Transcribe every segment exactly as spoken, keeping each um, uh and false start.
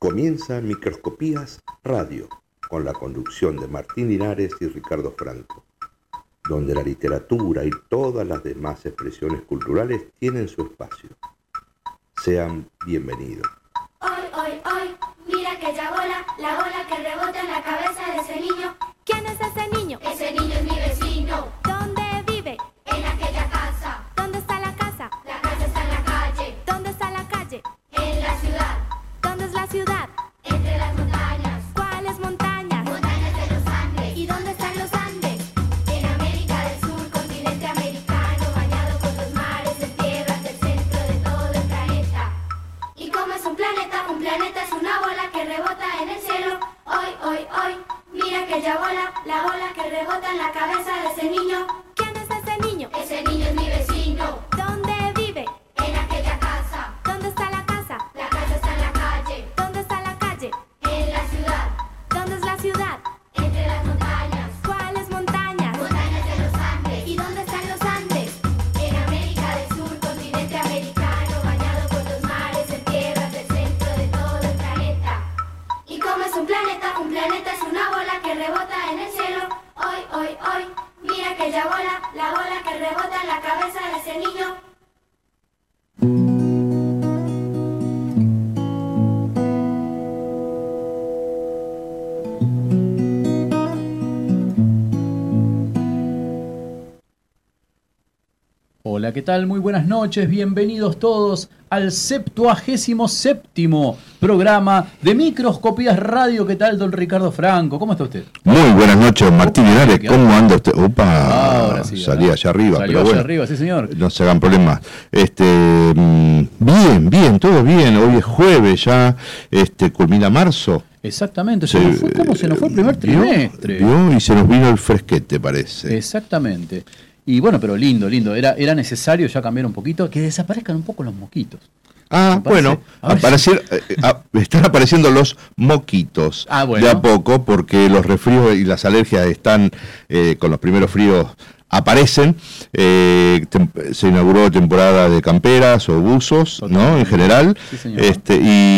Comienza Microscopías Radio, con la conducción de Martín Linares y Ricardo Franco, donde la literatura y todas las demás expresiones culturales tienen su espacio. Sean bienvenidos. Hoy, hoy, hoy, mira aquella bola, la bola que rebota en la cabeza de ese niño. ¿Quién es ese niño? Ese niño es mi vecino. ¿Dónde vive? En aquella casa. ¿Dónde está la casa? La casa está en la calle. ¿Dónde está la calle? En la ciudad. ¿Dónde es la ciudad? Entre las montañas. ¿Cuáles montañas? Montañas de los Andes. ¿Y dónde están los Andes? En América del Sur, continente americano, bañado por los mares, en tierras del centro de todo el planeta. Y como es un planeta, un planeta es una bola que rebota en el cielo. Hoy, hoy, hoy, mira aquella bola, la bola que rebota en la cabeza de ese niño. ¿Quién es ese niño? Ese niño es mi vecino. ¿Dónde vive? En aquella casa. ¿Dónde está la casa? La casa está en la calle. ¿Dónde está la calle? En la ciudad. ¿Dónde es la ciudad? Entre las montañas. ¿Cuáles montañas? Montañas de los Andes. ¿Y dónde están los Andes? En América del Sur, continente americano, bañado por los mares, en tierras del centro de todo el planeta. Y como es un planeta, un planeta es una bola que rebota en el cielo. Hoy, hoy, hoy, mira aquella bola, la bola que rebota en la cabeza de ese niño. Hola, ¿qué tal? Muy buenas noches, bienvenidos todos al septuagésimo séptimo programa de Microscopías Radio. ¿Qué tal, don Ricardo Franco? ¿Cómo está usted? Muy buenas noches, Martín Linares. ¿Cómo anda usted? Opa, ahora sí, salí allá arriba. Salió pero allá bueno, arriba, sí señor. no se hagan problemas. Este, mm, bien, bien, todo bien. Hoy es jueves ya, este, culmina marzo. Exactamente, se nos fue, ¿cómo se nos fue el primer ¿Vio? trimestre? ¿Vio? Y se nos vino el fresquete, parece. Exactamente. Y bueno, pero lindo, lindo. Era, era necesario ya cambiar un poquito, que desaparezcan un poco los mosquitos. Ah, bueno, aparecer, eh, a, están apareciendo los moquitos Ah, bueno. de a poco, porque los resfríos y las alergias están, eh, con los primeros fríos aparecen. Eh, tem- se inauguró temporada de camperas o buzos, ¿no? En general, Sí, señor. este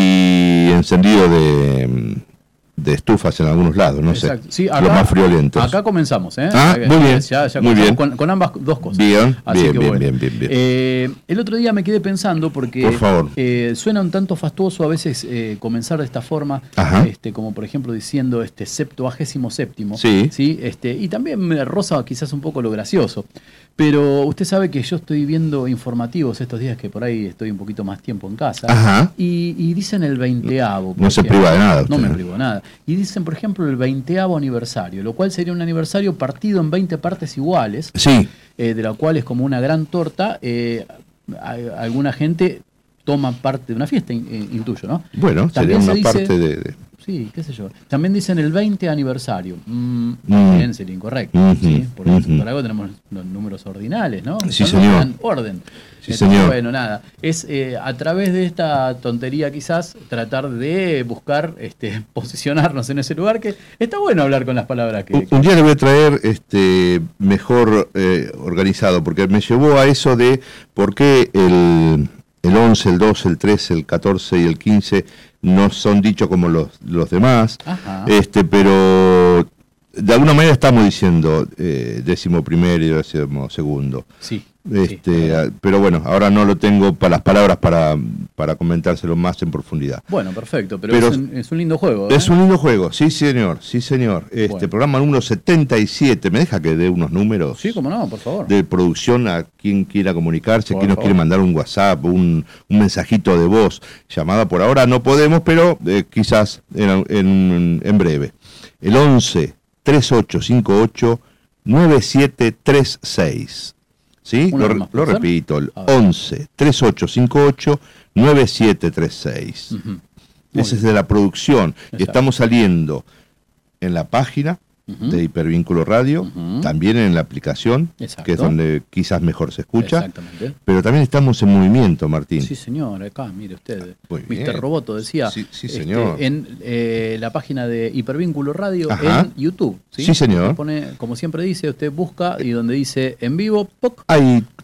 y encendido de, de estufas en algunos lados, no Exacto. sé, Sí, acá, los más friolentos. Acá comenzamos, ¿eh? Ah, muy bien, Ya, ya muy comenzamos bien. Con, con ambas dos cosas. Bien, Así bien, que bien, bueno. bien, bien, bien. Eh, el otro día me quedé pensando porque Por favor. eh, suena un tanto fastuoso a veces eh, comenzar de esta forma, Ajá. este, como por ejemplo diciendo este septuagésimo séptimo. Sí. ¿Sí? Este, y también me roza quizás un poco lo gracioso. Pero usted sabe que yo estoy viendo informativos estos días que por ahí estoy un poquito más tiempo en casa. Ajá. Y, y dicen el veinteavo. No se por ejemplo. priva de nada No usted, me ¿no? privo de nada. Y dicen, por ejemplo, el veinteavo aniversario, lo cual sería un aniversario partido en veinte partes iguales, Sí, eh, de la cual es como una gran torta. Eh, a- alguna gente toma parte de una fiesta, in- eh, intuyo, ¿no? bueno, sería También se una dice- parte de... de- Sí, qué sé yo. También dicen el veinte aniversario. Mm, Mm. También sería incorrecto. Ujú, ¿sí? Por, ujú. por algo tenemos los números ordinales, ¿no? Sí, Son los señor. que dan orden. Sí, Entonces, señor. Bueno, nada. Es eh, a través de esta tontería quizás tratar de buscar este, posicionarnos en ese lugar, que está bueno hablar con las palabras que... Un, un día le voy a traer este mejor eh, organizado, porque me llevó a eso de por qué el, el once, el doce, el trece, el catorce y el quince no son dichos como los, los demás. Ajá. Este, pero de alguna manera estamos diciendo eh, décimo primero y décimo segundo. Sí. Este, sí. a- pero bueno, ahora no lo tengo para las palabras para, para comentárselo más en profundidad. Bueno, perfecto, pero, Pero es, un, es un lindo juego. ¿eh? Es un lindo juego, sí señor, sí señor. Este Bueno. programa número setenta y siete, ¿me deja que dé unos números Sí, cómo no, por favor. de producción a quien quiera comunicarse, Por quien nos favor. quiere mandar un WhatsApp, un, un mensajito de voz? Llamada por ahora no podemos, pero eh, quizás en, en, en breve. El once, treinta y ocho cincuenta y ocho, noventa y siete treinta y seis. ¿Sí? Una Lo, vez más, lo ¿puede ser? repito, el A ver. once, treinta y ocho cincuenta y ocho, noventa y siete treinta y seis. Ujú. Muy Ese es bien. de la producción. Y Exacto. estamos saliendo en la página Ujú. de Hipervínculo Radio, Ujú. también en la aplicación, Exacto. que es donde quizás mejor se escucha. Exactamente. Pero también estamos en movimiento, Martín. Sí, señor, acá, mire usted. Muy mister bien. Roboto decía Sí, sí, este, señor. en eh, la página de Hipervínculo Radio Ajá. en YouTube. Sí, Sí, señor. Usted pone, como siempre dice, usted busca y donde dice en vivo, ¡poc! Hay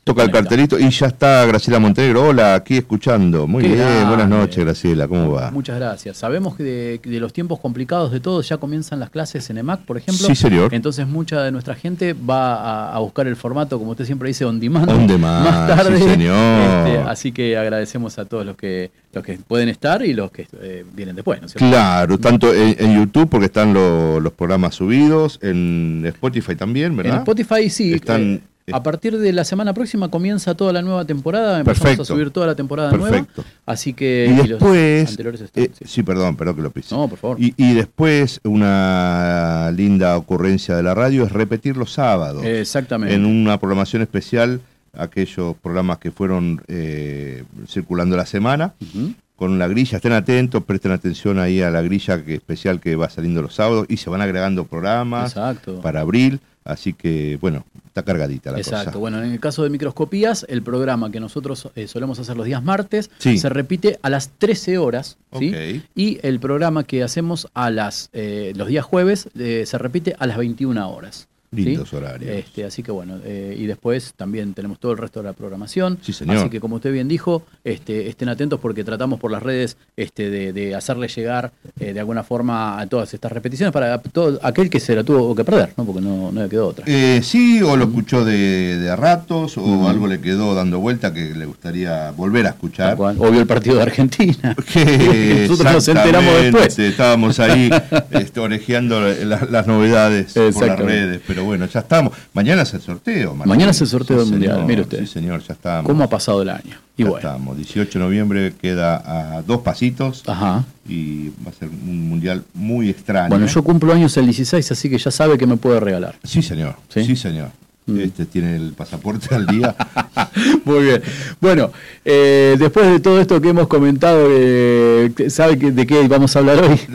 toca el cartelito y ya está Graciela Montenegro. Hola, aquí escuchando. Muy Qué bien, grande. buenas noches, Graciela, ¿cómo va? Muchas gracias. Sabemos que de, de los tiempos complicados de todos ya comienzan las clases en E M A C, por ejemplo. Sí, señor. Entonces mucha de nuestra gente va a, a buscar el formato, como usted siempre dice, on demand. On demand, más tarde. sí, señor. Este, así que agradecemos a todos los que los que pueden estar y los que eh, vienen después, ¿no es cierto? Claro, tanto en, en YouTube, porque están lo- los programas subidos, en Spotify también, ¿verdad? En Spotify sí. Están- eh, a partir de la semana próxima comienza toda la nueva temporada. Empezamos Perfecto. a subir toda la temporada Perfecto. nueva. Así que Y los después, anteriores están, eh, sí. sí, perdón, perdón que lo pise. No, por favor. Y, y después una linda ocurrencia de la radio es repetir los sábados. Exactamente. En una programación especial, aquellos programas que fueron eh, circulando la semana, Ujú. con la grilla. Estén atentos, presten atención ahí a la grilla que, especial que va saliendo los sábados y se van agregando programas Exacto. para abril. Así que, bueno, está cargadita la Exacto. cosa. Bueno, en el caso de microscopías, el programa que nosotros eh, solemos hacer los días martes Sí. se repite a las trece horas, ¿sí? Ok. Y el programa que hacemos a las eh, los días jueves eh, se repite a las veintiuna horas. ¿sí? Lindos horarios. Este, así que bueno, eh, y después también tenemos todo el resto de la programación. Sí, señor. Así que como usted bien dijo, este, estén atentos porque tratamos por las redes este, de, de hacerle llegar eh, de alguna forma a todas estas repeticiones para todo aquel que se la tuvo que perder, ¿no? Porque no, no le quedó otra. Eh, sí, o lo escuchó de, de a ratos, o Ujú. algo le quedó dando vuelta que le gustaría volver a Tal escuchar. cual. O vio el partido de Argentina. Que Nosotros nos enteramos exactamente, después. Estábamos ahí este, orejeando la- las novedades por las Exactamente. redes, pero bueno, ya estamos. Mañana es el sorteo. Martín. Mañana es el sorteo Sí, del Mundial, señor, mire usted. Sí, señor, ya estamos. ¿Cómo ha pasado el año? Y Ya bueno. estamos. dieciocho de noviembre queda a dos pasitos Ajá. y va a ser un mundial muy extraño. Bueno, yo cumplo años el dieciséis, así que ya sabe que me puede regalar. Sí, señor. ¿Sí? Sí, señor. Mm. Este tiene el pasaporte al día. Muy bien. Bueno, eh, después de todo esto que hemos comentado, eh, ¿sabe que- de qué vamos a hablar hoy?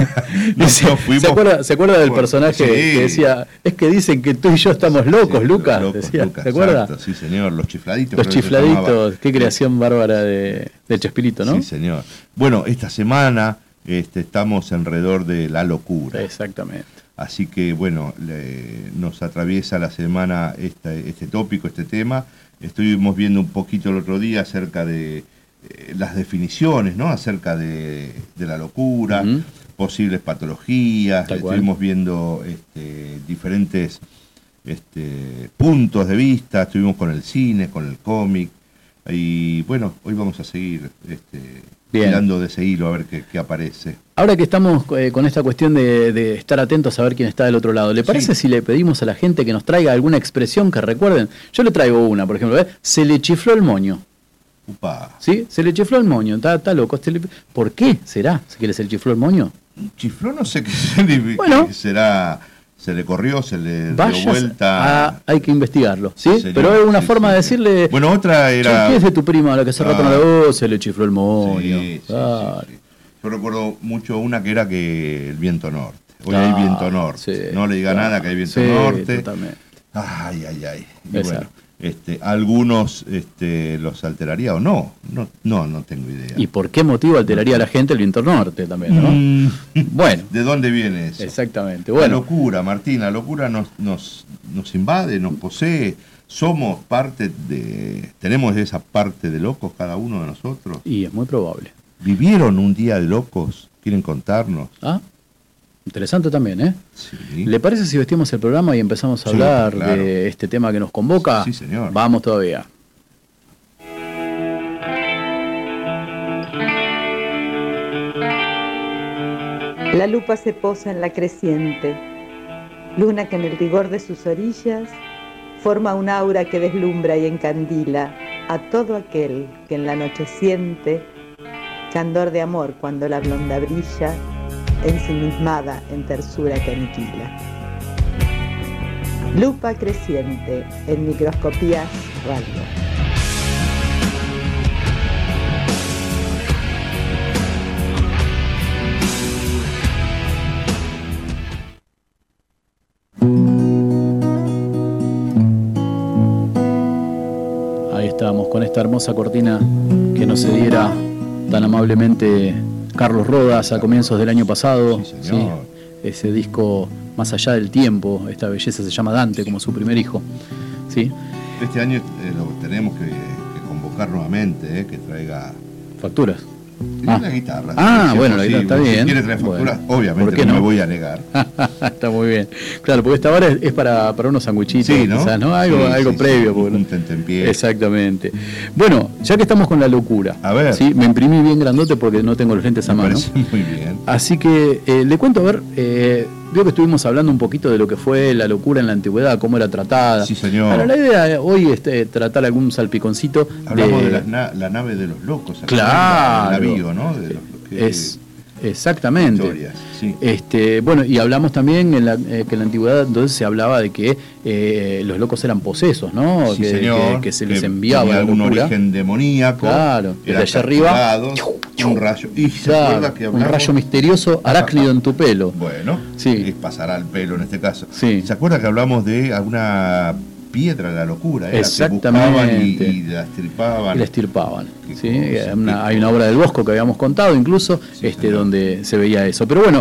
Nos- ¿Se, nos fuimos ¿se acuerda, ¿Se acuerda del por- personaje sí. que decía, es que dicen que tú y yo estamos locos, Sí, Lucas? locos, Decía, Lucas, ¿se acuerda? exacto, sí, señor. Los chifladitos. Los creo que se llamaba. chifladitos, qué creación bárbara de, de Chespirito, ¿no? Sí, señor. Bueno, esta semana este, estamos alrededor de la locura. Exactamente. Así que, bueno, le- nos atraviesa la semana este, este tópico, este tema. Estuvimos viendo un poquito el otro día acerca de eh, las definiciones, ¿no? Acerca de, de la locura, Ujú. posibles patologías. Tal cual. Estuvimos viendo este, diferentes este, puntos de vista. Estuvimos con el cine, con el cómic. Y bueno, hoy vamos a seguir este, Bien. tirando de ese hilo a ver qué, qué aparece. Ahora que estamos eh, con esta cuestión de, de estar atentos a ver quién está del otro lado, ¿le parece Sí. si le pedimos a la gente que nos traiga alguna expresión que recuerden? Yo le traigo una, por ejemplo, ¿eh? Se le chifló el moño, Upa. ¿sí? Se le chifló el moño, está, está loco. se le- ¿Por qué será que le se le chifló el moño? Chifló, no sé qué significa. Bueno. será, se le corrió, se le Vaya, dio vuelta. a- hay que investigarlo, ¿sí? Sí, señor, Pero es una sí, forma sí, de sí. decirle, Bueno, otra "Che, era. ¿qué es de tu prima la que hace rato no Ah. la veo? Se le chifló el moño. Sí, sí, Claro. sí, sí. Yo recuerdo mucho una que era que el viento norte. Hoy Ah, hay viento norte. sí, no le diga claro. nada que hay viento Sí, norte. totalmente. Ay, ay, ay. Y Exacto. bueno, este, algunos este, los alteraría o no. No, no, no tengo idea. ¿Y por qué motivo alteraría a la gente el viento norte también, no? Mm, Bueno, ¿De dónde viene eso? exactamente. La Bueno, locura, Martín, la locura nos, nos, nos invade, nos posee. Somos parte de. Tenemos esa parte de locos cada uno de nosotros. y es muy probable. ¿Vivieron un día de locos? ¿Quieren contarnos? Ah, interesante también, ¿eh? Sí. ¿Le parece si vestimos el programa y empezamos a Sí, hablar claro. de este tema que nos convoca? Sí, señor. Vamos todavía. La lupa se posa en la creciente, luna que en el rigor de sus orillas forma un aura que deslumbra y encandila a todo aquel que en la noche siente candor de amor cuando la blonda brilla, ensimismada en tersura que aniquila. Lupa creciente en Microscopías Radio. Ahí estábamos con esta hermosa cortina que nos cediera tan amablemente Carlos Rodas a comienzos del año pasado. Sí, señor. ¿sí? Ese disco Más allá del tiempo, esta belleza se llama Dante como su primer hijo. ¿sí? Este año eh, lo tenemos que, que convocar nuevamente, eh, que traiga facturas. Ah. Ah. La guitarra. Ah, si bueno, la guitarra está si bien. Si quiere traer facturas, Bueno, obviamente ¿por qué no? no? me voy a negar. Está muy bien. Claro, porque esta hora es, es para, para unos sanguichitos, Sí, ¿no? quizás, ¿no? Algo, Sí, algo sí, previo. sí, porque- un tentempié. Exactamente. Bueno, ya que estamos con la locura. A ver. ¿sí? Me imprimí bien grandote porque no tengo los lentes a Me mano. parece muy bien. Así que eh, le cuento, a ver, eh, veo que estuvimos hablando un poquito de lo que fue la locura en la antigüedad, cómo era tratada. Sí, señor. Ahora, la idea eh, hoy es eh, tratar algún salpiconcito. Hablamos de, de las na- la nave de los locos. Claro. El navío, ¿no? De los, que- Es, exactamente. historias, sí. Este, bueno, y hablamos también en la, eh, que en la antigüedad entonces se hablaba de que eh, los locos eran posesos, ¿no? Sí, que, señor, que- que se les que enviaba tenía la algún locura. origen demoníaco. Claro, que eran de allá arriba, capturados, un rayo. Y se Claro, acuerda que un hablamos- rayo misterioso arácnido en tu pelo. Bueno, Sí. es pasará el pelo en este caso. Sí. ¿Se acuerda que hablamos de alguna piedra de la locura? Era, que Exactamente. buscaban y, y la estripaban. Y la estirpaban. Qué ¿sí? cosa, Hay una, qué hay una obra del Bosco que habíamos contado incluso, Sí, este, señor. donde se veía eso. Pero bueno,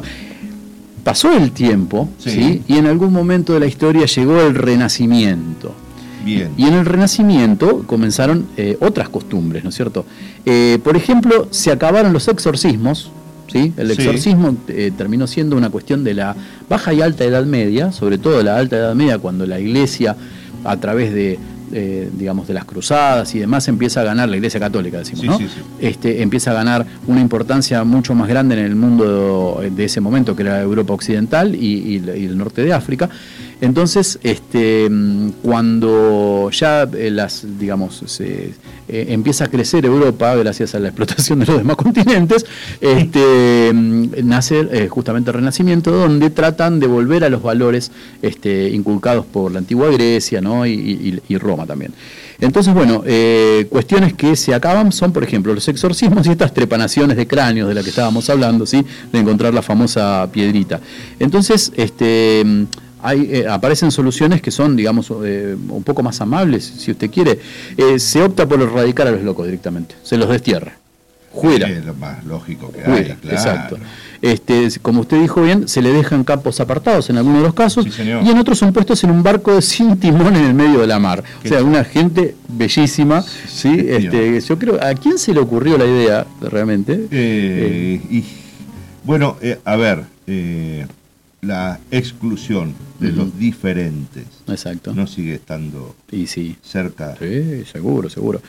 pasó el tiempo, Sí. ¿sí? Y en algún momento de la historia llegó el Renacimiento. Bien. Y en el Renacimiento comenzaron eh, otras costumbres, ¿no es cierto? Eh, por ejemplo, se acabaron los exorcismos, ¿sí? El Sí. exorcismo eh, terminó siendo una cuestión de la baja y alta Edad Media, sobre todo la alta Edad Media, cuando la Iglesia, a través de, eh, digamos, de las cruzadas y demás, empieza a ganar, la Iglesia Católica decimos, Sí, ¿no? sí, sí. Este, empieza a ganar una importancia mucho más grande en el mundo de ese momento, que era Europa Occidental y, y- y el norte de África. Entonces, este, mm, cuando ya eh, las, digamos, se, eh, empieza a crecer Europa, gracias a la explotación de los demás continentes, este, mm, nace eh, justamente el Renacimiento, donde tratan de volver a los valores este, inculcados por la antigua Grecia, ¿no? y, y- y Roma también. Entonces, bueno, eh, cuestiones que se acaban son, por ejemplo, los exorcismos y estas trepanaciones de cráneos de las que estábamos hablando, ¿sí? De encontrar la famosa piedrita. Entonces, este, hay, eh, aparecen soluciones que son, digamos, eh, un poco más amables, si usted quiere. Eh, se opta por erradicar a los locos directamente, se los destierra. Juela. Es lo más lógico que Juela, hay, claro. exacto. Este, como usted dijo bien, se le dejan campos apartados en algunos de los casos, Sí, señor. y en otros son puestos en un barco sin timón en el medio de la mar. Qué O sea, chulo. una gente bellísima. ¿sí? Sí, Este, yo creo, ¿a quién se le ocurrió la idea realmente? Eh, y bueno, eh, a ver, eh, la exclusión de Ujú. los diferentes Exacto. no sigue estando Y sí. cerca. Sí, seguro, seguro.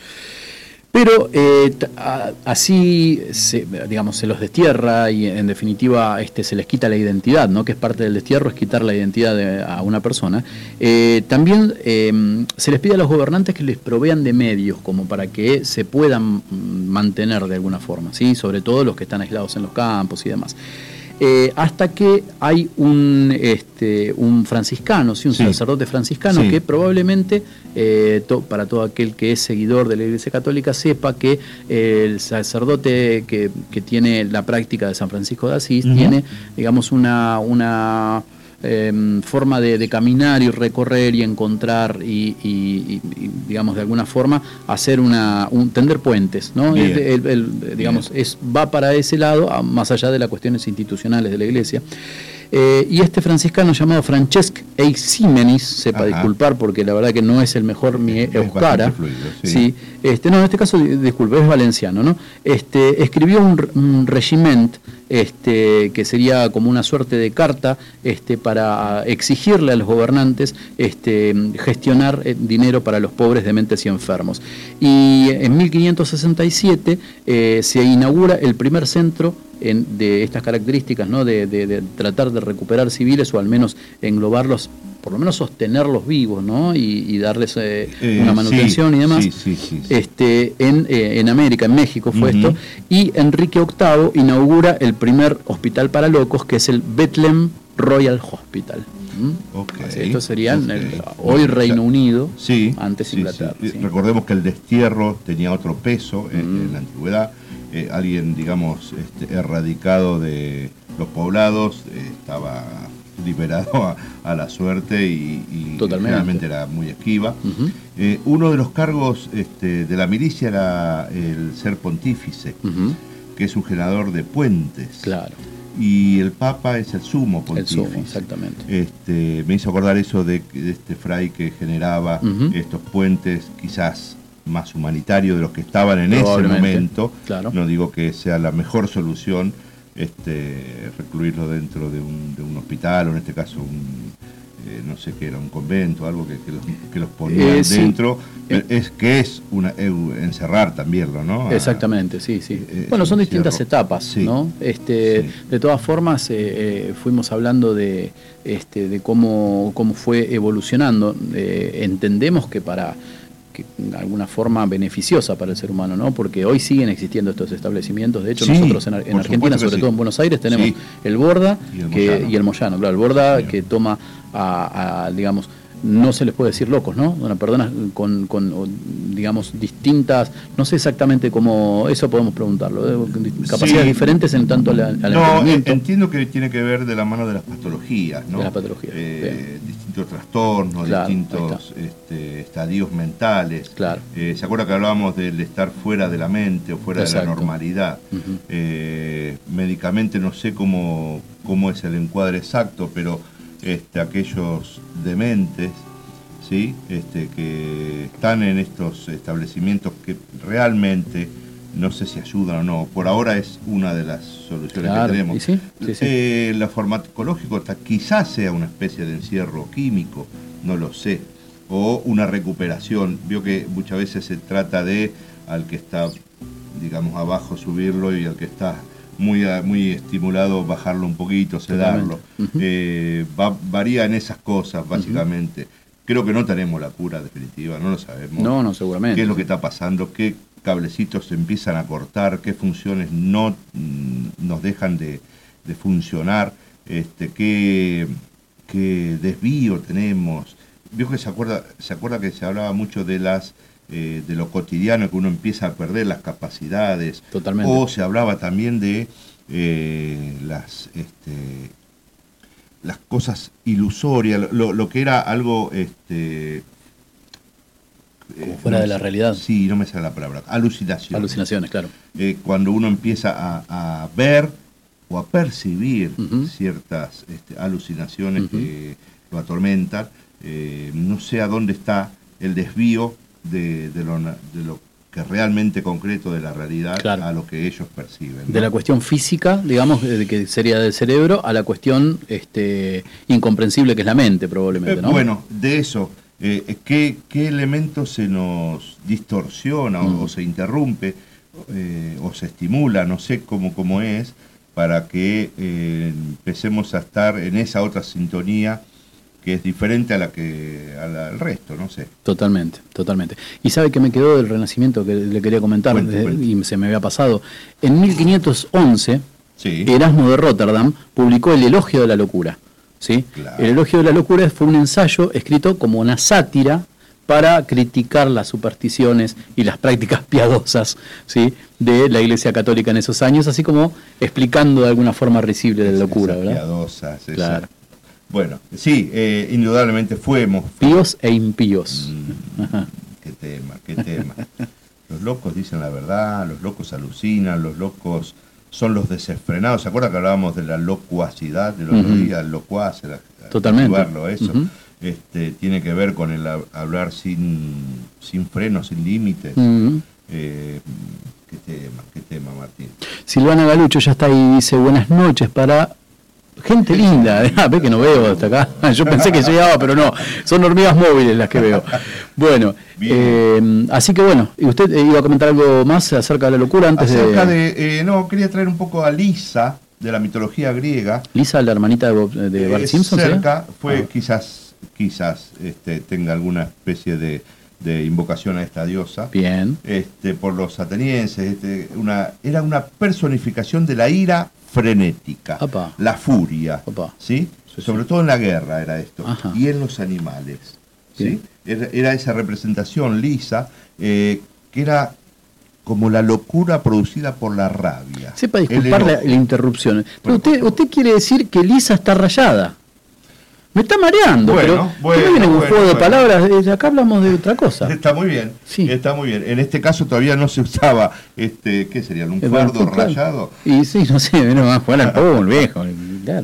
Pero eh, t- a- así, se, digamos, se los destierra y en definitiva este, se les quita la identidad, ¿no? Que es parte del destierro, es quitar la identidad de- a una persona. Eh, también eh, se les pide a los gobernantes que les provean de medios como para que se puedan mm, mantener de alguna forma, ¿sí? Sobre todo los que están aislados en los campos y demás. Eh, hasta que hay un, este, un franciscano, ¿sí? un Sí. sacerdote franciscano Sí. que probablemente, eh, to- para todo aquel que es seguidor de la Iglesia Católica, sepa que eh, el sacerdote que, que tiene la práctica de San Francisco de Asís Ujú. tiene, digamos, una, una eh, forma de, de caminar y recorrer y encontrar y, y- y, y, digamos, de alguna forma hacer una, un, tender puentes, ¿no? Bien. El- el- el, digamos, es, va para ese lado, a- más allá de las cuestiones institucionales de la Iglesia. Eh, y este franciscano llamado Francesc Eiximenis, sepa Ajá. disculpar porque la verdad que no es el mejor mi Es euskara. bastante fluido, sí. Sí, este, no, en este caso, di- disculpe, es valenciano, ¿no? Este, escribió un, r- un regiment, este, que sería como una suerte de carta, este, para exigirle a los gobernantes, este, gestionar eh, dinero para los pobres, dementes y enfermos. Y en mil quinientos sesenta y siete eh, se inaugura el primer centro en- de estas características, ¿no? De, de- de tratar de recuperar civiles o al menos englobarlos, por lo menos sostenerlos vivos, ¿no? Y, y darles eh, Eh, una manutención sí, y demás. sí, sí, sí, sí. Este, en, eh, en América, en México fue Ujú. esto, y Enrique octavo inaugura el primer hospital para locos, que es el Bethlehem Royal Hospital. ¿Mm? Ok, Así, esto sería en ok. el- hoy Reino Unido, Sí, antes sí, Inglaterra. sí. sí. Recordemos que el destierro tenía otro peso en, Mm. en la antigüedad. Eh, alguien, digamos, este, erradicado de los poblados eh, estaba liberado a, a la suerte y, y Totalmente. realmente era muy esquiva. Ujú, Eh, uno de los cargos este, de la milicia era el ser pontífice, ujú, que es un generador de puentes. claro. y el Papa es el sumo pontífice. El sumo, exactamente. Este, me hizo acordar eso de, de este fray que generaba Uh-huh. estos puentes quizás más humanitarios de los que estaban en ese momento. Claro. No digo que sea la mejor solución este, recluirlo dentro de un, de un hospital, o en este caso un, eh, no sé qué era, un convento, algo que, que, los, que los ponían Eh, sí. dentro, Eh. es que es una eh, encerrar también, ¿no? Exactamente, sí, sí. Eh, Bueno, son un distintas cierro. etapas, Sí. ¿no? Este, Sí. De todas formas, eh, eh, fuimos hablando de, este, de cómo, cómo fue evolucionando. Eh, entendemos que para que de alguna forma beneficiosa para el ser humano, ¿no? Porque hoy siguen existiendo estos establecimientos. De hecho, Sí, nosotros en, Ar- en por Argentina, supuesto que sobre sí. todo en Buenos Aires, tenemos Sí. el Borda Y el que, Moyano. y el Moyano, claro, el Borda Sí. que toma a, a, digamos, no se les puede decir locos, ¿no? Bueno, personas con, con, o, digamos, distintas, no sé exactamente cómo, eso podemos preguntarlo, ¿eh? Capacidades Sí. diferentes en tanto al, al No, entendimiento. entiendo que tiene que ver de la mano de las patologías, ¿no? De las patologías, Eh, distintos trastornos, Claro, ahí distintos este, estadios mentales. Claro. Eh, ¿Se acuerda que hablábamos del estar fuera de la mente o fuera Exacto. de la normalidad? Ujú. Eh, médicamente no sé cómo, cómo es el encuadre exacto, pero este, aquellos dementes, ¿sí? Este, que están en estos establecimientos que realmente no sé si ayudan o no. Por ahora es una de las soluciones Claro, que tenemos. y sí, sí, sí. Eh, la farmacológico está- quizás sea una especie de encierro químico, no lo sé, o una recuperación. Vio que muchas veces se trata de al que está, digamos, abajo subirlo, y al que está muy, muy estimulado bajarlo un poquito, sedarlo. Totalmente. Ujú. Eh, va- varía en esas cosas, básicamente. Creo que no tenemos la cura definitiva, no lo sabemos. No, no, seguramente. ¿Qué es lo que está pasando? ¿Qué cablecitos se empiezan a cortar? ¿Qué funciones no mm, nos dejan de, de funcionar? Este, ¿qué, ¿Qué desvío tenemos? Vio que se acuerda, se acuerda que se hablaba mucho de las eh, de lo cotidiano, que uno empieza a perder las capacidades. Totalmente. O se hablaba también de eh, las este, las cosas ilusorias, lo, lo que era algo este, Como eh, fuera no de me la sale- realidad. Sí, no me sale la palabra. Alucinación. Alucinaciones, claro. Eh, cuando uno empieza a, a ver o a percibir Ujú. ciertas este, alucinaciones Ujú. que lo atormentan, eh, no sé a dónde está el desvío de, de, lo, na- de lo que realmente concreto de la realidad Claro. a lo que ellos perciben, ¿no? De la cuestión física, digamos, de que sería del cerebro, a la cuestión este, incomprensible que es la mente, probablemente, Eh, ¿no? Bueno, de eso, eh, ¿qué, qué elemento se nos distorsiona o, Mm. o se interrumpe eh, o se estimula, no sé cómo, cómo es, para que eh, empecemos a estar en esa otra sintonía que es diferente a la que a la- al resto, no sé. Totalmente, totalmente. Y sabe que me quedó del Renacimiento que le quería comentar, Cuente, eh, cuente. y se me había pasado. En mil quinientos once, Sí. Erasmo de Rotterdam publicó el Elogio de la Locura. ¿Sí? Claro. El Elogio de la Locura fue un ensayo escrito como una sátira para criticar las supersticiones y las prácticas piadosas, ¿sí?, de la Iglesia Católica en esos años, así como explicando de alguna forma risible de la locura, Esas ¿verdad? piadosas, esas- Claro. Bueno, sí, eh, indudablemente fuimos. Píos e impíos. Mm, Ajá. qué tema, qué tema. Los locos dicen la verdad, los locos alucinan, los locos son los desenfrenados. ¿Se acuerda que hablábamos de la locuacidad del otro Ujú. día? El locuaz, el- Totalmente. activarlo, eso. Ujú. Este, tiene que ver con el hab- hablar sin, sin freno, sin límites. Mm. Eh, qué tema, qué tema, Martín. Silvana Galucho ya está ahí, dice buenas noches para gente linda. Ah, ve que no veo hasta acá. Yo pensé que llegaba, pero no. Son hormigas móviles las que veo. Bueno, Bien. eh, así que bueno, ¿y usted eh, iba a comentar algo más acerca de la locura antes Acerca de... de, eh, no, quería traer un poco a Lisa, de la mitología griega. Lisa, la hermanita de, Bob- de Bart Eh, Simpson? ¿sí? cerca, fue Ah. quizás, quizás este, tenga alguna especie de, de invocación a esta diosa. Bien. Este, por los atenienses, este, una, era una personificación de la ira frenética, Apa. la furia, Apa. ¿sí? Sí, Sobre todo en la guerra era esto, Ajá. y en los animales, ¿sí? Bien. Era, era esa representación lisa, eh, que era como la locura producida por la rabia. Sepa El disculpar la, enojo. la interrupción. Pero Bueno, usted, por favor. usted quiere decir que Lisa está rayada. Me está mareando, Bueno, pero bueno, ¿qué viene un bueno, juego de bueno. palabras? Eh, Acá hablamos de otra cosa. Está muy bien, Sí. está muy bien. En este caso todavía no se usaba, este, ¿qué sería? ¿Un Eh, fardo bueno, claro. rayado? Y sí, no sé, no va a jugar al pool, viejo. Claro.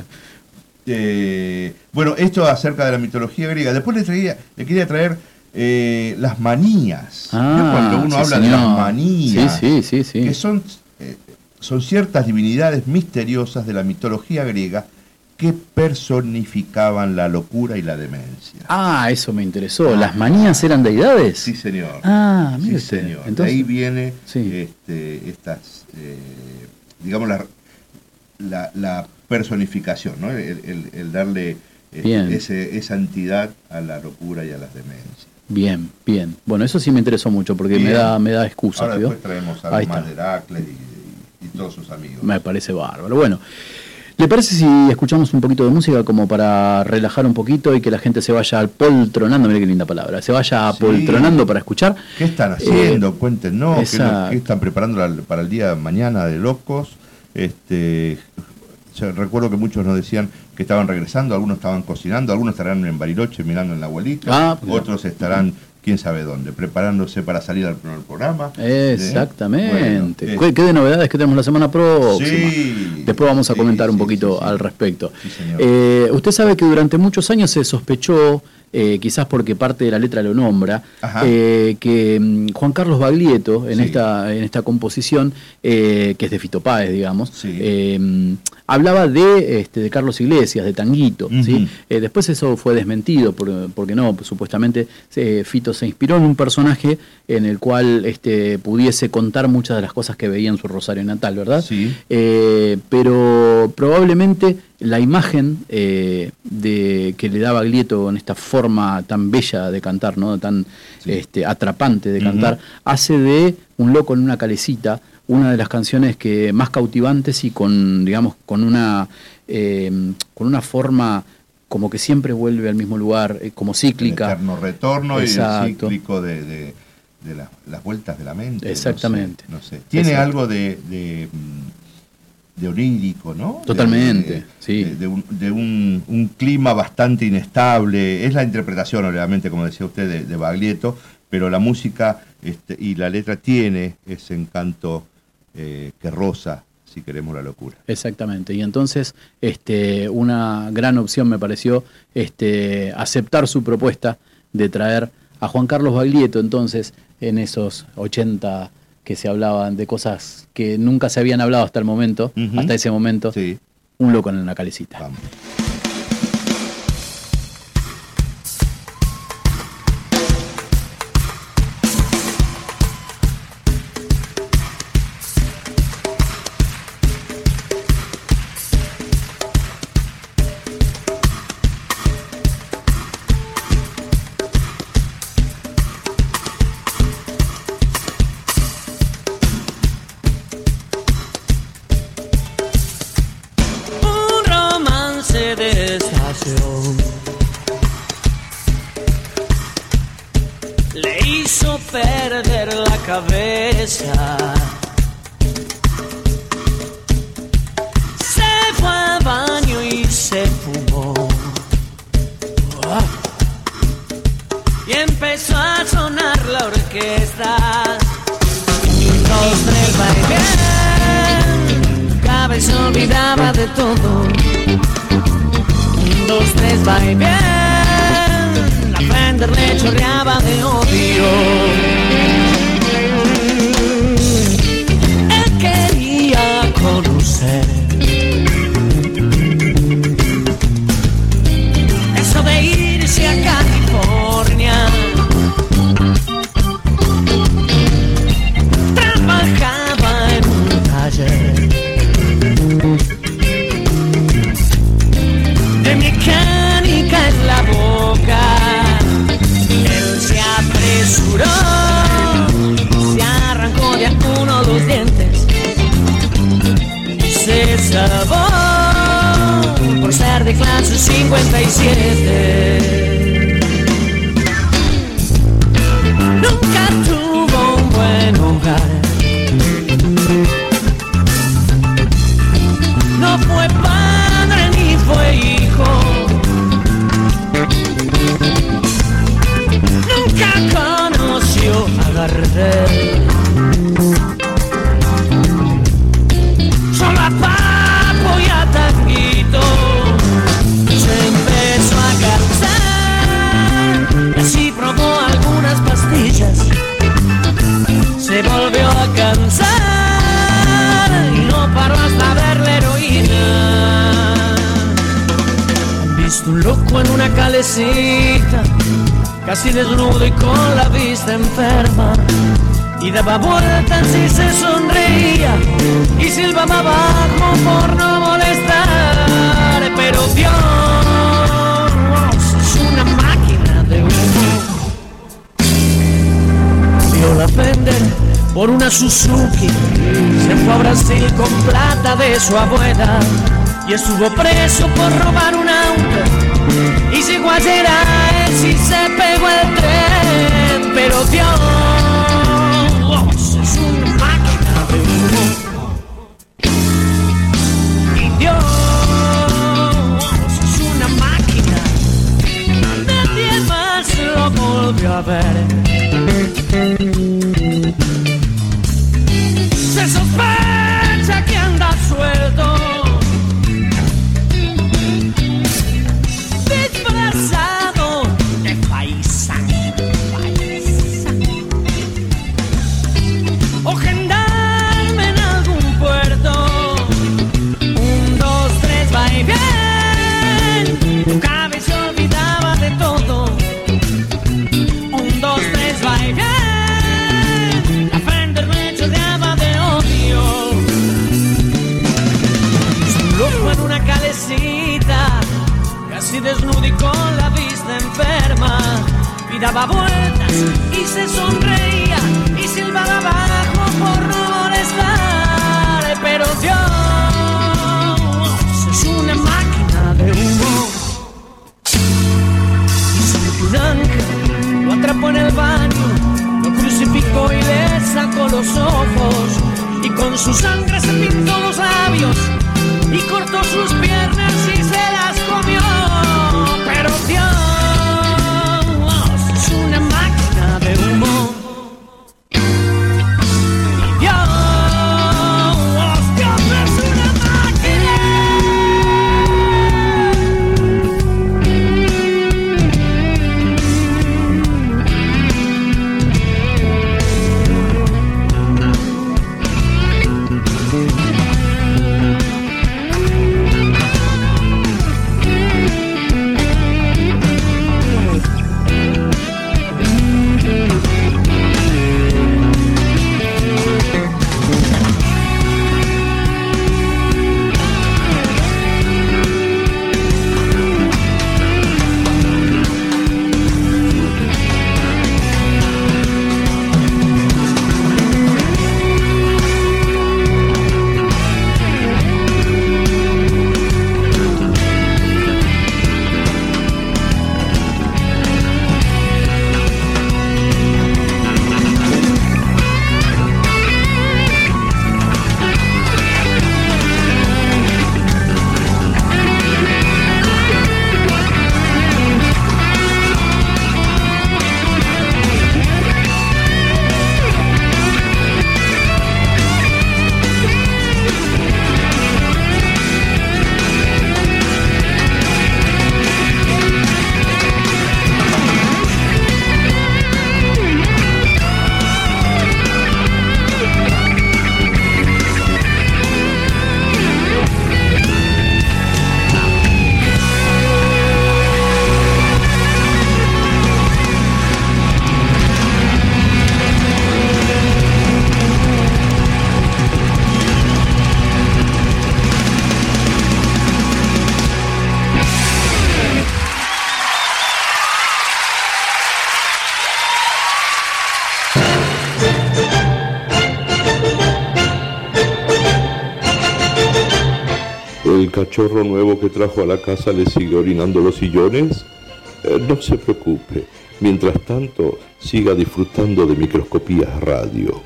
Eh, bueno, esto acerca de la mitología griega. Después le, traía, le quería traer eh, las manías. Ah, ¿No? Cuando uno sí, habla de señor. las manías, Sí, sí, sí, sí. que son, eh, son ciertas divinidades misteriosas de la mitología griega que personificaban la locura y la demencia. Ah, eso me interesó. ¿Las manías eran deidades? Sí, señor. Ah, sí, mire usted. señor. Entonces, de ahí viene sí. este, estas, eh, digamos, la, la, la personificación, ¿no? el, el- el darle este, Bien. ese, esa entidad a la locura y a las demencias. Bien, bien. Bueno, eso sí me interesó mucho porque me Bien. da, me da excusa. Ahora ¿vio? después traemos algo Ahí más está. de Heracles y, y- y todos sus amigos. Me parece bárbaro. Bueno, ¿le parece si escuchamos un poquito de música como para relajar un poquito y que la gente se vaya apoltronando? Mira qué linda palabra. Se vaya Sí. apoltronando para escuchar. ¿Qué están haciendo? Eh, Cuéntenos. ¿Qué, es lo- exacto. qué están preparando la- para el día de mañana de locos? Este, yo recuerdo que muchos nos decían que estaban regresando, algunos estaban cocinando, algunos estarán en Bariloche mirando en la abuelita, Ah, pues, otros estarán quién sabe dónde, preparándose para salir al al programa. Exactamente. Bueno, ¿Qué, qué de novedades que tenemos la semana próxima? Sí. Después vamos a Sí, comentar un sí, poquito sí, sí. al respecto. Sí, señor. Eh, usted sabe que durante muchos años se sospechó, eh, quizás porque parte de la letra lo nombra, Ajá. eh, que mm, Juan Carlos Baglietto, en, Sí. esta, en esta composición, eh, que es de Fito Páez, digamos, Sí. eh, hablaba de, este, de Carlos Iglesias, de Tanguito. Ujú. ¿sí? Eh, después eso fue desmentido, por- porque no, pues, supuestamente eh, Fito se inspiró en un personaje en el cual este, pudiese contar muchas de las cosas que veía en su Rosario natal, ¿verdad? Sí. Eh, pero probablemente la imagen eh, de que le daba Baglietto en esta forma tan bella de cantar, ¿no? Tan Sí. este, atrapante de Ujú. cantar, hace de Un loco en una calecita una de las canciones que más cautivantes y con, digamos, con una eh, con una forma como que siempre vuelve al mismo lugar, eh, como El cíclica. eterno retorno Exacto. y el cíclico de, de- de la- las vueltas de la mente. Exactamente. No sé. no sé. Tiene Exacto. algo de, de, mm, de onírico, ¿no? De- Totalmente, de- sí. De, de un, de un- un clima bastante inestable. Es la interpretación, obviamente, como decía usted, de, de Baglietto, pero la música este, y la letra tiene ese encanto eh, que roza, si queremos, la locura. Exactamente. Y entonces, este, una gran opción me pareció este, aceptar su propuesta de traer a Juan Carlos Baglietto, entonces, en esos ochenta que se hablaban de cosas que nunca se habían hablado hasta el momento, Ujú. hasta ese momento, Sí, Un loco en una calecita. vamos. Un romance de estación le hizo perder la cabeza. Se fue al baño y se fumó. Y empezó a sonar la orquesta. Dos, tres, va y bien. Cabeza olvidaba de todo. Un, dos, tres, va y bien. La Fender le chorreaba de odio. Él quería conocer eso de irse a California. Trabajaba en un taller de mecánica en la boca. Él se apresuró, se arrancó de uno los dientes y se salvó por ser de clase cincuenta y siete. Nunca tuvo un buen hogar. No fue padre ni fue hijo. loco en una calecita, casi desnudo y con la vista enferma, y daba vueltas y se sonreía y silbaba abajo por no molestar. Pero Dios es una máquina de humo. Vio la Fender por una Suzuki, se fue a Brasil con plata de su abuela y estuvo preso por robar un auto y llegó ayer a él y se pegó el tren. Pero Dios es una máquina de humo. Y Dios es una máquina, nadie más lo volvió a ver. Se sospecha que anda suelto, disfrazado de paisano, paisano, o gendarme en algún puerto. Un, dos, tres, va y bien, nunca se olvidaba de todo. Un, dos, tres, va y bien. Casi desnudo y con la vista enferma, y daba vueltas y se sonreía y silbaba abajo por no molestar. Pero Dios es una máquina de humo. Y un ángel lo atrapó en el baño, lo crucificó y le sacó los ojos, y con su sangre se pintó los labios y cortó sus piernas y se las comió. Pero Dios es una máquina de humo. Y Dios, Dios es una máquina. ¿El cachorro nuevo que trajo a la casa le sigue orinando los sillones? Eh, no se preocupe. Mientras tanto, siga disfrutando de Microscopías Radio.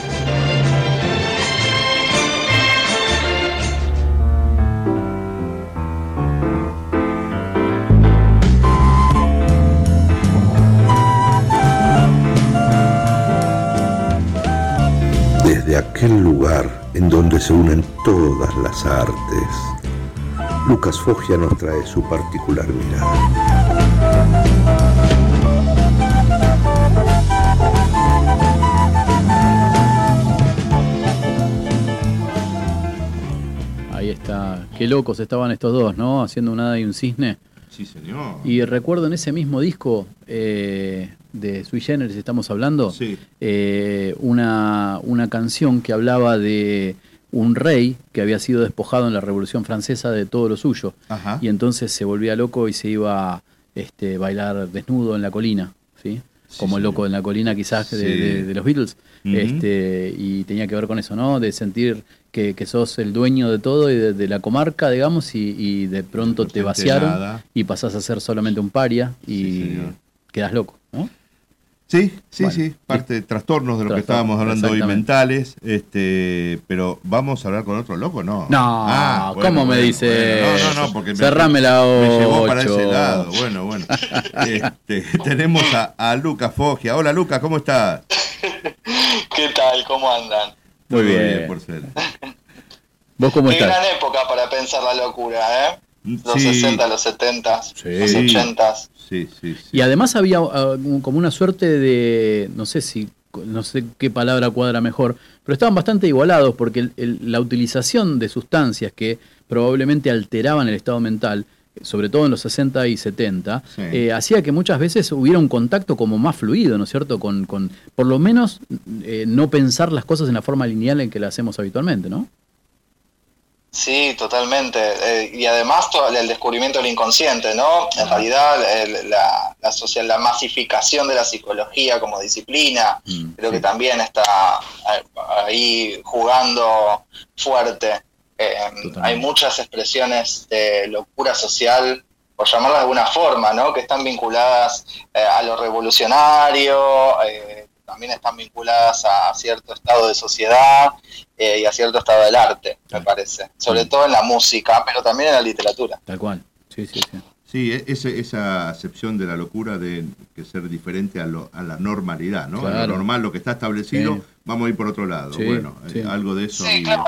Desde aquel lugar en donde se unen todas las artes, Lucas Foggia nos trae su particular mirada. Ahí está. Qué locos estaban estos dos, ¿no? Haciendo un hada y un cisne. Sí, señor. Y recuerdo en ese mismo disco eh, de Sui Generis, estamos hablando, sí. eh, una, una canción que hablaba de un rey que había sido despojado en la Revolución Francesa de todo lo suyo. Ajá. Y entonces se volvía loco y se iba a este, bailar desnudo en la colina, ¿sí? Sí, Como el señor. loco en la colina quizás Sí. de, de, de los Beatles. Uh-huh. este, y tenía que ver con eso, ¿no? De sentir que, que sos el dueño de todo y de, de la comarca, digamos, y, y de pronto No te siente vaciaron nada. y pasás a ser solamente un paria y Sí, señor. quedás loco, ¿no? Sí, sí, Bueno, sí, parte de trastornos de lo que Trastornos, estábamos hablando hoy exactamente. mentales, este, pero ¿vamos a hablar con otro loco? No. No, Ah, bueno, ¿cómo me bueno, dice? bueno. No, no, no, porque me- Cerrame la me llevó para ocho. ese lado. Bueno, bueno. Este, tenemos a, a Lucas Foggia. Hola, Lucas, ¿cómo estás? ¿Qué tal? ¿Cómo andan? Muy Todo bien. por ser. ¿Vos cómo Qué estás? gran época para pensar la locura, ¿eh? Los Sí. sesenta, los setenta, Sí. los ochenta. Sí, sí, sí. Y además había uh, un- como una suerte de, no sé si, no sé qué palabra cuadra mejor, pero estaban bastante igualados porque el- el- la utilización de sustancias que probablemente alteraban el estado mental, sobre todo en los sesenta y setenta, Sí. eh, hacía que muchas veces hubiera un contacto como más fluido, ¿no es cierto? Con, con por lo menos eh, no pensar las cosas en la forma lineal en que las hacemos habitualmente, ¿no? Sí, totalmente. Eh, y además todo el descubrimiento del inconsciente, ¿no? En realidad, el- la, la, social, la masificación de la psicología como disciplina, Mm, creo sí. que también está ahí jugando fuerte. Eh, Totalmente. hay muchas expresiones de locura social, por llamarla de alguna forma, ¿no? Que están vinculadas eh, a lo revolucionario, eh, también están vinculadas a cierto estado de sociedad eh, y a cierto estado del arte, me parece. Sobre Mm. todo en la música, pero también en la literatura. Tal cual. Sí, sí, sí. Sí, e- ese- esa acepción de la locura de que ser diferente a, lo, a la normalidad, ¿no? A Claro. lo normal, lo que está establecido, Sí. vamos a ir por otro lado. Sí, bueno, sí. eh, algo de eso. Sí, y- claro.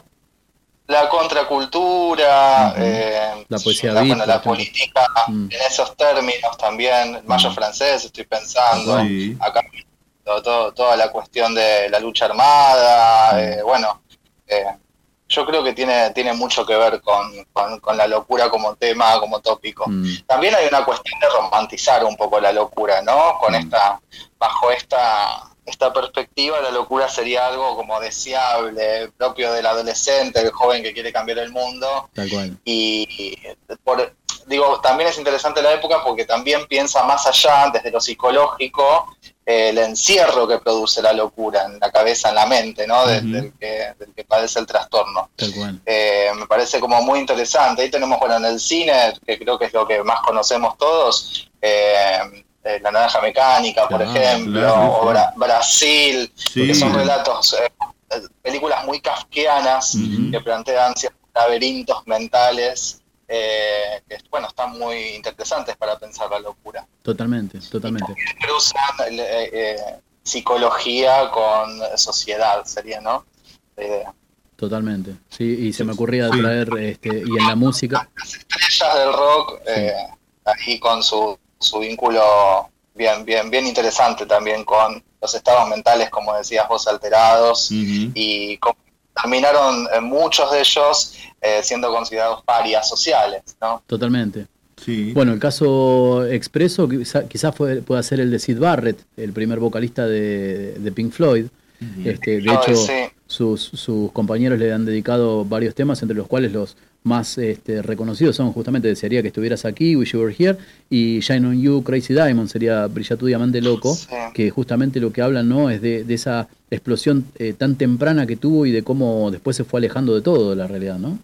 La contracultura, Ujú. eh, La poesía la, beat, bueno, por la ejemplo. política Mm. en esos términos también, el mayo Mm. francés, estoy pensando, Sí. acá todo, todo- toda la cuestión de la lucha armada, Mm. eh, bueno, eh, yo creo que tiene, tiene mucho que ver con, con, con la locura como tema, como tópico. Mm. También hay una cuestión de romantizar un poco la locura, ¿no? Con Mm. esta, bajo esta, esta perspectiva, la locura sería algo como deseable, propio del adolescente, del joven que quiere cambiar el mundo. Tal cual. Y por, digo, también es interesante la época porque también piensa más allá, desde lo psicológico, eh, el encierro que produce la locura en la cabeza, en la mente, ¿no? Del, Ujú. del que, del que padece el trastorno. Tal cual. Eh, me parece como muy interesante. Ahí tenemos, bueno, en el cine, que creo que es lo que más conocemos todos, eh, eh, La Naranja Mecánica, por Claro, ejemplo, claro, o sí. Bra- Brasil, Sí. que son relatos, eh, eh, películas muy kafkianas, Ujú. que plantean ciertos laberintos mentales, eh, que, bueno, están muy interesantes para pensar la locura. Totalmente, totalmente. Cruzan eh, eh, psicología con sociedad, sería, ¿no? La idea. Totalmente. Sí, y se me ocurría Sí. traer, este, y en la música, Estrellas del rock, eh, ahí con su, su vínculo bien, bien, bien interesante también con los estados mentales, como decías vos, alterados, Ujú. y cómo terminaron eh, muchos de ellos eh, siendo considerados parias sociales, ¿no? totalmente. Sí. Bueno, el caso expreso quizá- quizás fue, pueda ser el de Syd Barrett, el primer vocalista de, de Pink Floyd. Ujú. Este, de Floyd, hecho, sí. sus, sus compañeros le han dedicado varios temas, entre los cuales los más este, reconocidos son justamente Desearía que estuvieras aquí, Wish You Were Here, y Shine On You, Crazy Diamond, sería Brilla tu Diamante Loco, Sí. que justamente lo que hablan, ¿no?, es de, de esa explosión eh, tan temprana que tuvo y de cómo después se fue alejando de todo, de la realidad, ¿no?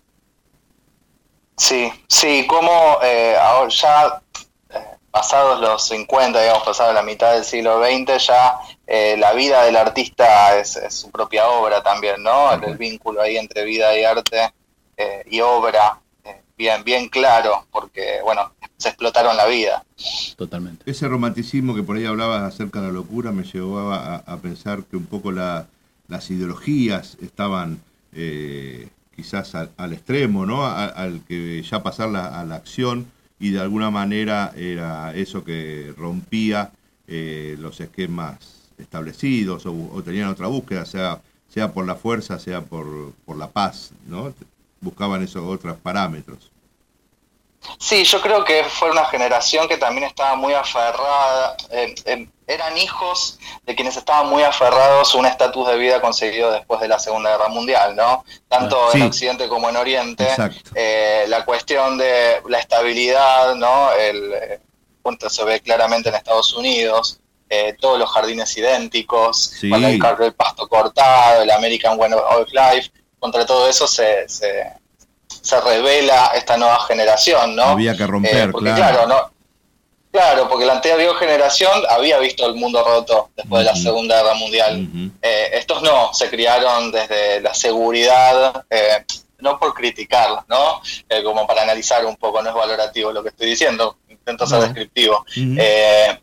Sí, sí, como eh, ahora ya eh, pasados los cincuenta, digamos, pasado la mitad del siglo veinte, ya eh, la vida del artista es, es su propia obra también, ¿no? El, el vínculo ahí entre vida y arte eh, y obra, eh, bien, bien claro, porque, bueno, se explotaron la vida. Totalmente. Ese romanticismo que por ahí hablabas acerca de la locura me llevaba a, a pensar que un poco la, las ideologías estaban eh, quizás al, al extremo, ¿no? A, al que ya pasar la, a la acción, y de alguna manera era eso que rompía eh, los esquemas establecidos, o, o tenían otra búsqueda, sea, sea por la fuerza, sea por, por la paz, ¿no? Buscaban esos otros parámetros. Sí, yo creo que fue una generación que también estaba muy aferrada, eh, eh, eran hijos de quienes estaban muy aferrados a un estatus de vida conseguido después de la Segunda Guerra Mundial, ¿no? Tanto sí. en Occidente como en Oriente, eh, la cuestión de la estabilidad, ¿no? El eh, punto se ve claramente en Estados Unidos, eh, todos los jardines idénticos, sí. con el, el pasto cortado, el American Way of Life, contra todo eso se... se se revela esta nueva generación, ¿no? Había que romper, eh, porque, claro. claro, ¿no? Claro, porque la anterior generación había visto el mundo roto después uh-huh. de la Segunda Guerra Mundial. Uh-huh. Eh, estos no, se criaron desde la seguridad, eh, no por criticar, ¿no? Eh, como para analizar un poco, no es valorativo lo que estoy diciendo, intento ser uh-huh. descriptivo. Uh-huh. Eh,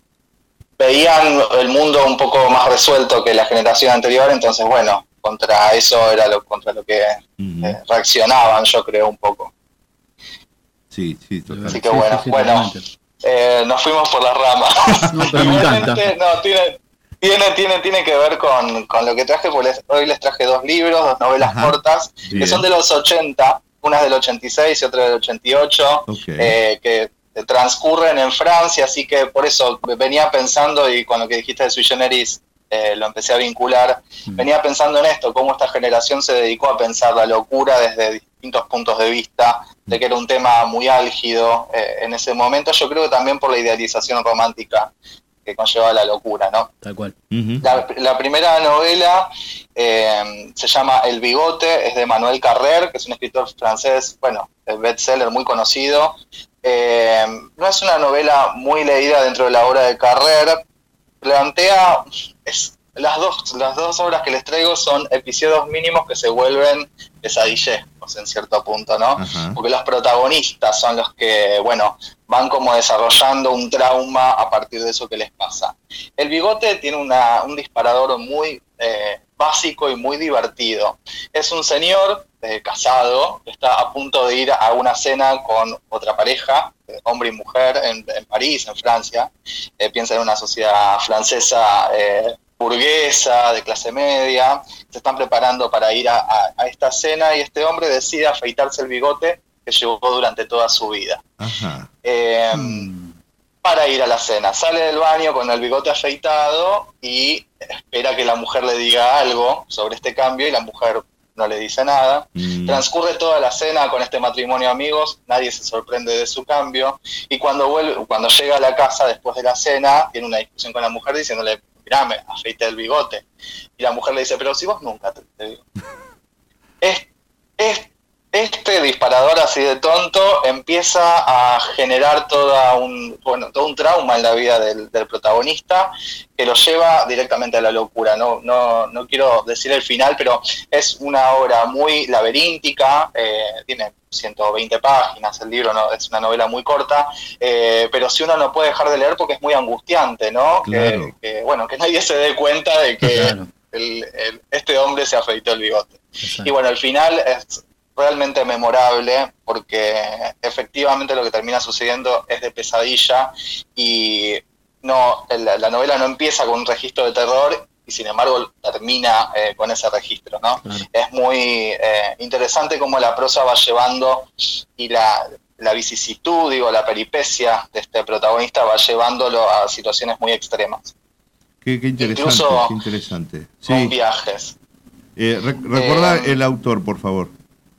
veían el mundo un poco más resuelto que la generación anterior, entonces, bueno, contra eso era lo contra lo que uh-huh. eh, reaccionaban, yo creo, un poco. Sí, sí, totalmente. Así que bueno, sí, sí, bueno eh, nos fuimos por las ramas. No, pero me encanta. No, tiene, tiene, tiene, tiene que ver con, con lo que traje, porque les, hoy les traje dos libros, dos novelas Ajá. cortas, Bien. que son de los ochenta, una es del ochenta y seis y otra del ochenta y ocho, okay. eh, que transcurren en Francia, así que por eso venía pensando, y con lo que dijiste de Sui Generis, Eh, lo empecé a vincular, mm. venía pensando en esto, cómo esta generación se dedicó a pensar la locura desde distintos puntos de vista, de que era un tema muy álgido eh, en ese momento, yo creo que también por la idealización romántica que conlleva la locura, ¿no? Tal cual. Uh-huh. La, la primera novela eh, se llama El bigote, es de Manuel Carrer, que es un escritor francés, bueno, bestseller muy conocido. Eh, no es una novela muy leída dentro de la obra de Carrer, plantea, es, las, dos, las dos obras que les traigo son episodios mínimos que se vuelven pesadillescos en cierto punto, ¿no? Ajá. Porque los protagonistas son los que, bueno, van como desarrollando un trauma a partir de eso que les pasa. El bigote tiene una, un disparador muy eh, básico y muy divertido. Es un señor eh, casado que está a punto de ir a una cena con otra pareja, hombre y mujer, en, en París, en Francia. Eh, piensa en una sociedad francesa eh, burguesa, de clase media. Se están preparando para ir a, a, a esta cena y este hombre decide afeitarse el bigote que llevó durante toda su vida. Ajá. Eh, mm. Para ir a la cena. Sale del baño con el bigote afeitado y espera que la mujer le diga algo sobre este cambio y la mujer no le dice nada. Mm. Transcurre toda la cena con este matrimonio de amigos, nadie se sorprende de su cambio, y cuando vuelve, cuando llega a la casa después de la cena, tiene una discusión con la mujer diciéndole, mirá, me afeité el bigote. Y la mujer le dice, pero si vos nunca te, te digo. es, es, este disparador así de tonto empieza a generar toda un, bueno, todo un trauma en la vida del, del protagonista que lo lleva directamente a la locura. No, no, no quiero decir el final, pero es una obra muy laberíntica, eh, tiene ciento veinte páginas el libro, no, es una novela muy corta, eh, pero si uno no puede dejar de leer porque es muy angustiante, ¿no? Claro. Que, que, bueno, que nadie se dé cuenta de que claro. el, el, este hombre se afeitó el bigote. Exacto. Y bueno, el final es realmente memorable porque efectivamente lo que termina sucediendo es de pesadilla y no la, la novela no empieza con un registro de terror y sin embargo termina eh, con ese registro, ¿no? Claro. Es muy eh, interesante cómo la prosa va llevando y la, la vicisitud, digo, la peripecia de este protagonista va llevándolo a situaciones muy extremas. Qué, qué interesante, Incluso qué interesante. Con Sí. viajes. Eh, re- recordá Eh, el autor, por favor.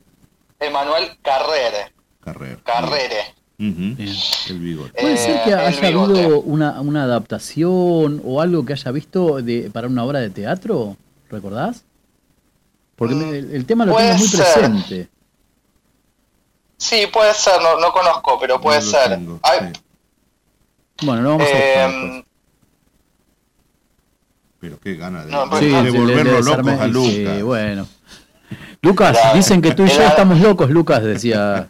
Manuel Carrere. Carrere. Carrere. Uh-huh. Bien. El bigote. ¿Puede Eh, ser que el haya bigote. habido una, una adaptación o algo que haya visto de, para una obra de teatro? ¿Recordás? Porque Mm, me- el, el tema lo puede tengo muy ser. presente. Sí, puede ser, no, no conozco, pero puede No lo ser. tengo, Ay, sí. Bueno, lo vamos a buscar eh, después. Pero qué gana de, No, de- pues, Sí, no, de le- volverlo le locos desarmé- a Lucas. sí, bueno. Lucas, Claro. dicen que tú y yo Era- estamos locos, Lucas, decía.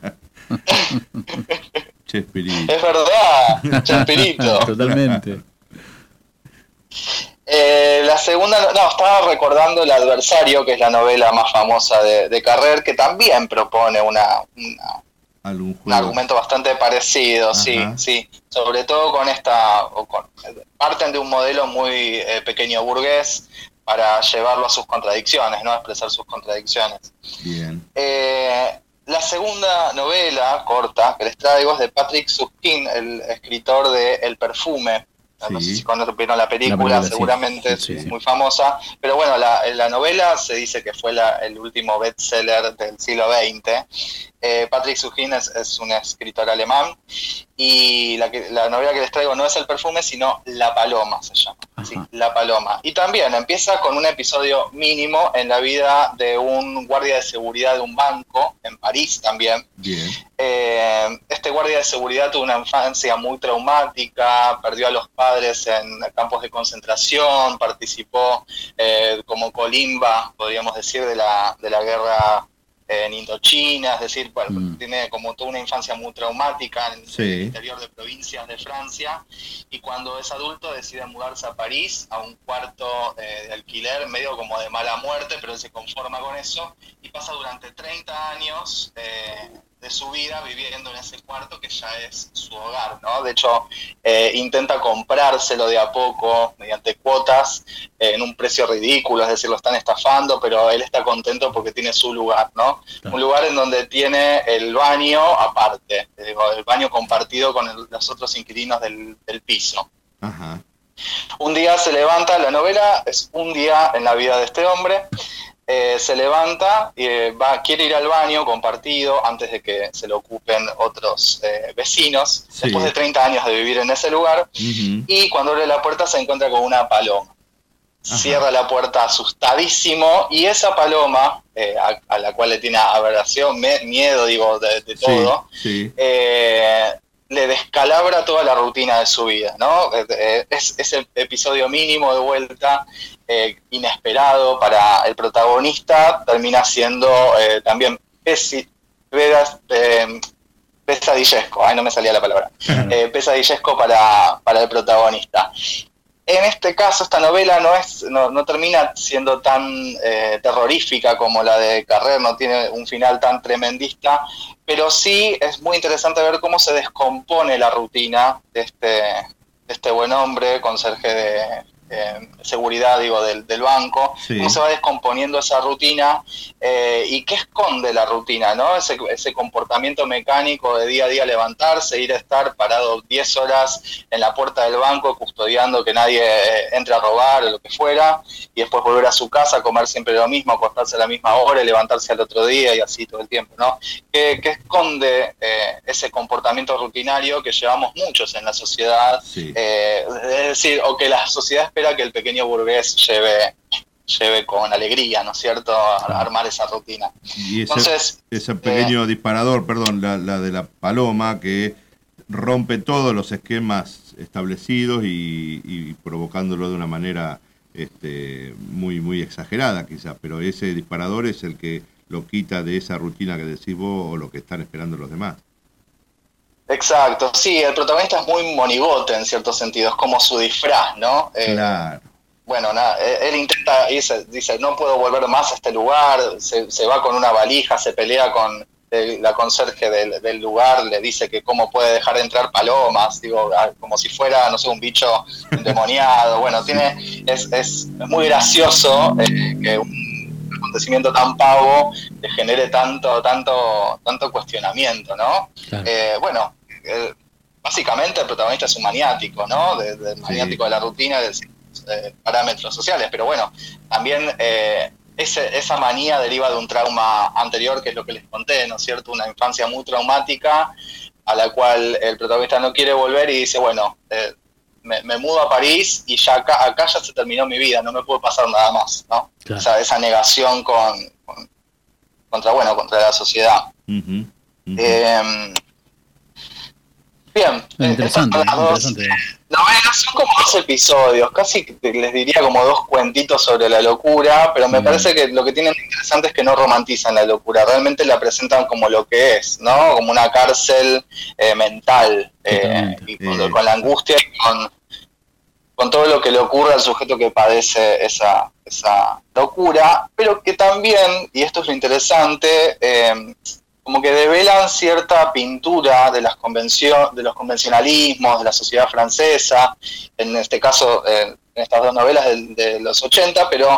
Chespirito. es verdad, Chespirito. Totalmente. Eh, la segunda, no, estaba recordando El adversario, que es la novela más famosa de, de Carrer, que también propone una, una- Algún un juego. argumento bastante parecido, sí, Ajá. sí. Sobre todo con esta, o con, parten de un modelo muy eh, pequeño burgués para llevarlo a sus contradicciones, ¿no? A expresar sus contradicciones. Bien. Eh, la segunda novela corta que les traigo es de Patrick Süskind, el escritor de El perfume. Sí. No sé si conocieron la película, la película seguramente sí. es sí, sí. muy famosa, pero bueno, la, la novela se dice que fue la, el último bestseller del siglo veinte. Eh, Patrick Süskind es, es un escritor alemán y la, que, la novela que les traigo no es El perfume, sino La paloma se llama, sí, La paloma. Y también empieza con un episodio mínimo en la vida de un guardia de seguridad de un banco en París también. Bien. Eh, este guardia de seguridad tuvo una infancia muy traumática, perdió a los padres en campos de concentración, participó eh, como colimba, podríamos decir, de la, de la guerra en Indochina, es decir, bueno, mm. tiene como toda una infancia muy traumática en, sí. en el interior de provincias de Francia, y cuando es adulto decide mudarse a París, a un cuarto eh, de alquiler, medio como de mala muerte, pero él se conforma con eso, y pasa durante treinta años eh, de su vida viviendo en ese cuarto que ya es su hogar, ¿no? De hecho, eh, intenta comprárselo de a poco, mediante cuotas, eh, en un precio ridículo, es decir, lo están estafando, pero él está contento porque tiene su lugar, ¿no? Claro. Un lugar en donde tiene el baño aparte, digo, el baño compartido con el, los otros inquilinos del, del piso. Ajá. Un día se levanta, la novela es un día en la vida de este hombre. Eh, se levanta y eh, va, quiere ir al baño compartido antes de que se lo ocupen otros eh, vecinos, sí. después de treinta años de vivir en ese lugar, uh-huh. y cuando abre la puerta se encuentra con una paloma. Ajá. Cierra la puerta asustadísimo, y esa paloma, eh, a, a la cual le tiene aberración, me, miedo, digo, de, de todo, sí, sí. Eh, le descalabra toda la rutina de su vida, ¿no? Es ese episodio mínimo de vuelta, eh, inesperado para el protagonista, termina siendo eh, también pesi, vedas, eh, pesadillesco, ay, no me salía la palabra, eh, pesadillesco para, para el protagonista. En este caso, esta novela no es no, no termina siendo tan eh, terrorífica como la de Carrer, no tiene un final tan tremendista, pero sí es muy interesante ver cómo se descompone la rutina de este, de este buen hombre, conserje de eh, seguridad, digo, del, del banco, sí. cómo se va descomponiendo esa rutina eh, y qué esconde la rutina, ¿no? Ese, ese comportamiento mecánico de día a día levantarse, ir a estar parado diez horas en la puerta del banco custodiando que nadie entre a robar o lo que fuera, y después volver a su casa, comer siempre lo mismo, acostarse a la misma hora y levantarse al otro día, y así todo el tiempo, ¿no? ¿Qué, qué esconde eh, ese comportamiento rutinario que llevamos muchos en la sociedad? Sí. Eh, es decir, o que la sociedad espera que el pequeño burgués lleve lleve con alegría, ¿no es cierto?, a armar esa rutina. Y ese, Entonces, ese pequeño eh, disparador, perdón, la, la de la paloma, que rompe todos los esquemas establecidos y, y provocándolo de una manera este, muy, muy exagerada quizá, pero ese disparador es el que lo quita de esa rutina que decís vos o lo que están esperando los demás. Exacto, sí, el protagonista es muy monigote en cierto sentido, es como su disfraz, ¿no? Claro. Eh, bueno, nada, él intenta, dice, dice, no puedo volver más a este lugar, se, se va con una valija, se pelea con el, la conserje del, del lugar, le dice que cómo puede dejar de entrar palomas, digo, como si fuera, no sé, un bicho endemoniado. Bueno, tiene, es, es muy gracioso eh, que un acontecimiento tan pavo le genere tanto, tanto, tanto cuestionamiento, ¿no? Claro. Eh, bueno, eh, básicamente el protagonista es un maniático, ¿no? De, de maniático sí. de la rutina, del Eh, parámetros sociales, pero bueno, también eh, ese, esa manía deriva de un trauma anterior, que es lo que les conté, ¿no es cierto? Una infancia muy traumática a la cual el protagonista no quiere volver y dice, bueno, eh, me, me mudo a París y ya acá, acá ya se terminó mi vida, no me puede pasar nada más, ¿no? Claro. O sea, esa negación con, con contra, bueno, contra la sociedad. Uh-huh, uh-huh. Eh, Bien, interesante, eh, dos, interesante. Novelas son como dos episodios, casi les diría como dos cuentitos sobre la locura, pero me mm. parece que lo que tienen de interesante es que no romantizan la locura, realmente la presentan como lo que es, ¿no? Como una cárcel eh, mental, eh, y con, eh. con la angustia y con, con todo lo que le ocurre al sujeto que padece esa, esa locura, pero que también, y esto es lo interesante, eh, como que develan cierta pintura de las convención, de los convencionalismos de la sociedad francesa, en este caso, eh, en estas dos novelas de, de los ochenta, pero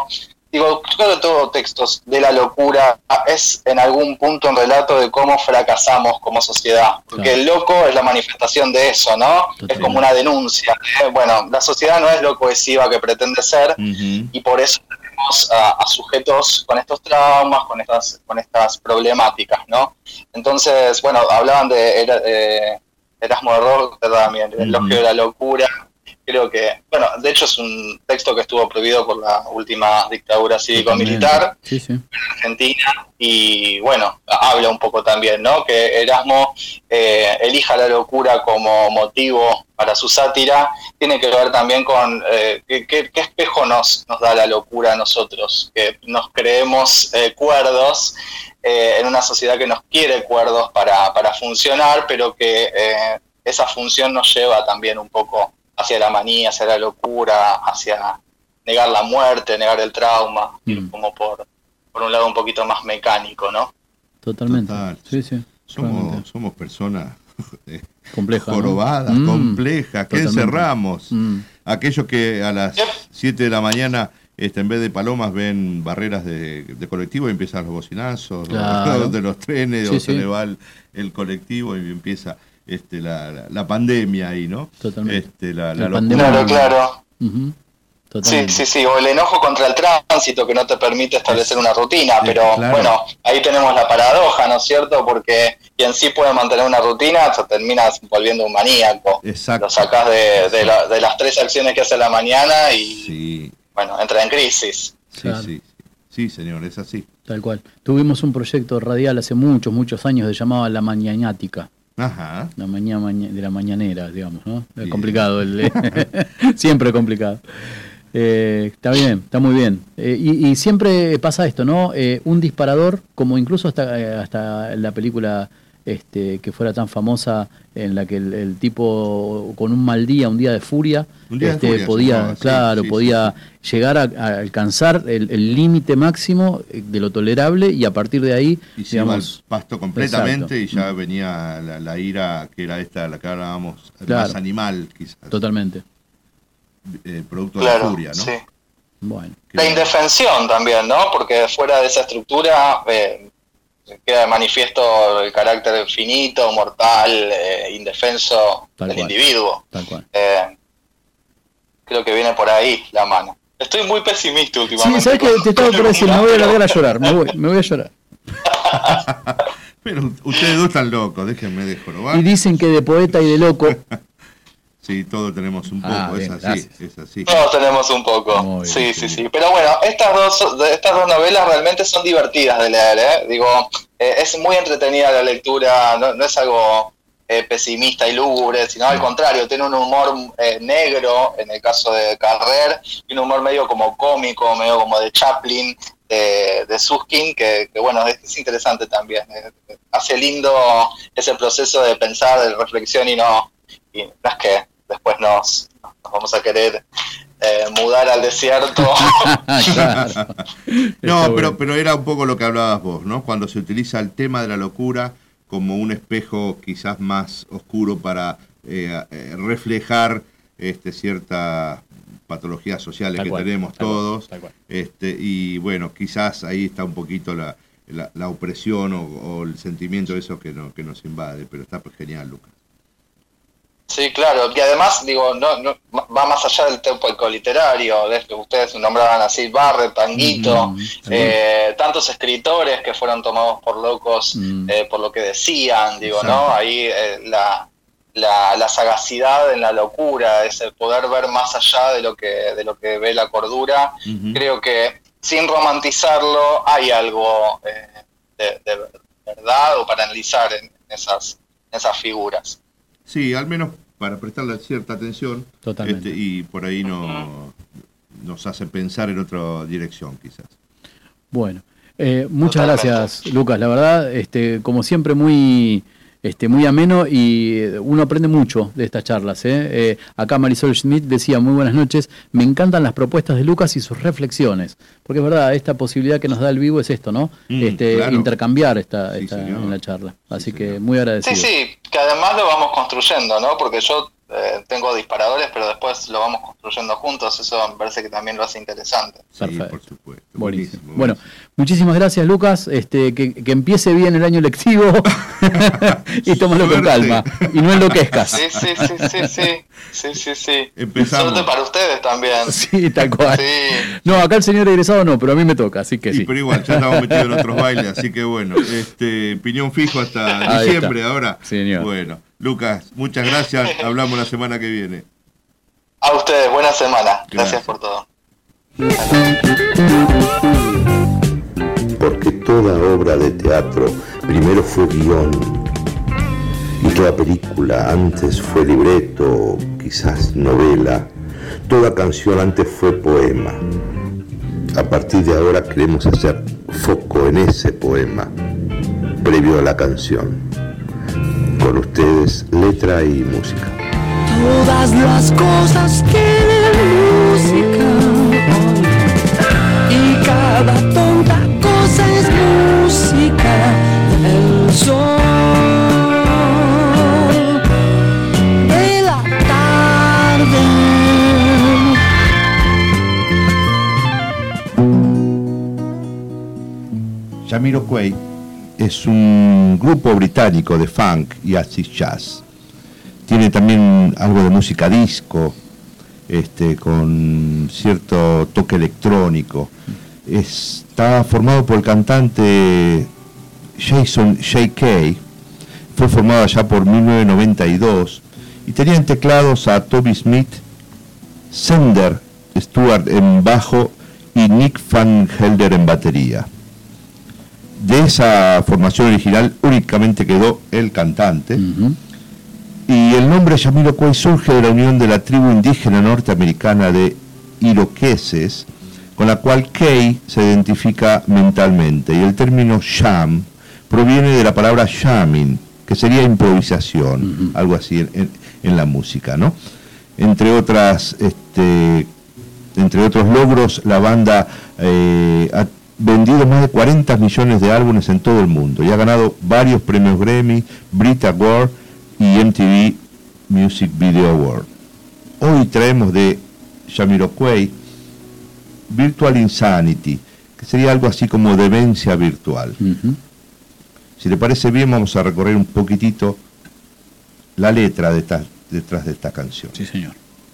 digo, sobre todo textos de la locura, es en algún punto un relato de cómo fracasamos como sociedad, porque claro. el loco es la manifestación de eso, ¿no? Totalmente. Es como una denuncia, ¿eh? Bueno, la sociedad no es lo cohesiva que pretende ser, uh-huh. y por eso tenemos a, a sujetos con estos traumas, con estas, con estas problemáticas, ¿no? Entonces, bueno, hablaban de eh, Erasmo de Rotterdam también, el elogio uh-huh. de la locura. Creo que, bueno, de hecho es un texto que estuvo prohibido por la última dictadura cívico-militar sí, sí. en Argentina, y bueno, habla un poco también, ¿no? Que Erasmo eh, elija la locura como motivo para su sátira, tiene que ver también con eh, qué, qué, qué espejo nos, nos da la locura a nosotros, que nos creemos eh, cuerdos eh, en una sociedad que nos quiere cuerdos para, para funcionar, pero que eh, esa función nos lleva también un poco hacia la manía, hacia la locura, hacia negar la muerte, negar el trauma, mm. como por, por un lado un poquito más mecánico, ¿no? Totalmente. Total. Sí, sí. Somos, somos personas eh, complejas, jorobadas, ¿no? complejas, mm. que encerramos. Mm. Aquellos que a las siete de la mañana, este, en vez de palomas, ven barreras de, de colectivo y empiezan los bocinazos, claro. los, de los trenes, sí, o sí. se le va el, el colectivo y empieza... Este, la, la, la pandemia ahí, ¿no? Totalmente. Este, la, la la pandemia. Claro, claro. Uh-huh. Sí, sí, sí, o el enojo contra el tránsito que no te permite establecer una rutina, pero claro. bueno, ahí tenemos la paradoja, ¿no es cierto? Porque quien sí puede mantener una rutina se termina volviendo un maníaco. Exacto. Lo sacás de, de, la, de las tres acciones que hace a la mañana y, sí. bueno, entra en crisis. Sí, claro. sí, sí, señor, es así. Tal cual. Tuvimos un proyecto radial hace muchos, muchos años que se llamaba La Mañanática. Ajá. La mañana maña, de la mañanera, digamos, ¿no? Es complicado, el, siempre complicado. Eh, está bien, está muy bien. Eh, y, y siempre pasa esto, ¿no? Eh, un disparador, como incluso hasta, hasta la película este, que fuera tan famosa, en la que el, el tipo con un mal día, un día de furia, día este, de furia podía, sí, claro, sí, sí, podía sí. llegar a, a alcanzar el límite máximo de lo tolerable y a partir de ahí, y se digamos, iba al pasto completamente. Exacto. Y ya mm. venía la, la ira, que era esta, la que hablábamos, claro. más animal, quizás. Totalmente. Eh, producto claro, de la furia, ¿no? Sí. Bueno. La indefensión también, ¿no? Porque fuera de esa estructura eh, queda de manifiesto el carácter finito, mortal, eh, indefenso Tal del cual. individuo. Tal cual. Eh, creo que viene por ahí la mano. Estoy muy pesimista últimamente. Sí, ¿sabes qué? Te estaba por decir, me voy a largar a llorar, me voy, me voy a llorar. Pero ustedes dos están locos, déjenme de jorobar. Y dicen que de poeta y de loco. Sí, todos tenemos un poco, ah, es bien, así, gracias. es así. Todos tenemos un poco. Muy sí, bien, sí, sí, sí. Pero bueno, estas dos, estas dos novelas realmente son divertidas de leer, ¿eh? Digo, eh, es muy entretenida la lectura, no, no es algo eh, pesimista y lúgubre, sino al contrario, tiene un humor eh, negro, en el caso de Carrer, y un humor medio como cómico, medio como de Chaplin, de, de Susskind, que, que bueno, es, es interesante también. Eh, hace lindo ese proceso de pensar, de reflexión, y no, y no es que después nos, nos vamos a querer eh, mudar al desierto. Claro. No, pero, pero era un poco lo que hablabas vos, ¿no? Cuando se utiliza el tema de la locura como un espejo quizás más oscuro para eh, eh, reflejar este, ciertas patologías sociales tal que cual, tenemos tal todos. Cual, tal cual. Este, y bueno, quizás ahí está un poquito la, la, la opresión o, o el sentimiento de eso que, no, que nos invade, pero está pues, genial, Lucas. Sí, claro, y además, digo, no, no va más allá del tiempo literario, de que ustedes nombraban así, Barret, Tanguito, mm, eh, tantos escritores que fueron tomados por locos mm. eh, por lo que decían, digo, exacto. ¿no? Ahí eh, la, la, la sagacidad en la locura, ese poder ver más allá de lo que, de lo que ve la cordura, mm-hmm. creo que sin romantizarlo hay algo eh, de, de verdad o para analizar en esas, en esas figuras. Sí, al menos para prestarle cierta atención. Totalmente. Este, y por ahí no, nos hace pensar en otra dirección, quizás. Bueno, eh, muchas Totalmente. gracias, Lucas. La verdad, este, como siempre, muy, este, muy ameno y uno aprende mucho de estas charlas. ¿eh? Eh, acá Marisol Schmidt decía, muy buenas noches, me encantan las propuestas de Lucas y sus reflexiones. Porque es verdad, esta posibilidad que nos da el vivo es esto, ¿no? Mm, este, claro. Intercambiar esta, sí, esta en la charla. Así sí, que señor. muy agradecido. Sí, sí, que además lo vamos construyendo, ¿no? Porque yo eh, tengo disparadores, pero después lo vamos construyendo juntos, eso me parece que también lo hace interesante. Sí, Perfecto. por supuesto. Buenísimo. Buenísimo. Bueno, muchísimas gracias, Lucas. Este, que, que empiece bien el año lectivo y tómalo con Suerte. calma y no enloquezcas. Sí, sí, sí, sí, sí, sí, sí, sí. Empezamos. Suerte para ustedes también. Sí, tal cual. Sí. No, acá el señor egresado no, pero a mí me toca, así que Sí, sí. pero igual, ya estamos metidos en otros bailes, así que bueno, este piñón fijo hasta Ahí diciembre está. ahora. Señor. Bueno, Lucas, muchas gracias, hablamos la semana que viene. A ustedes, buena semana. Gracias. Gracias por todo. Porque toda obra de teatro primero fue guión y toda película antes fue libreto, quizás novela, toda canción antes fue poema. A partir de ahora queremos hacer foco en ese poema, previo a la canción. Con ustedes, letra y música. Todas las cosas tienen música y cada tonta cosa es música del sol de la tarde. Jamiroquai es un grupo británico de funk y acid jazz. Tiene también algo de música disco, este, con cierto toque electrónico. Está formado por el cantante Jason J K. Fue formado ya por mil novecientos noventa y dos y tenía en teclados a Toby Smith, Sender Stewart en bajo y Nick Van Helder en batería. De esa formación original únicamente quedó el cantante. Ujú. Y el nombre Jamiroquai surge de la unión de la tribu indígena norteamericana de iroqueses, con la cual Kay se identifica mentalmente. Y el término jam proviene de la palabra jamming, que sería improvisación, uh-huh. algo así en, en, en la música, ¿no? Entre otras, este, entre otros logros, la banda eh, ha vendido más de cuarenta millones de álbumes en todo el mundo y ha ganado varios premios Grammy, Brit Award y M T V Music Video Award. Hoy traemos de Jamiroquai Virtual Insanity, que sería algo así como demencia virtual. Uh-huh. Si le parece bien, vamos a recorrer un poquitito la letra de esta, detrás de esta canción. Sí, señor.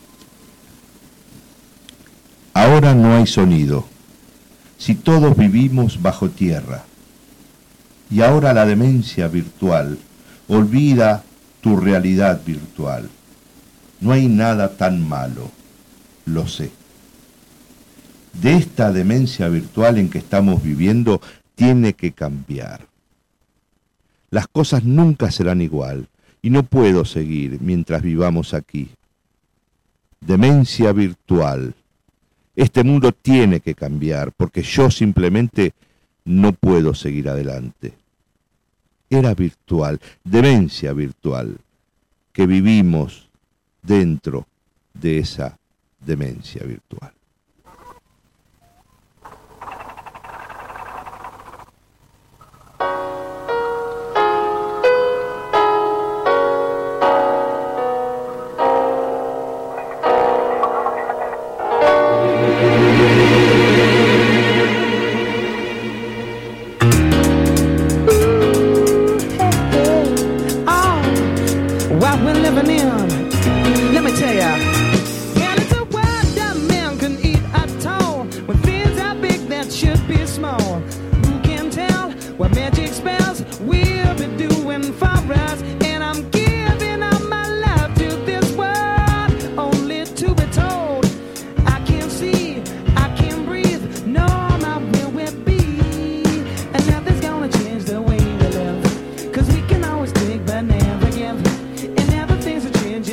Ahora no hay sonido, si todos vivimos bajo tierra. Y ahora la demencia virtual olvida tu realidad virtual. No hay nada tan malo, lo sé. De esta demencia virtual en que estamos viviendo tiene que cambiar. Las cosas nunca serán igual y no puedo seguir mientras vivamos aquí. Demencia virtual. Este mundo tiene que cambiar porque yo simplemente no puedo seguir adelante. Era virtual, demencia virtual, que vivimos dentro de esa demencia virtual. Change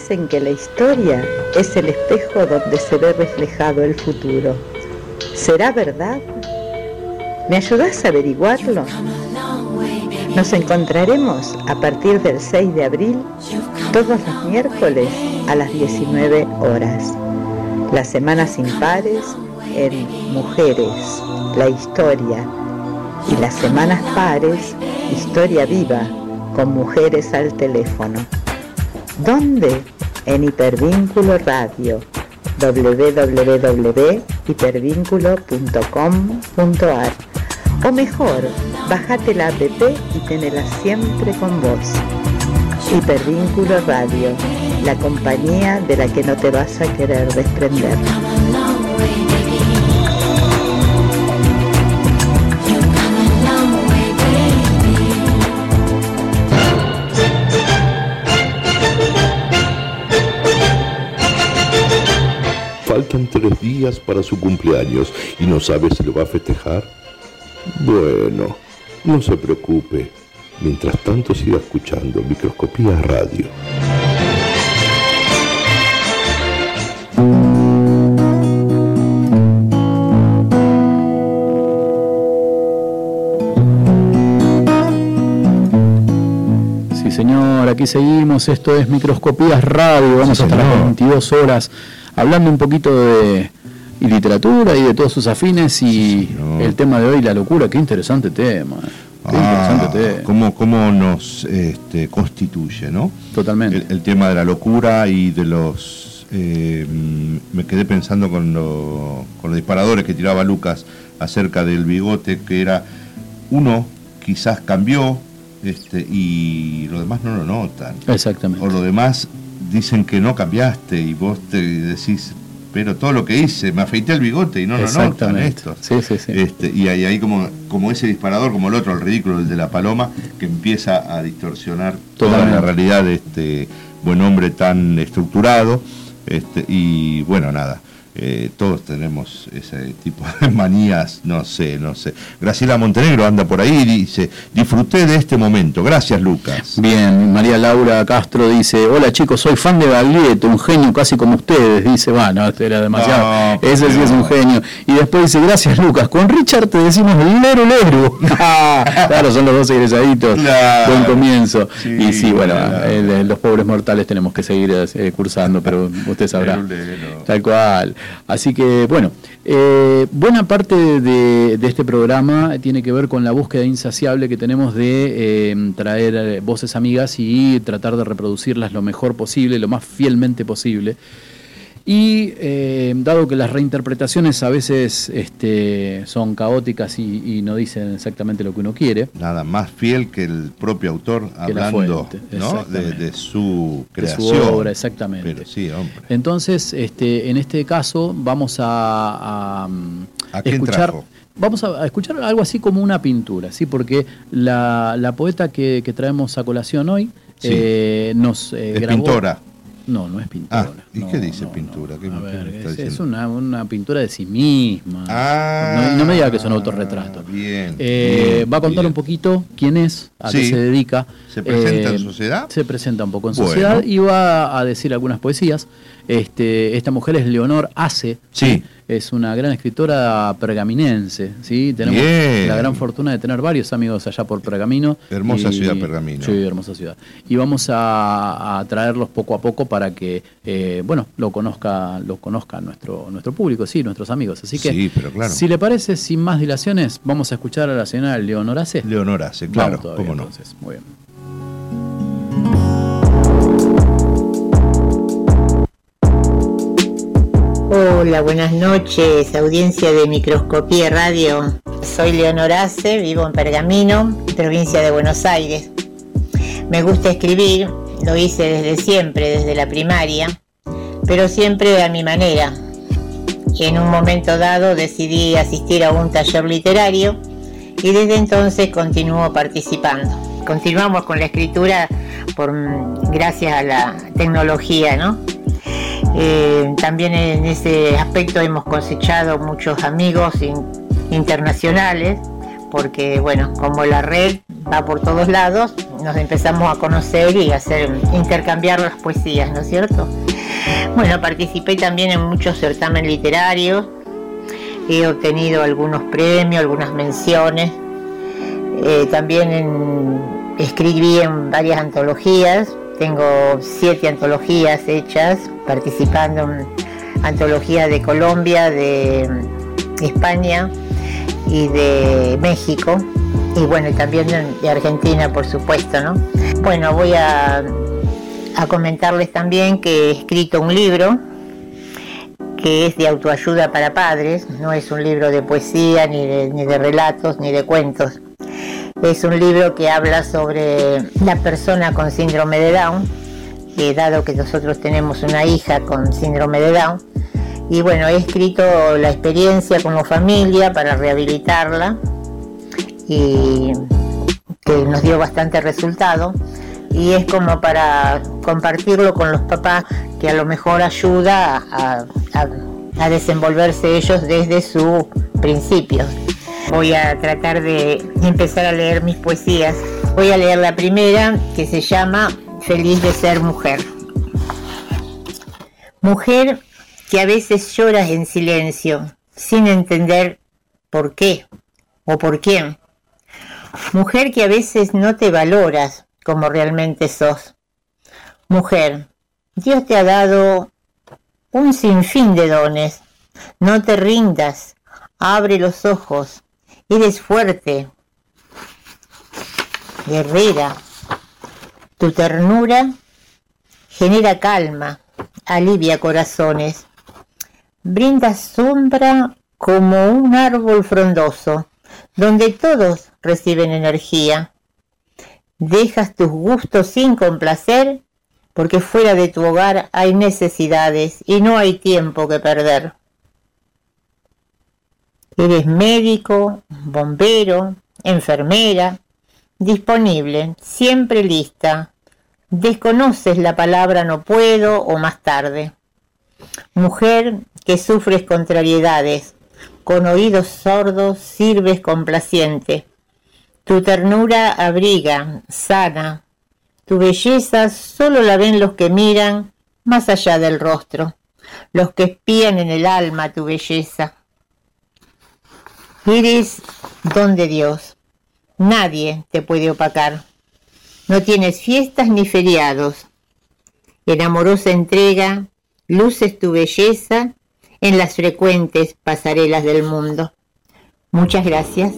dicen que la historia es el espejo donde se ve reflejado el futuro. ¿Será verdad? ¿Me ayudás a averiguarlo? Nos encontraremos a partir del seis de abril, todos los miércoles a las diecinueve horas. Las semanas impares en Mujeres, la historia, y las semanas pares, Historia Viva, con Mujeres al teléfono. ¿Dónde? En Hipervínculo Radio, doble u doble u doble u punto hipervínculo punto com punto a r. O mejor, bájate la app y tenela siempre con vos. Hipervínculo Radio, la compañía de la que no te vas a querer desprender. Faltan tres días para su cumpleaños y no sabe si lo va a festejar. Bueno, no se preocupe. Mientras tanto siga escuchando Microscopía Radio. Sí, señor, aquí seguimos. Esto es Microscopías Radio. Vamos Sí, hasta señor. las veintidós horas hablando un poquito de y literatura y de todos sus afines y Sí, señor. el tema de hoy, la locura. Qué interesante tema. Qué Ah, interesante tema. cómo, cómo nos este, constituye, ¿no? Totalmente. El, el tema de la locura y de los... eh, me quedé pensando con, lo- con los disparadores que tiraba Lucas acerca del bigote, que era uno quizás cambió este, y los demás no lo notan. Exactamente. O los demás dicen que no cambiaste y vos te decís, pero todo lo que hice, me afeité el bigote y no lo notan Exactamente. esto. Sí, sí, sí. Este, y ahí, ahí como, como ese disparador, como el otro, el ridículo, el de la paloma, que empieza a distorsionar toda Totalmente. la realidad de este buen hombre tan estructurado. Este, y bueno, nada, eh, todos tenemos ese tipo de manías, no sé, no sé. Graciela Montenegro anda por ahí y dice, disfruté de este momento. Gracias, Lucas. Bien, María Laura Castro dice, hola chicos, soy fan de Baglietto, un genio casi como ustedes, dice, bueno, este era demasiado, No, ese sí no. es un genio. Y después dice, gracias Lucas, con Richard te decimos lero lero. Claro, son los dos egresaditos, Claro. buen comienzo. Sí, y sí, bueno, claro. el- los pobres mortales tenemos que seguir eh, cursando, pero usted sabrá. Lero, lero. Tal cual. Así que, bueno, eh, buena parte de, de este programa tiene que ver con la búsqueda insaciable que tenemos de eh, traer eh, voces amigas y tratar de reproducirlas lo mejor posible, lo más fielmente posible. Y eh, dado que las reinterpretaciones a veces este, son caóticas y, y no dicen exactamente lo que uno quiere, Nada más fiel que el propio autor Que la hablando, fuente, ¿no? de, exactamente. de su de creación. su obra, exactamente. Pero sí, hombre. Entonces, este, en este caso, vamos a, a, ¿A quién escuchar. trajo? Vamos a, a escuchar algo así como una pintura, ¿sí? Porque la, la poeta que, que traemos a colación hoy Sí. eh, nos eh, Es grabó. pintora. No, no es pintura. Ah, ¿y No, qué dice no, pintura? no. ¿Qué- A qué ver, me está es, es diciendo? una, una pintura de sí misma. Ah, no, y no me diga que es un autorretrato. Bien. Eh, bien, va a contar bien. un poquito quién es, a qué Sí. se dedica. ¿Se presenta Eh, en sociedad? Se presenta un poco en Bueno. sociedad y va a decir algunas poesías. Este, esta mujer es Leonor Ace. Sí. Es una gran escritora pergaminense, ¿sí? Tenemos Bien. la gran fortuna de tener varios amigos allá por Pergamino. Hermosa ciudad, Pergamino. Sí, hermosa ciudad. Y vamos a, a traerlos poco a poco para que, eh, bueno, lo conozca, lo conozca nuestro, nuestro público, sí, nuestros amigos. Así que, Sí, pero claro. si le parece, sin más dilaciones, vamos a escuchar a la señora Leonor Ace. Leonor Ace, claro, Vamos todavía, cómo no. entonces, muy bien. Hola, buenas noches, audiencia de Microscopía Radio. Soy Leonor Ace, vivo en Pergamino, provincia de Buenos Aires. Me gusta escribir, lo hice desde siempre, desde la primaria, pero siempre a mi manera. Y en un momento dado decidí asistir a un taller literario y desde entonces continúo participando. Continuamos con la escritura por, gracias a la tecnología, ¿no? Eh, también en ese aspecto hemos cosechado muchos amigos in, internacionales, porque bueno, como la red va por todos lados, nos empezamos a conocer y a hacer, intercambiar las poesías, ¿no es cierto? Bueno, participé también en muchos certámenes literarios, he obtenido algunos premios, algunas menciones, eh, también en, escribí en varias antologías, tengo siete antologías hechas, participando en antologías de Colombia, de España y de México, y bueno, también de Argentina, por supuesto, ¿no? Bueno, voy a, a comentarles también que he escrito un libro que es de autoayuda para padres, no es un libro de poesía, ni de, ni de relatos, ni de cuentos. Es un libro que habla sobre la persona con síndrome de Down, eh, dado que nosotros tenemos una hija con síndrome de Down. Y bueno, he escrito la experiencia como familia para rehabilitarla y que nos dio bastante resultado. Y es como para compartirlo con los papás, que a lo mejor ayuda a, a, a desenvolverse ellos desde sus principios. Voy a tratar de empezar a leer mis poesías. Voy a leer la primera, que se llama Feliz de ser mujer. Mujer que a veces lloras en silencio, sin entender por qué o por quién. Mujer que a veces no te valoras como realmente sos. Mujer, Dios te ha dado un sinfín de dones. No te rindas, abre los ojos. Eres fuerte, guerrera. Tu ternura genera calma, alivia corazones. Brinda sombra como un árbol frondoso, donde todos reciben energía. Dejas tus gustos sin complacer, porque fuera de tu hogar hay necesidades y no hay tiempo que perder. Eres médico, bombero, enfermera, disponible, siempre lista. Desconoces la palabra no puedo o más tarde. Mujer que sufres contrariedades, con oídos sordos sirves complaciente. Tu ternura abriga, sana. Tu belleza solo la ven los que miran más allá del rostro, los que espían en el alma tu belleza. Eres don de Dios, nadie te puede opacar. No tienes fiestas ni feriados. En amorosa entrega, luces tu belleza en las frecuentes pasarelas del mundo. Muchas gracias.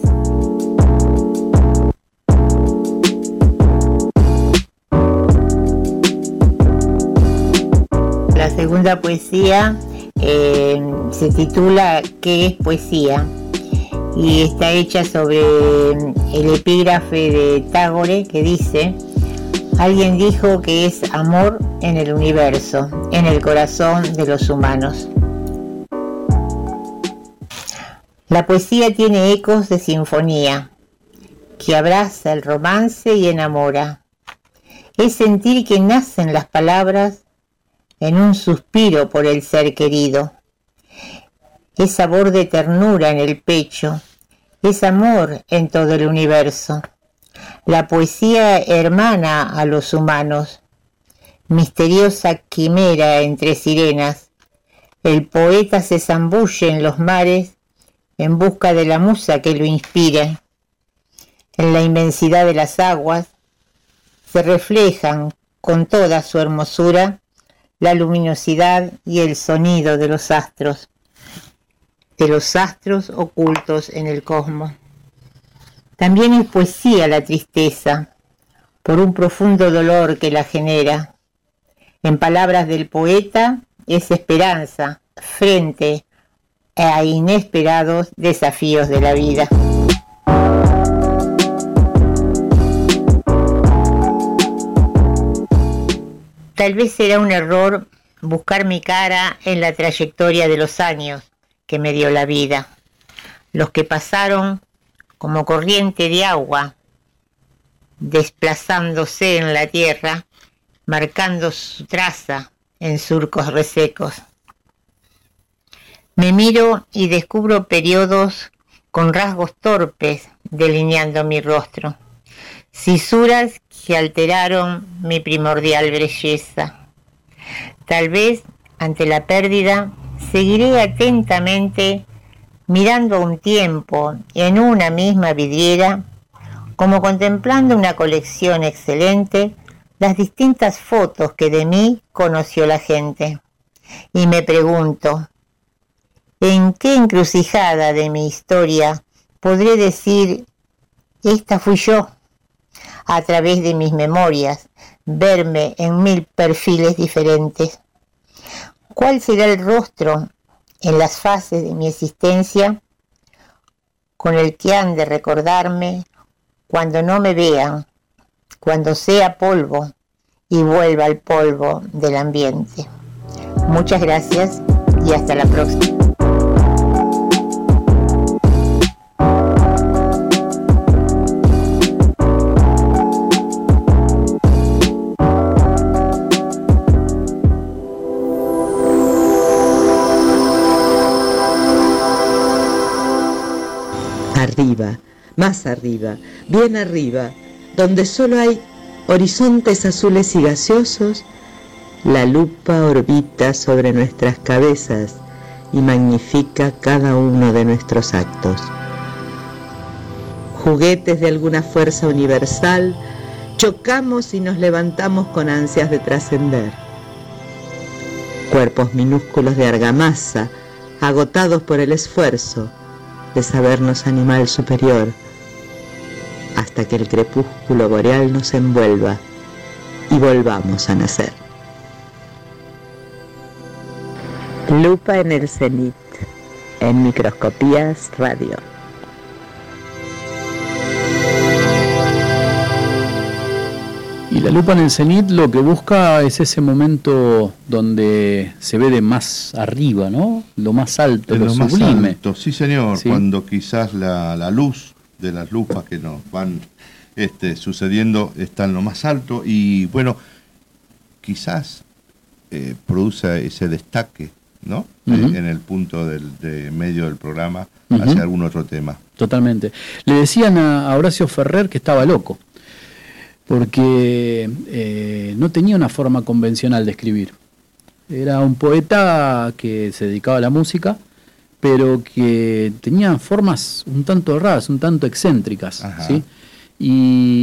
La segunda poesía eh, se titula ¿Qué es poesía? Y está hecha sobre el epígrafe de Tagore, que dice: alguien dijo que es amor en el universo, en el corazón de los humanos. La poesía tiene ecos de sinfonía, que abraza el romance y enamora. Es sentir que nacen las palabras en un suspiro por el ser querido. Es sabor de ternura en el pecho, es amor en todo el universo. La poesía hermana a los humanos, misteriosa quimera entre sirenas. El poeta se zambulle en los mares en busca de la musa que lo inspire. En la inmensidad de las aguas se reflejan con toda su hermosura la luminosidad y el sonido de los astros, de los astros ocultos en el cosmos. También es poesía la tristeza, por un profundo dolor que la genera. En palabras del poeta, es esperanza frente a inesperados desafíos de la vida. Tal vez será un error buscar mi cara en la trayectoria de los años que me dio la vida, los que pasaron como corriente de agua, desplazándose en la tierra, marcando su traza en surcos resecos. Me miro y descubro periodos con rasgos torpes delineando mi rostro, cisuras que alteraron mi primordial belleza. Tal vez, ante la pérdida, seguiré atentamente mirando un tiempo en una misma vidriera, como contemplando una colección excelente, las distintas fotos que de mí conoció la gente. Y me pregunto, ¿en qué encrucijada de mi historia podré decir, esta fui yo? A través de mis memorias, verme en mil perfiles diferentes. ¿Cuál será el rostro en las fases de mi existencia con el que han de recordarme cuando no me vean, cuando sea polvo y vuelva al polvo del ambiente? Muchas gracias y hasta la próxima. Arriba, más arriba, bien arriba, donde solo hay horizontes azules y gaseosos, la lupa orbita sobre nuestras cabezas y magnifica cada uno de nuestros actos. Juguetes de alguna fuerza universal, chocamos y nos levantamos con ansias de trascender. Cuerpos minúsculos de argamasa, agotados por el esfuerzo de sabernos animal superior, hasta que el crepúsculo boreal nos envuelva y volvamos a nacer. Lupa en el cenit, en Microscopías Radio. Y la lupa en el cenit lo que busca es ese momento donde se ve de más arriba, ¿no? Lo más alto, En lo, lo más sublime. alto, sí señor, Sí. cuando quizás la, la luz de las lupas que nos van este, sucediendo está en lo más alto y bueno, quizás eh, produce ese destaque, ¿no? Uh-huh. Eh, en el punto del de medio del programa Uh-huh. hacia algún otro tema. Totalmente. Le decían a, a Horacio Ferrer que estaba loco, porque eh, no tenía una forma convencional de escribir. Era un poeta que se dedicaba a la música, pero que tenía formas un tanto raras, un tanto excéntricas, ¿sí? Y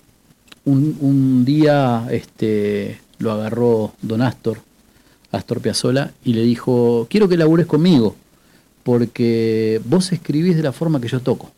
un, un día este, lo agarró don Astor, Astor Piazzolla, y le dijo, quiero que labures conmigo, porque vos escribís de la forma que yo toco.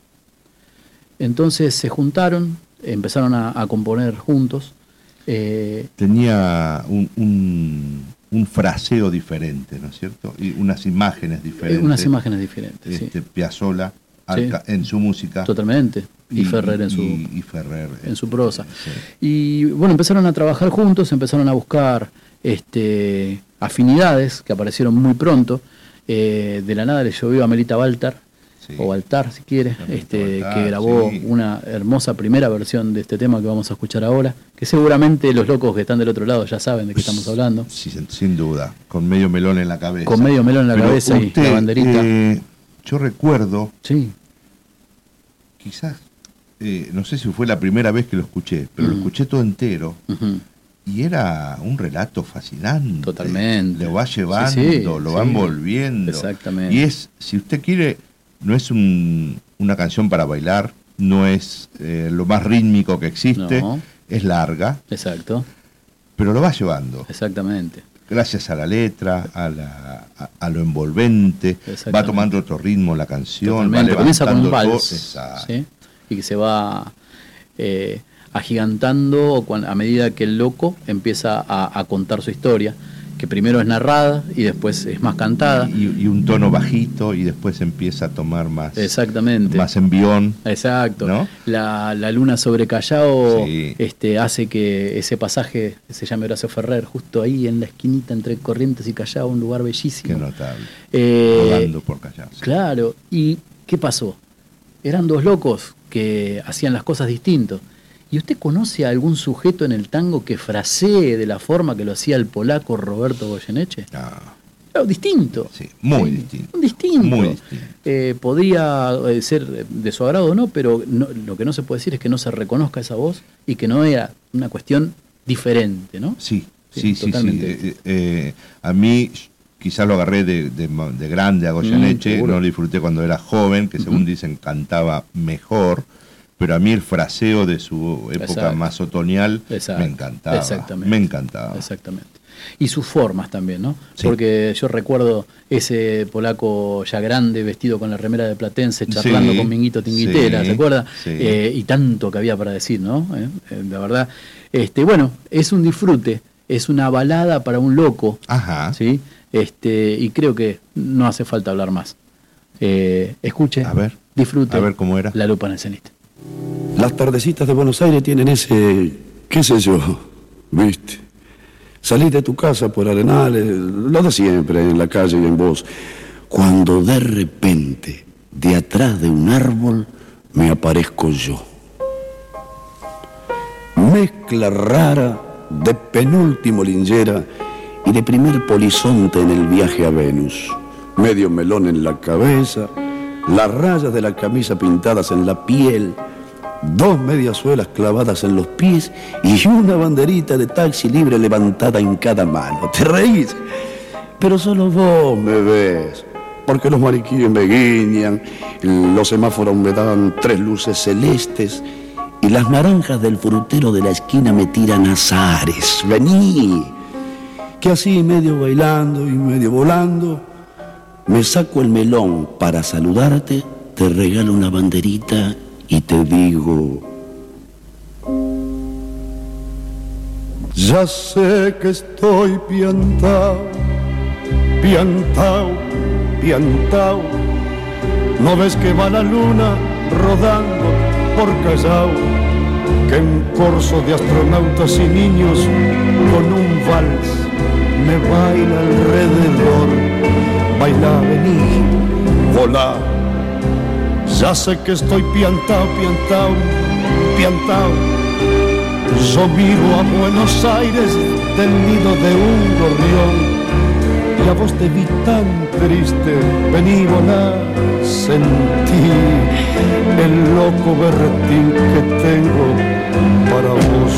Entonces se juntaron, empezaron a, a componer juntos. Eh, Tenía un, un, un fraseo diferente, ¿no es cierto? Y unas imágenes diferentes. unas imágenes diferentes, este, sí. Piazzolla Sí. alca- en su música. Totalmente. Y, Y- Ferrer en su, y- y Ferrer, en su prosa. sí. Y bueno, empezaron a trabajar juntos, empezaron a buscar este, afinidades que aparecieron muy pronto. Eh, de la nada le llovió a Melita Baltar, Sí. o Baltar si quiere, Melita este, Baltar, que grabó sí. una hermosa primera versión de este tema que vamos a escuchar ahora, que seguramente los locos que están del otro lado ya saben de qué estamos hablando. Sí, sin, sin duda, con medio melón en la cabeza. Con medio melón en la Pero cabeza y usted, la banderita. eh, yo recuerdo, Sí. quizás, eh, no sé si fue la primera vez que lo escuché, pero lo Mm. escuché todo entero. Ujú. Y era un relato fascinante. Totalmente. Lo va llevando, Sí, sí, lo sí. va envolviendo. Exactamente. Y es, si usted quiere, no es un- una canción para bailar, no es eh, lo más rítmico que existe, No. es larga, Exacto, pero lo va llevando. exactamente. Gracias a la letra, a, la, a, a lo envolvente, va Exactamente. tomando otro ritmo la canción, va Totalmente. Comienza con un levantando vals, todo- Exacto. ¿sí? Y que se va eh, agigantando cuan- a medida que el loco empieza a, a contar su historia, que primero es narrada y después es más cantada. Y, y un tono bajito y después empieza a tomar más, Exactamente. más envión. Exacto. ¿No? La, la luna sobre Callao Sí. este, hace que ese pasaje se llame Horacio Ferrer, justo ahí en la esquinita entre Corrientes y Callao, un lugar bellísimo. Qué notable. Eh, Rodando por Callao. sí. Claro, ¿y qué pasó? Eran dos locos que hacían las cosas distintos. ¿Y usted conoce a algún sujeto en el tango que frasee de la forma que lo hacía el polaco Roberto Goyeneche? Ah, Claro, distinto. Sí, muy Sí, distinto. Un distinto. Muy distinto. Eh, podría eh, ser de su agrado o no, pero no, lo que no se puede decir es que no se reconozca esa voz y que no era una cuestión diferente, ¿no? Sí, Sí, sí, sí. sí. totalmente. Eh, eh, a mí quizás lo agarré de, de, de grande a Goyeneche, Mm, seguro. no lo disfruté cuando era joven, que según Ujú. dicen cantaba mejor, pero a mí el fraseo de su época Exacto. más otoñal Exacto. me encantaba. Exactamente. Me encantaba. Exactamente. Y sus formas también, ¿no? Sí. Porque yo recuerdo ese polaco ya grande, vestido con la remera de Platense, charlando Sí, con Minguito Tinguitera, sí, ¿se acuerda? sí. Eh, y tanto que había para decir, ¿no? Eh, eh, la verdad. Este, bueno, es un disfrute, es una balada para un loco, Ajá. ¿sí? Este, y creo que no hace falta hablar más. Eh, escuche, A ver, disfrute. a ver cómo era. La lupa en el cenit. Las tardecitas de Buenos Aires tienen ese, qué sé yo, viste. Salís de tu casa por Arenales, lo de siempre, en la calle y en vos. Cuando de repente, de atrás de un árbol, me aparezco yo. Mezcla rara de penúltimo lingera y de primer polizonte en el viaje a Venus. Medio melón en la cabeza, las rayas de la camisa pintadas en la piel, dos mediasuelas clavadas en los pies y una banderita de taxi libre levantada en cada mano. ¿Te reís? Pero solo vos me ves, porque los mariquíes me guiñan, los semáforos me dan tres luces celestes y las naranjas del frutero de la esquina me tiran azares. Vení, que así medio bailando y medio volando, me saco el melón para saludarte, te regalo una banderita y te digo, ya sé que estoy piantao, piantao, piantao. ¿No ves que va la luna rodando por Callao? Que en corso de astronautas y niños con un vals me baila alrededor. Baila, vení, volá. Ya sé que estoy piantao, piantao, piantao. Yo miro a Buenos Aires del nido de un gorrión y a vos te vi tan triste. Vení, volá, sentí el loco berretín que tengo para vos.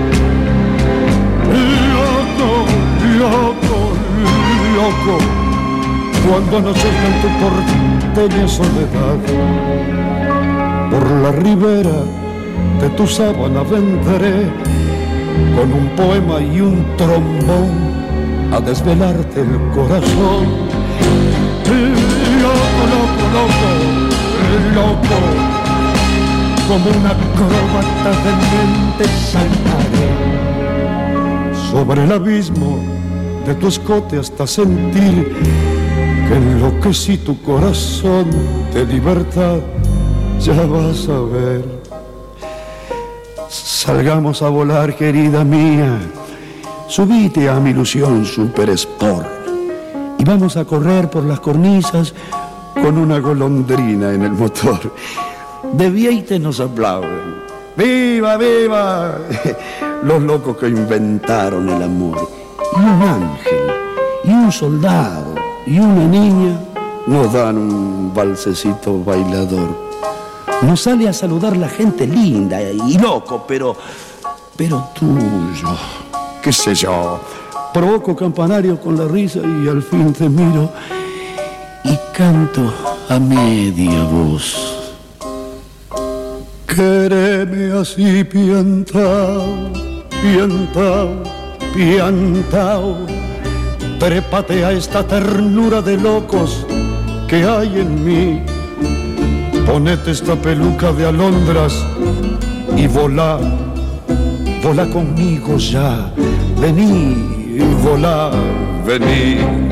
Loco, loco, loco, cuando anochezca en tu porteña soledad, por la ribera de tu sábana vendré con un poema y un trombón a desvelarte el corazón. Loco, loco, loco, loco, como una acróbata de mente saltaré sobre el abismo de tu escote hasta sentir que enloquecí tu corazón de libertad. Ya vas a ver. Salgamos a volar, querida mía. Subite a mi ilusión Super Sport y vamos a correr por las cornisas con una golondrina en el motor. De Vieite nos aplauden. ¡Viva, viva! Los locos que inventaron el amor. Y un ángel, y un soldado, y una niña nos dan un valsecito bailador. Nos sale a saludar la gente linda y loco, pero, pero tuyo. Qué sé yo, provoco campanario con la risa y al fin te miro y canto a media voz. Quéreme así piantao, piantao, piantao. Trépate a esta ternura de locos que hay en mí. Ponete esta peluca de alondras y volá. Volá conmigo ya, vení, volá, vení.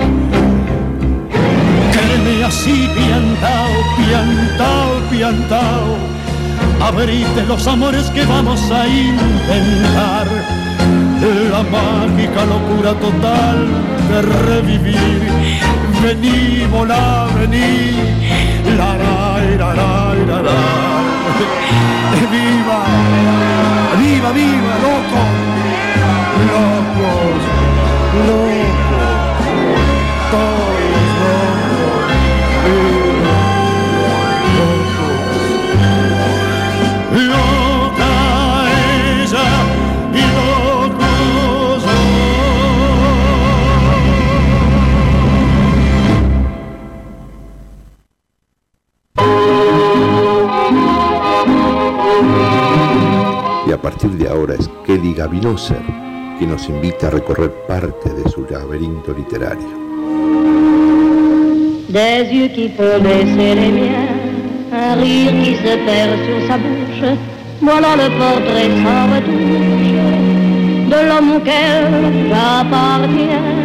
Quéreme así, piantao, piantao, piantao. Abrite los amores que vamos a intentar. La mágica locura total de revivir. Vení, volá, vení. La, la, la, la, la, la. ¡Viva! ¡Viva, viva, loco! ¡Locos! ¡Locos! ¡Todos! partir de ahora es Kelly Gavinoser, quien nos invita a recorrer parte de su laberinto literario. Des yeux qui font baisser les miens, un rire qui se perd sur sa bouche, voilà le portrait sans retouche de l'homme auquel j'appartiens.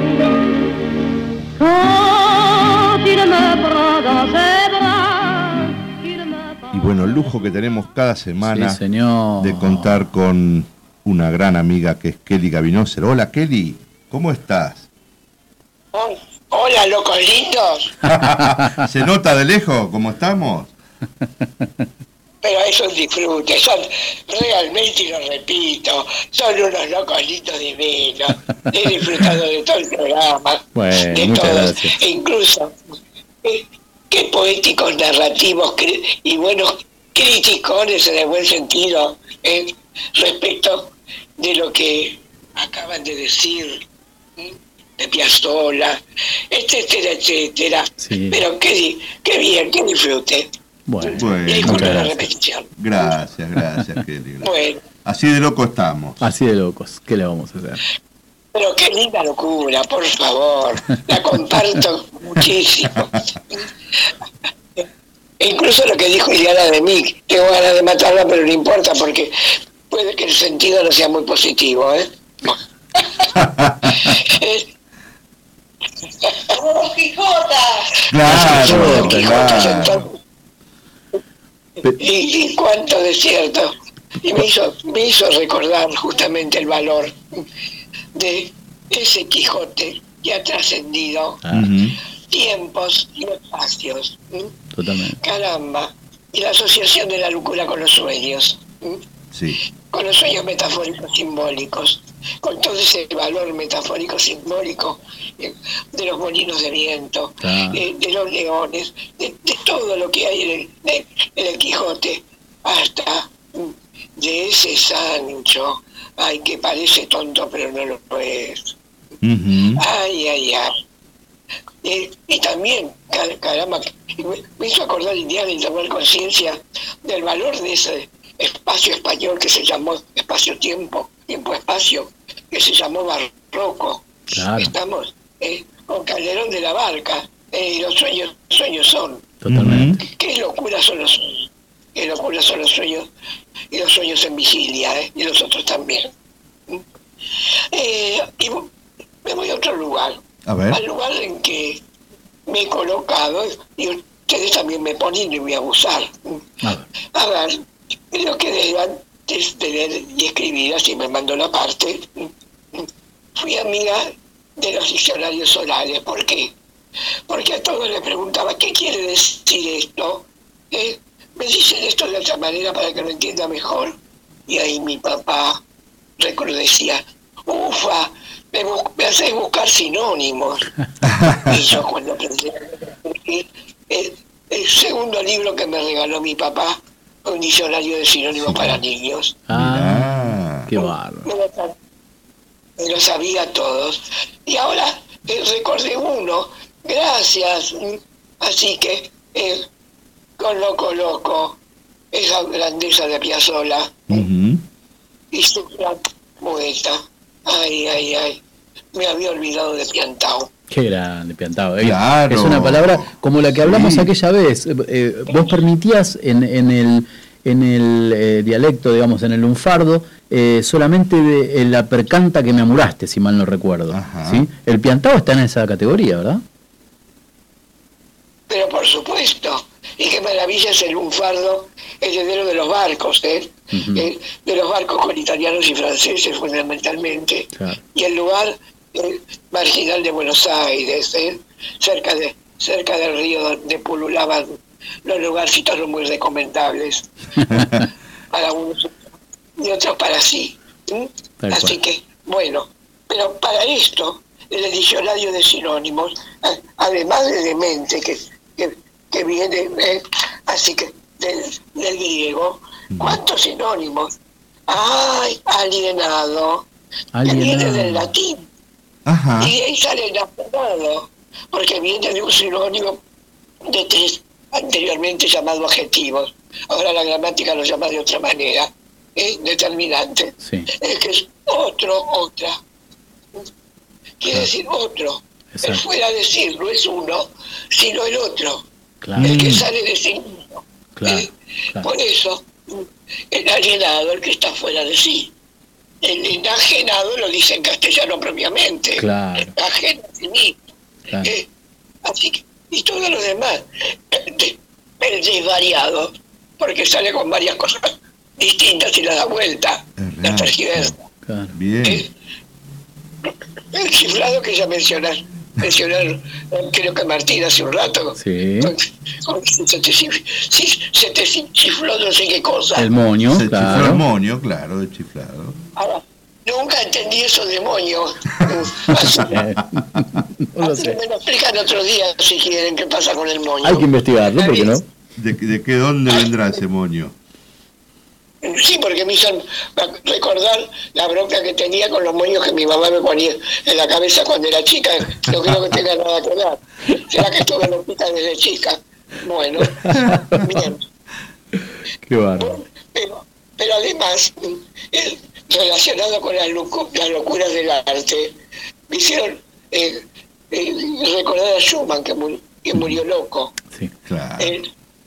Quand il me prend dans ses bras, il me... Y bueno, el lujo que tenemos cada semana Sí, señor. de contar con una gran amiga que es Kelly Gavinoser. Hola Kelly, ¿cómo estás? Oh, hola, locos lindos. ¿Se nota de lejos cómo estamos? Pero es un disfrute, son realmente, y lo repito, son unos locos lindos divinos. He disfrutado de todo el programa, Bueno, de muchas todos, gracias. e incluso eh, qué poéticos narrativos cri- y buenos criticones en el buen sentido eh, respecto de lo que acaban de decir ¿eh? de Piazzolla, etcétera, etcétera. Sí. Pero qué, di- qué bien, qué disfrute. Bueno, Y Bueno, disculpen muchas la gracias. repetición. gracias, gracias Kelly. gracias. Bueno, Así de loco estamos. Así de locos, ¿qué le vamos a hacer? pero qué linda locura, por favor. La comparto muchísimo. E incluso lo que dijo Ileana de mí, tengo ganas de matarla, pero no importa porque puede que el sentido no sea muy positivo, ¿eh? Es- ¡Oh, Quijota! Claro, Don Quijote, claro. entonces, y, y cuánto desierto. Y me hizo, me hizo recordar justamente el valor de ese Quijote que ha trascendido Ah, Ujú. tiempos y espacios. ¿m? totalmente. Caramba. Y la asociación de la locura con los sueños. ¿m? Sí. Con los sueños metafóricos simbólicos, con todo ese valor metafórico simbólico eh, de los molinos de viento, Claro. eh, de los leones, de, de todo lo que hay en el, de- en el Quijote, hasta mm, de ese Sancho, ay, que parece tonto pero no lo es. Ujú. Ay, ay, ay. Eh, y también, car- caramba, me, me hizo acordar Indiana y tomar conciencia del valor de ese espacio español que se llamó espacio-tiempo, tiempo-espacio, que se llamó barroco. Claro. Estamos eh, con Calderón de la Barca, eh, y los sueños, sueños son. Totalmente. Qué locura son los sueños, qué locura son los sueños, y los sueños en vigilia, eh, y los otros también. Eh, y me voy a otro lugar, A ver. al lugar en que me he colocado, y ustedes también me ponen y voy a abusar. A ver. A ver, creo que desde antes de leer y escribir, así me mandó la parte, fui amiga de los diccionarios orales. ¿Por qué? Porque a todos les preguntaba, ¿qué quiere decir esto? ¿Eh? ¿Me dicen esto de otra manera para que lo entienda mejor? Y ahí mi papá recrudecía, ufa, me, bus- me haces buscar sinónimos. Y yo cuando aprendí el, el segundo libro que me regaló mi papá, un diccionario de sinónimos para niños. Ah, Mirá. qué bárbaro. Me lo, sab- me lo sabía todos. Y ahora eh, recordé uno, gracias. Así que, eh, con Loco Loco, esa grandeza de Piazzolla Ujú. y su gran poeta. Ay, ay, ay. Me había olvidado de Piantao. Qué grande, Piantao. Eh, Claro. Es una palabra como la que hablamos Sí. aquella vez. Eh, eh, vos permitías en, en el, en el eh, dialecto, digamos, en el lunfardo, eh, solamente de, eh, la percanta que me amuraste, si mal no recuerdo. Ajá. ¿Sí? El Piantao está en esa categoría, ¿verdad? Pero por supuesto, y qué maravilla es el lunfardo, heredero de los barcos, ¿eh? Ujú. Eh, de los barcos con italianos y franceses fundamentalmente, Claro. y el lugar eh, marginal de Buenos Aires, ¿eh? cerca de cerca del río donde pululaban los lugarcitos no muy recomendables, para unos y otros para sí. ¿sí? Tal Así cual. que, bueno, pero para esto, el diccionario de sinónimos, a- además de demente, que, que, que viene, eh, así que del, del griego, ¿cuántos sinónimos? ¡Ay! Alienado, que viene del Alienado. latín, Ajá. y de ahí sale enamorado, porque viene de un sinónimo de tres anteriormente llamados adjetivos. Ahora la gramática lo llama de otra manera. es determinante. Sí. Es que es otro, otra. Quiere decir otro. Exacto. El fuera de sí no es uno, sino el otro. Claro. El que sale de sí mismo. Claro, ¿Eh? claro. Por eso, el alienado, el que está fuera de sí. El enajenado lo dice en castellano propiamente. Claro. Ajeno a sí mismo. Claro. ¿Eh? Así que, y todo lo demás. De- el desvariado, porque sale con varias cosas distintas y la da vuelta, la tergiversa. Claro. Bien. El chiflado que ya mencionas, mencionaron, creo que Martín hace un rato. Sí. Con- con- se, te, chif- sí, se te chifló no sé qué cosa. El moño, Se claro. chifló el moño, claro, de chiflado. Ahora, nunca entendí esos demonios. Así, Eh, no lo así sé. me lo explican otro día si quieren qué pasa con el moño. Hay que investigarlo, ¿por qué no? ¿De, de qué dónde vendrá ese moño? Sí, porque me hizo recordar la bronca que tenía con los moños que mi mamá me ponía en la cabeza cuando era chica. No creo que tenga nada que ver. ¿Será que estuve en el hospital desde chica? Bueno, bien. Qué bárbaro. Pero, pero además, eh, relacionado con las, locu- las locuras del arte, me hicieron eh, eh, recordar a Schumann, que, mu- que murió loco. Sí. Claro. Eh,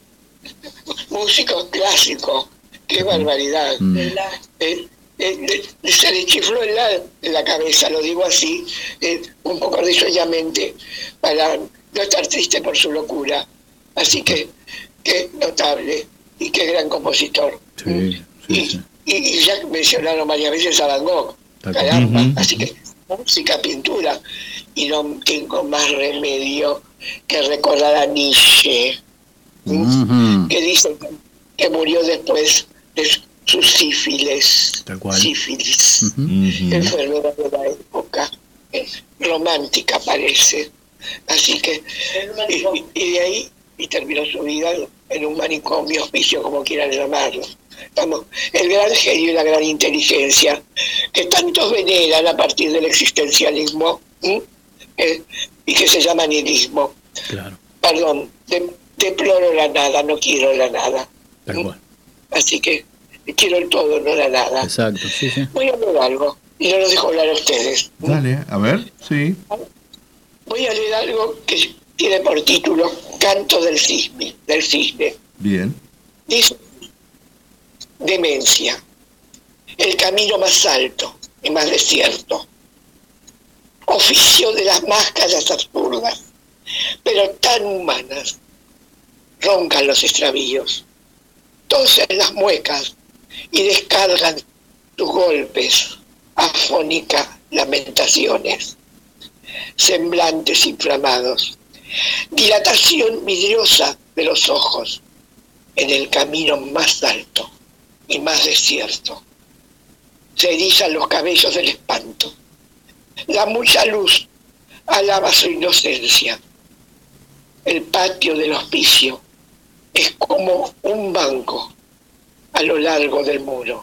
músico clásico, qué barbaridad. Mm. Eh, eh, eh, se le chifló en la, en la cabeza, lo digo así, eh, un poco risueñamente, para no estar triste por su locura. Así que, qué notable y qué gran compositor. Sí, sí, sí. Y, y ya mencionaron varias veces a Van Gogh, Tal cual. caramba. Ujú. Así que música, pintura, y no tengo más remedio que recordar a Nietzsche, Ujú. que dice que murió después de su sífilis. Tal cual. Sífilis, Ujú. Ujú. enfermedad de la época, eh, romántica parece. Así que, y, y de ahí, y terminó su vida en un manicomio, hospicio, como quieran llamarlo. Estamos, el gran genio y la gran inteligencia, que tantos veneran a partir del existencialismo, ¿m? Eh, y que se llama nihilismo. Claro. Perdón, de- deploro la nada, no quiero la nada. Tal cual. Así que quiero el todo, no la nada. Exacto, sí, sí. Voy a leer algo y no los dejo hablar a ustedes. Dale, a ver, sí. Voy a leer algo que tiene por título Canto del cisne, del cisne. Bien. Dice: demencia, el camino más alto y más desierto, oficio de las máscaras absurdas, pero tan humanas. Roncan los extravíos, tosen las muecas y descargan sus golpes, afónicas lamentaciones, semblantes inflamados, dilatación vidriosa de los ojos en el camino más alto y más desierto. Se erizan los cabellos del espanto. La mucha luz alaba su inocencia. El patio del hospicio es como un banco a lo largo del muro.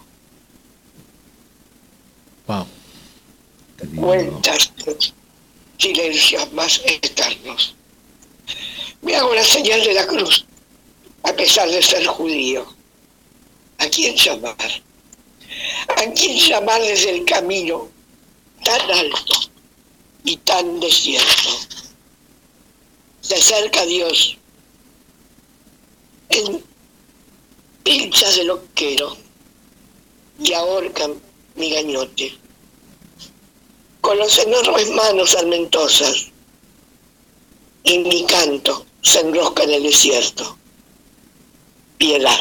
Wow. Qué lindo. Cuentas de silencios más eternos. Me hago la señal de la cruz, a pesar de ser judío. ¿A quién llamar? ¿A quién llamar desde el camino tan alto y tan desierto? Se acerca Dios en pinchas de loquero y ahorca mi gañote. Con los enormes manos almentosas y mi canto se enrosca en el desierto. Piedad.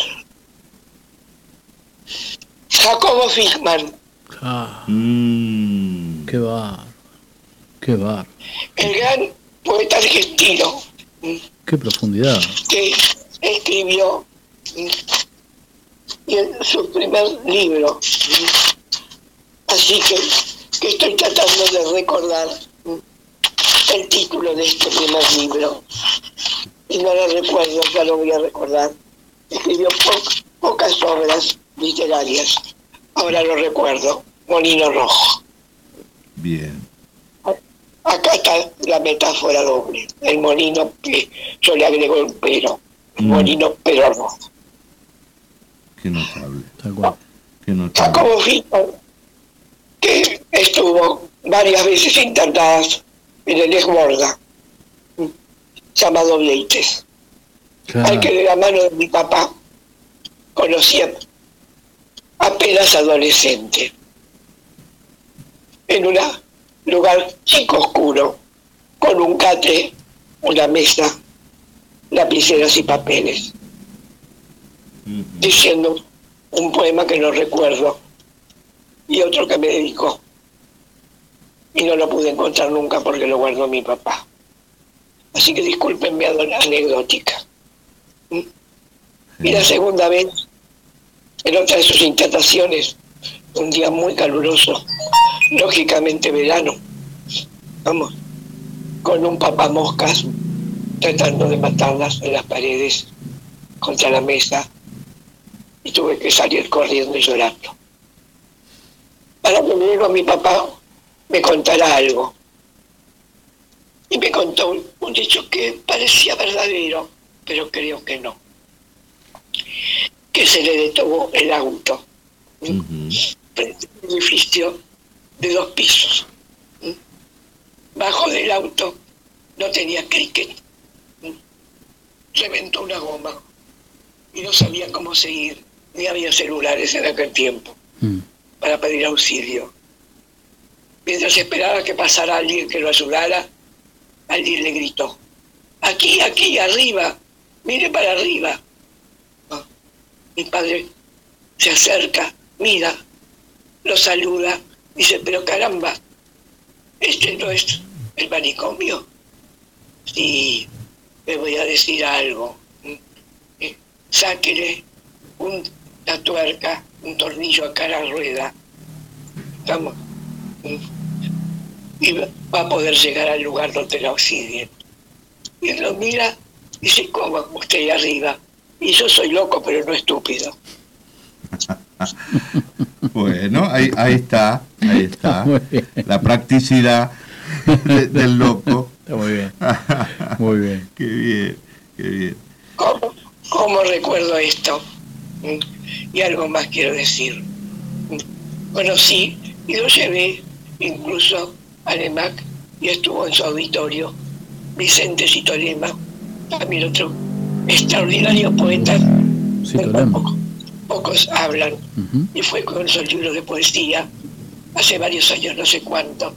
Jacobo Fischmann, Ah, Mm. qué bar. Qué bar. el gran poeta argentino Qué profundidad. que escribió y en su primer libro. Así que, que estoy tratando de recordar el título de este primer libro. Y no lo recuerdo, ya lo voy a recordar. Escribió po- pocas obras literarias. Ahora lo recuerdo. Molino Rojo. Bien. Acá está la metáfora doble. El molino que yo le agrego un pero. El Mm. molino pero rojo. Qué notable. Tal cual. Jacobo Fisman, que estuvo varias veces internada en el Esborda, llamado Bleites, claro. Al que de la mano de mi papá conocía apenas adolescente, en un lugar chico oscuro, con un catre, una mesa, lapiceras y papeles, uh-huh. diciendo un poema que no recuerdo y otro que me dedicó y no lo pude encontrar nunca porque lo guardó mi papá, así que discúlpenme anecdótica. ¿Mm? Y la segunda vez, en otra de sus interpretaciones, un día muy caluroso, lógicamente verano, vamos, con un papamoscas tratando de matarlas en las paredes contra la mesa, y tuve que salir corriendo y llorando para que luego mi papá me contara algo, y me contó un, un hecho que parecía verdadero, pero creo que no, que se le detuvo el auto uh-huh. frente a un edificio de dos pisos. Bajo del auto no tenía cricket, reventó una goma y no sabía cómo seguir, ni había celulares en aquel tiempo mm. para pedir auxilio. Mientras esperaba que pasara alguien que lo ayudara, alguien le gritó: aquí, aquí, arriba, mire para arriba. Oh. Mi padre se acerca, mira, lo saluda, dice: pero caramba, este no es el manicomio. Sí, le voy a decir algo. Sáquele una tuerca, un tornillo a cada rueda. Estamos. Y va a poder llegar al lugar donde lo auxilien. Y él lo mira y dice: ¿cómo usted ahí arriba? Y yo soy loco, pero no estúpido. Bueno, ahí, ahí está, ahí está. La practicidad de, del loco. Está muy bien. Muy bien. Qué bien, qué bien. ¿Cómo, cómo recuerdo esto? Y algo más quiero decir. Conocí y lo llevé incluso a Lemac y estuvo en su auditorio Vicente Citolema, también otro extraordinario poeta. Poco, pocos hablan. Uh-huh. Y fue con esos libros de poesía hace varios años, no sé cuánto.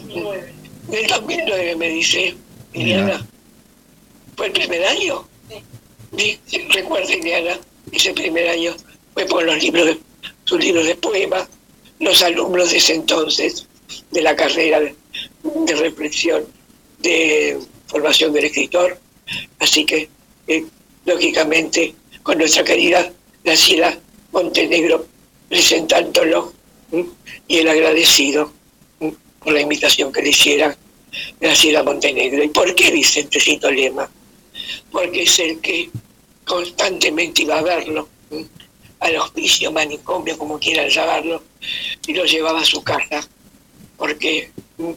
En el dos mil nueve me dice Iliana, ¿fue el primer año? Sí. Recuerda, Iliana, ese primer año fue por los libros de, sus libros de poemas, los alumnos de ese entonces, de la carrera de, de reflexión, de formación del escritor. Así que, eh, lógicamente, con nuestra querida Graciela Montenegro presentándolo, ¿m? y el agradecido ¿m? por la invitación que le hiciera Graciela Montenegro. ¿Y por qué Vicente Citolema? Porque es el que constantemente iba a verlo, ¿m? al hospicio, manicomio, como quieran llamarlo, y lo llevaba a su casa, porque ¿m?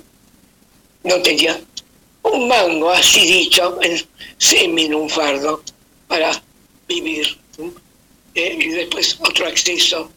no tenía un mango, así dicho, en semi-lunfardo, para vivir. ¿m? Eh, y después otro acceso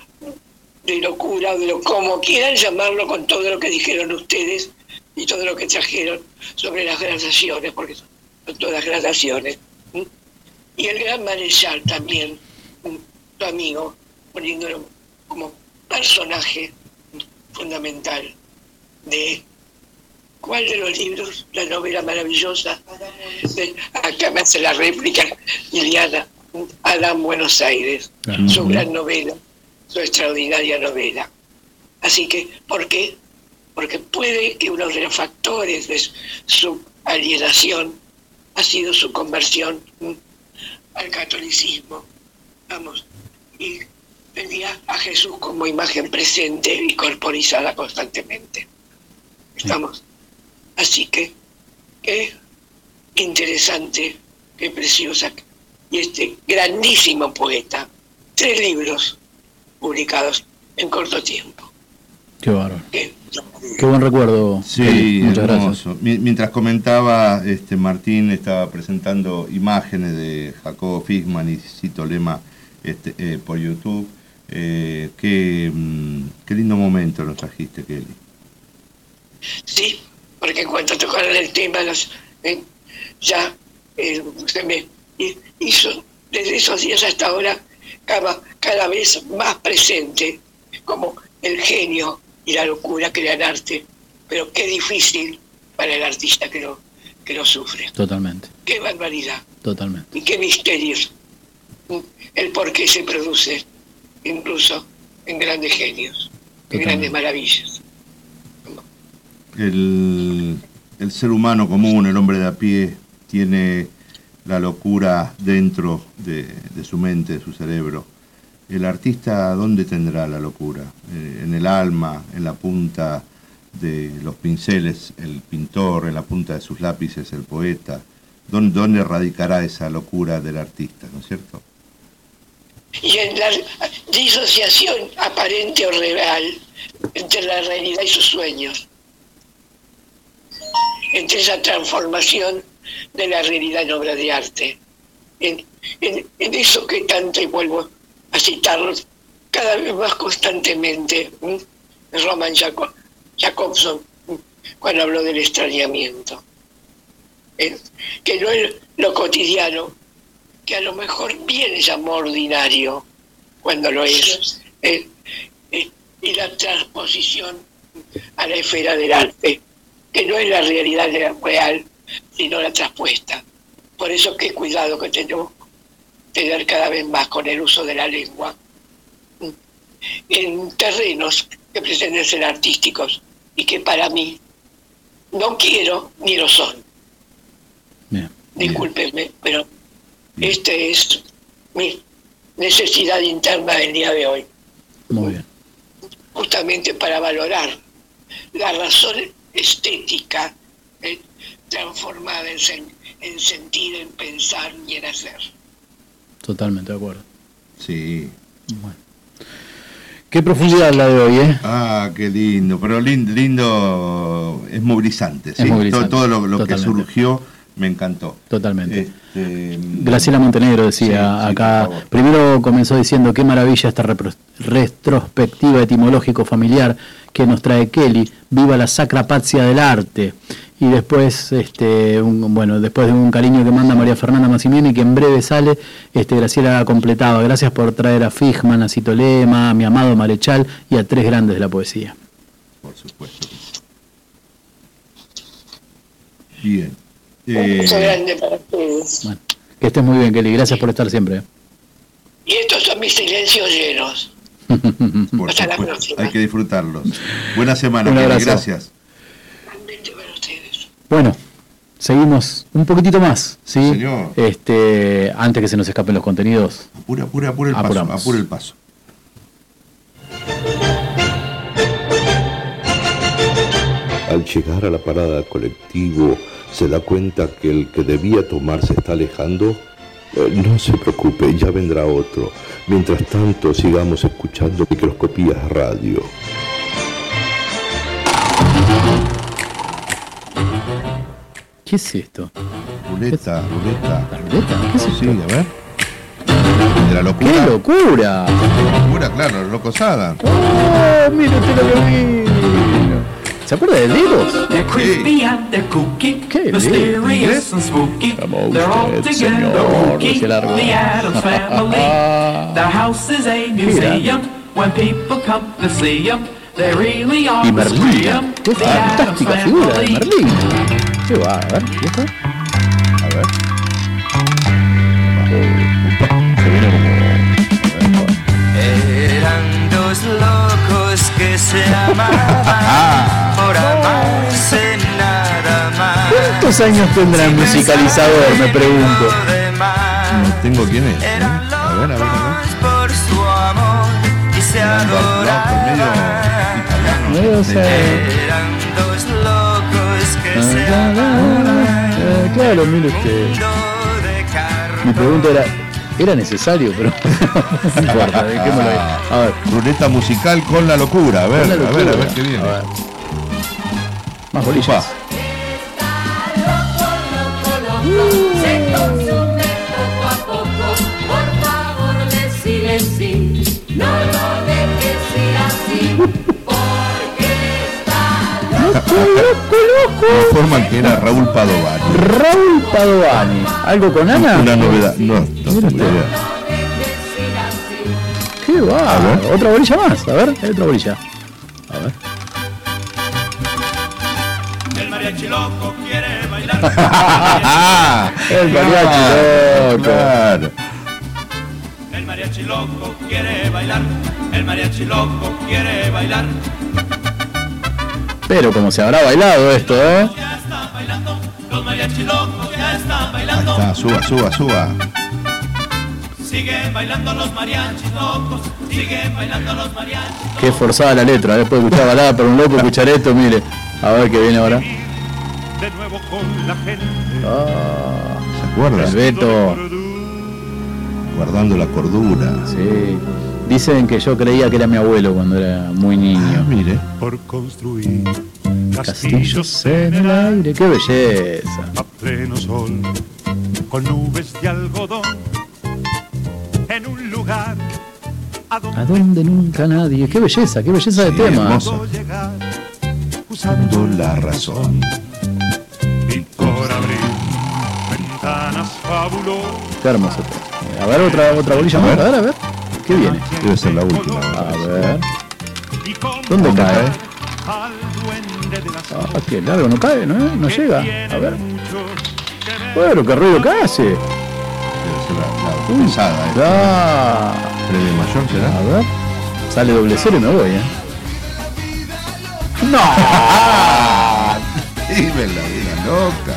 de locura, de lo como quieran llamarlo, con todo lo que dijeron ustedes y todo lo que trajeron sobre las gradaciones, porque son todas gradaciones. ¿Mm? Y el gran Marechal también, tu amigo, poniéndolo como personaje fundamental de ¿cuál de los libros? La novela maravillosa. De, acá me hace la réplica Liliana. Adán Buenos Aires, uh-huh. su gran novela, su extraordinaria novela. Así que, ¿por qué? Porque puede que uno de los factores de su alienación ha sido su conversión ¿m? al catolicismo. Vamos, y tenía a Jesús como imagen presente y corporizada constantemente. Estamos. Así que, qué interesante, qué preciosa. Y este grandísimo poeta, tres libros publicados en corto tiempo. Qué bárbaro. Qué, Qué buen recuerdo. Sí, muchas hermoso. gracias. Mientras comentaba, este Martín estaba presentando imágenes de Jacobo Fisman y Citolema este, eh, por YouTube. Eh, qué, qué lindo momento nos trajiste, Kelly. Sí, porque en cuanto tocaron el tema, los, eh, ya eh, se me hizo desde esos días hasta ahora cada, cada vez más presente como el genio y la locura crean arte, pero qué difícil para el artista que lo, que lo sufre. Totalmente. Qué barbaridad. Totalmente. Y qué misterios. El por qué se produce, incluso en grandes genios, en grandes maravillas. El, el ser humano común, el hombre de a pie, tiene la locura dentro de, de su mente, de su cerebro. ¿El artista dónde tendrá la locura? Eh, ¿En el alma, en la punta de los pinceles, el pintor, en la punta de sus lápices, el poeta? ¿Dónde, dónde radicará esa locura del artista, no es cierto? Y en la disociación aparente o real entre la realidad y sus sueños, entre esa transformación de la realidad en obra de arte, en, en, en eso que tanto, y vuelvo a citarlos cada vez más constantemente, ¿m? Roman Jacob, Jacobson, ¿m? Cuando habló del extrañamiento, ¿eh? Que no es lo cotidiano, que a lo mejor bien es amor ordinario cuando lo es, ¿eh? ¿Eh? Y la transposición a la esfera del arte, que no es la realidad real, sino la traspuesta. Por eso qué cuidado que tenemos que tener cada vez más con el uso de la lengua en terrenos que pretenden ser artísticos y que para mí no quiero ni lo son. Bien, Discúlpenme, bien. Pero esta es mi necesidad interna del día de hoy. Muy bien. Justamente para valorar la razón estética eh, transformada en, sen, en sentir, en pensar y en hacer. Totalmente de acuerdo. Sí. Bueno. Qué profundidad la de hoy, ¿eh? Ah, qué lindo, pero lindo, lindo es movilizante, ¿sí? Es movilizante. Todo, todo lo, lo que Totalmente. surgió me encantó. Totalmente. Este, Graciela Montenegro decía sí, sí, acá, por favor. primero comenzó diciendo qué maravilla esta repro- retrospectiva etimológico familiar que nos trae Kelly, viva la sacra patria del arte. Y después, este, un, bueno, después de un cariño que manda María Fernanda Massimiani, que en breve sale, este, Graciela completaba, gracias por traer a Fishman, a Cito Lema, a mi amado Marechal y a tres grandes de la poesía. Por supuesto. Bien. Un Eh, beso grande para ustedes. Bueno, que estés muy bien, Kelly, gracias por estar siempre. Y estos son mis silencios llenos. por Hasta la supuesto, próxima. hay que disfrutarlos. Buena semana, Un Kelly, abrazo. gracias. Bueno, seguimos un poquitito más, ¿sí? Señor. Este, antes que se nos escapen los contenidos. Apura, apura, apura el paso, Apuramos. apura el paso. Al llegar a la parada del colectivo, se da cuenta que el que debía tomar se está alejando. Eh, no se preocupe, ya vendrá otro. Mientras tanto, sigamos escuchando Microscopías Radio. ¿Qué es esto? Ruleta, ruleta. ¿La ruleta? ¿Qué es esto? Sí, a ver. De la locura. ¡Qué locura! Locura, claro, los locos Adam. ¡Oh, mire usted lo que vino! ¿Se acuerda de dedos? They're creepy and they're kooky, ¿Qué mysterious and spooky. Como They're all usted, together señor, kooky, ese largo. the Addams Family. Their house is a museum. When people come to see them, they really are Y Merlín. scream. ¡Qué The Addams fantástica figura de Family. Merlín! ¿Qué va? A ver, ¿y esto? A ver. Se viene como... Eran dos locos que se amaban por amarse nada más. ¿Cuántos años tendrá el musicalizador, me pregunto? No tengo quién es. ¿eh? A ver, a ver, a ver. Por su amor y se adoraban. No sé. Eran dos locos que se amaban. Eh, claro, mire usted. Mi pregunta era, ¿era necesario? Pero no importa, dejémoslo ahí. A ver. Ruleta musical con la locura. A ver, Con la a ver, a locura. ver qué viene. A ver. Más bolillas. Se consume poco a poco, por favor decile sí, no lo Me informan que era Raúl Padovani. Raúl Padovani. ¿Algo con Ana? Una novedad. No, no tengo idea. ¿Qué va? Otra bolilla más. A ver, hay otra bolilla. A ver. El mariachi loco quiere bailar. El mariachi loco. Claro. El mariachi loco quiere bailar. El mariachi loco quiere bailar. Pero como se habrá bailado esto, ¿eh? Ya está bailando. Los mariachi locos ya están Ahí bailando. está, suba, suba, suba. Siguen bailando los mariachis locos. Siguen bailando los mariachis. Qué forzada la letra. Después de escuchar balada por un loco, escuchar esto, mire. A ver qué viene ahora. De nuevo con la gente. Ah, ¿Se acuerdan? el Beto. Guardando la cordura. Sí. Dicen que yo creía que era mi abuelo cuando era muy niño. Ah, mire. Por construir Castillos en el aire. ¡Qué belleza! a pleno sol, con nubes de algodón, en un lugar a donde ¿A dónde nunca nadie? ¡Qué belleza! ¡Qué belleza de Sí, tema! hermoso. llegar, Usando la razón. y por abrir ventanas fabulosas. ¡Qué hermoso tema! A ver, otra, otra bolilla A más. ver. A ver, a ver. ¿Qué viene? Debe ser la última. A ver. Y con ¿Dónde cae? al duende de las Ah, qué largo, no cae, ¿no? No llega. A ver. Bueno, qué ruido que hace. Debe ser la, la pesada. ¿Eh? Ah, Premio mayor será. a ver. Sale doble cero y me voy, ¿eh? ¡No! Dime la vida loca.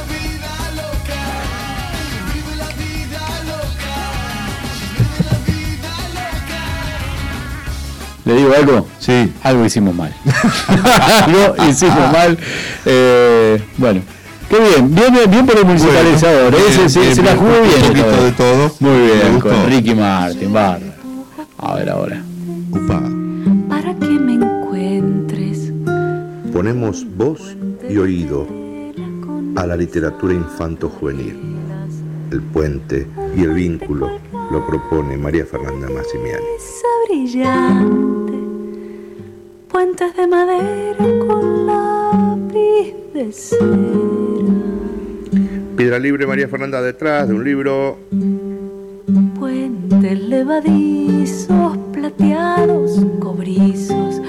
¿Le digo algo? Sí. Algo hicimos mal. Algo hicimos mal. Eh, bueno. Qué bien, bien, bien, bien por el musicalizador. Bueno, Ese bien, se, bien, se la bien, jugó un bien. poquito esta vez. de todo. Muy Me bien, gustó. con Ricky Martin, bárbaro. A ver ahora. Upa. Para que me encuentres. Ponemos voz y oído a la literatura infanto-juvenil. El puente y el vínculo lo propone María Fernanda Massimiani. Esa brillante. Puentes de madera con lápiz de cera. Piedra libre, María Fernanda, detrás de un libro. Puentes levadizos, plateados, cobrizos.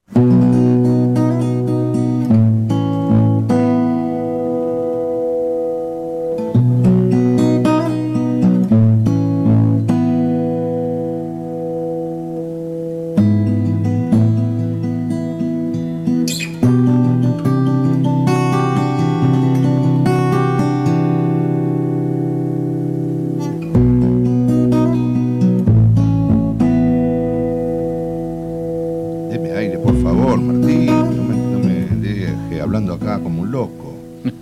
Deme aire, por favor, Martín. No me, no me deje hablando acá como un loco.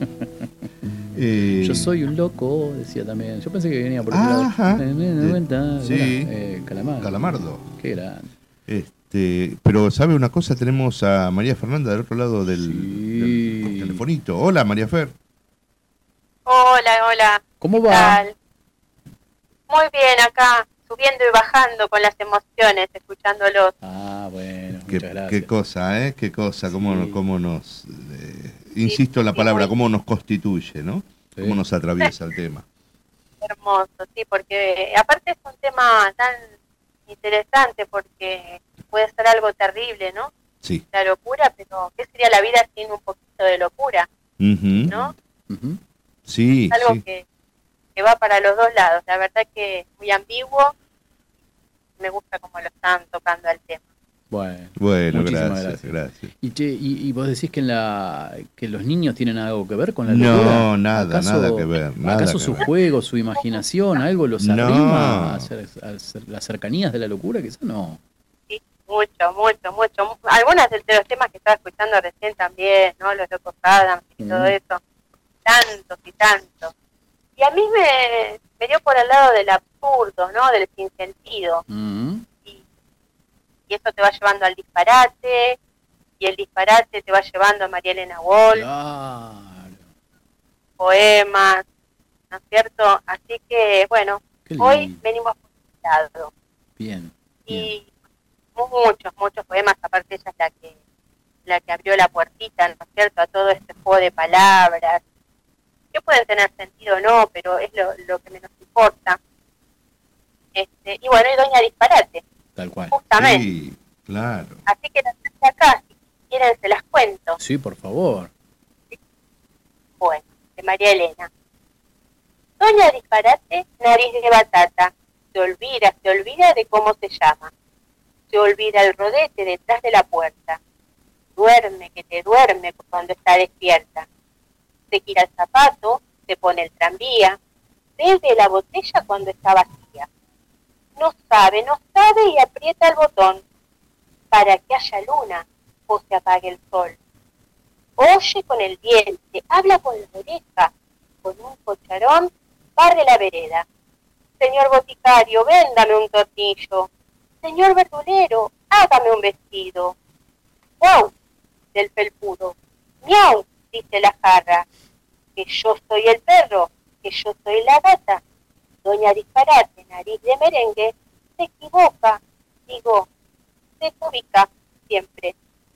Eh, Yo soy un loco, decía también. Yo pensé que venía por Ajá. otro lado. Eh, noventa, Sí. eh, Calamardo. Calamardo. Qué grande. Este, pero ¿sabe una cosa? Tenemos a María Fernanda del otro lado del, Sí. del telefonito. Hola, María Fer. Hola, hola. ¿Cómo ¿Qué va? tal? Muy bien, acá, subiendo y bajando con las emociones, escuchándolos. Ah, bueno, Qué, muchas gracias. qué cosa, ¿eh? Qué cosa, cómo, Sí. cómo nos... eh, insisto en la sí, palabra, muy- cómo nos constituye, ¿no? Sí. Cómo nos atraviesa el tema. Hermoso, sí, porque aparte es un tema tan interesante porque puede ser algo terrible, ¿no? Sí. La locura, pero ¿qué sería la vida sin un poquito de locura, Ujú. no? Ujú. Sí, Algo sí. que, que va para los dos lados. La verdad que es muy ambiguo. Me gusta cómo lo están tocando el tema. Bueno, Bueno, muchísimas gracias, gracias. Y, che, y, y vos decís que en la que los niños tienen algo que ver con la No, locura. nada, ¿Acaso- nada que ver, nada ¿Acaso que su ver. juego, su imaginación, algo los No. arrima a, cer- a cer- las cercanías de la locura? Quizás no. Sí, mucho, mucho, mucho. Algunas de de los temas que estaba escuchando recién también, ¿no? Los locos Adams y todo Mm. eso. Tantos y tantos. Y a mí me, me dio por el lado del absurdo, ¿no? Del sinsentido. Mm. Y eso te va llevando al disparate, y el disparate te va llevando a María Elena Walsh, Claro. poemas, ¿no es cierto? Así que, bueno, Qué lindo. hoy venimos por este lado. Bien. Y muchos, muchos poemas, aparte ella es la que la que abrió la puertita, ¿no es cierto?, a todo este juego de palabras, que pueden tener sentido o no, pero es lo, lo que menos importa. Este, y bueno, y Doña Disparate. Tal cual. Justamente. Sí, claro. Así que las traje acá, si quieren se las cuento. Sí, por favor. Bueno, de María Elena. Doña Disparate, nariz de batata, se olvida, se olvida de cómo se llama. Se olvida el rodete detrás de la puerta. Duerme, que te duerme cuando está despierta. Se quita el zapato, se pone el tranvía, bebe la botella cuando está vacía. No sabe, no sabe y aprieta el botón para que haya luna o se apague el sol. Oye con el diente, habla con la oreja, con un cucharón barre la vereda. Señor boticario, véndame un tornillo. Señor verdulero, hágame un vestido. ¡Wow! Del felpudo. ¡Miau! Dice la jarra. Que yo soy el perro, que yo soy la gata. Doña Disparate, nariz de merengue, se equivoca, digo, se ubica siempre.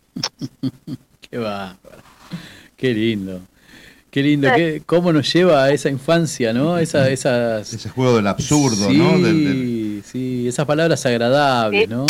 Qué bárbaro. Qué lindo. Qué lindo. Qué, cómo nos lleva a esa infancia, ¿no? Esa, esas... Ese juego del absurdo, sí, ¿no? Del, del... Sí, esas palabras agradables, sí. ¿no?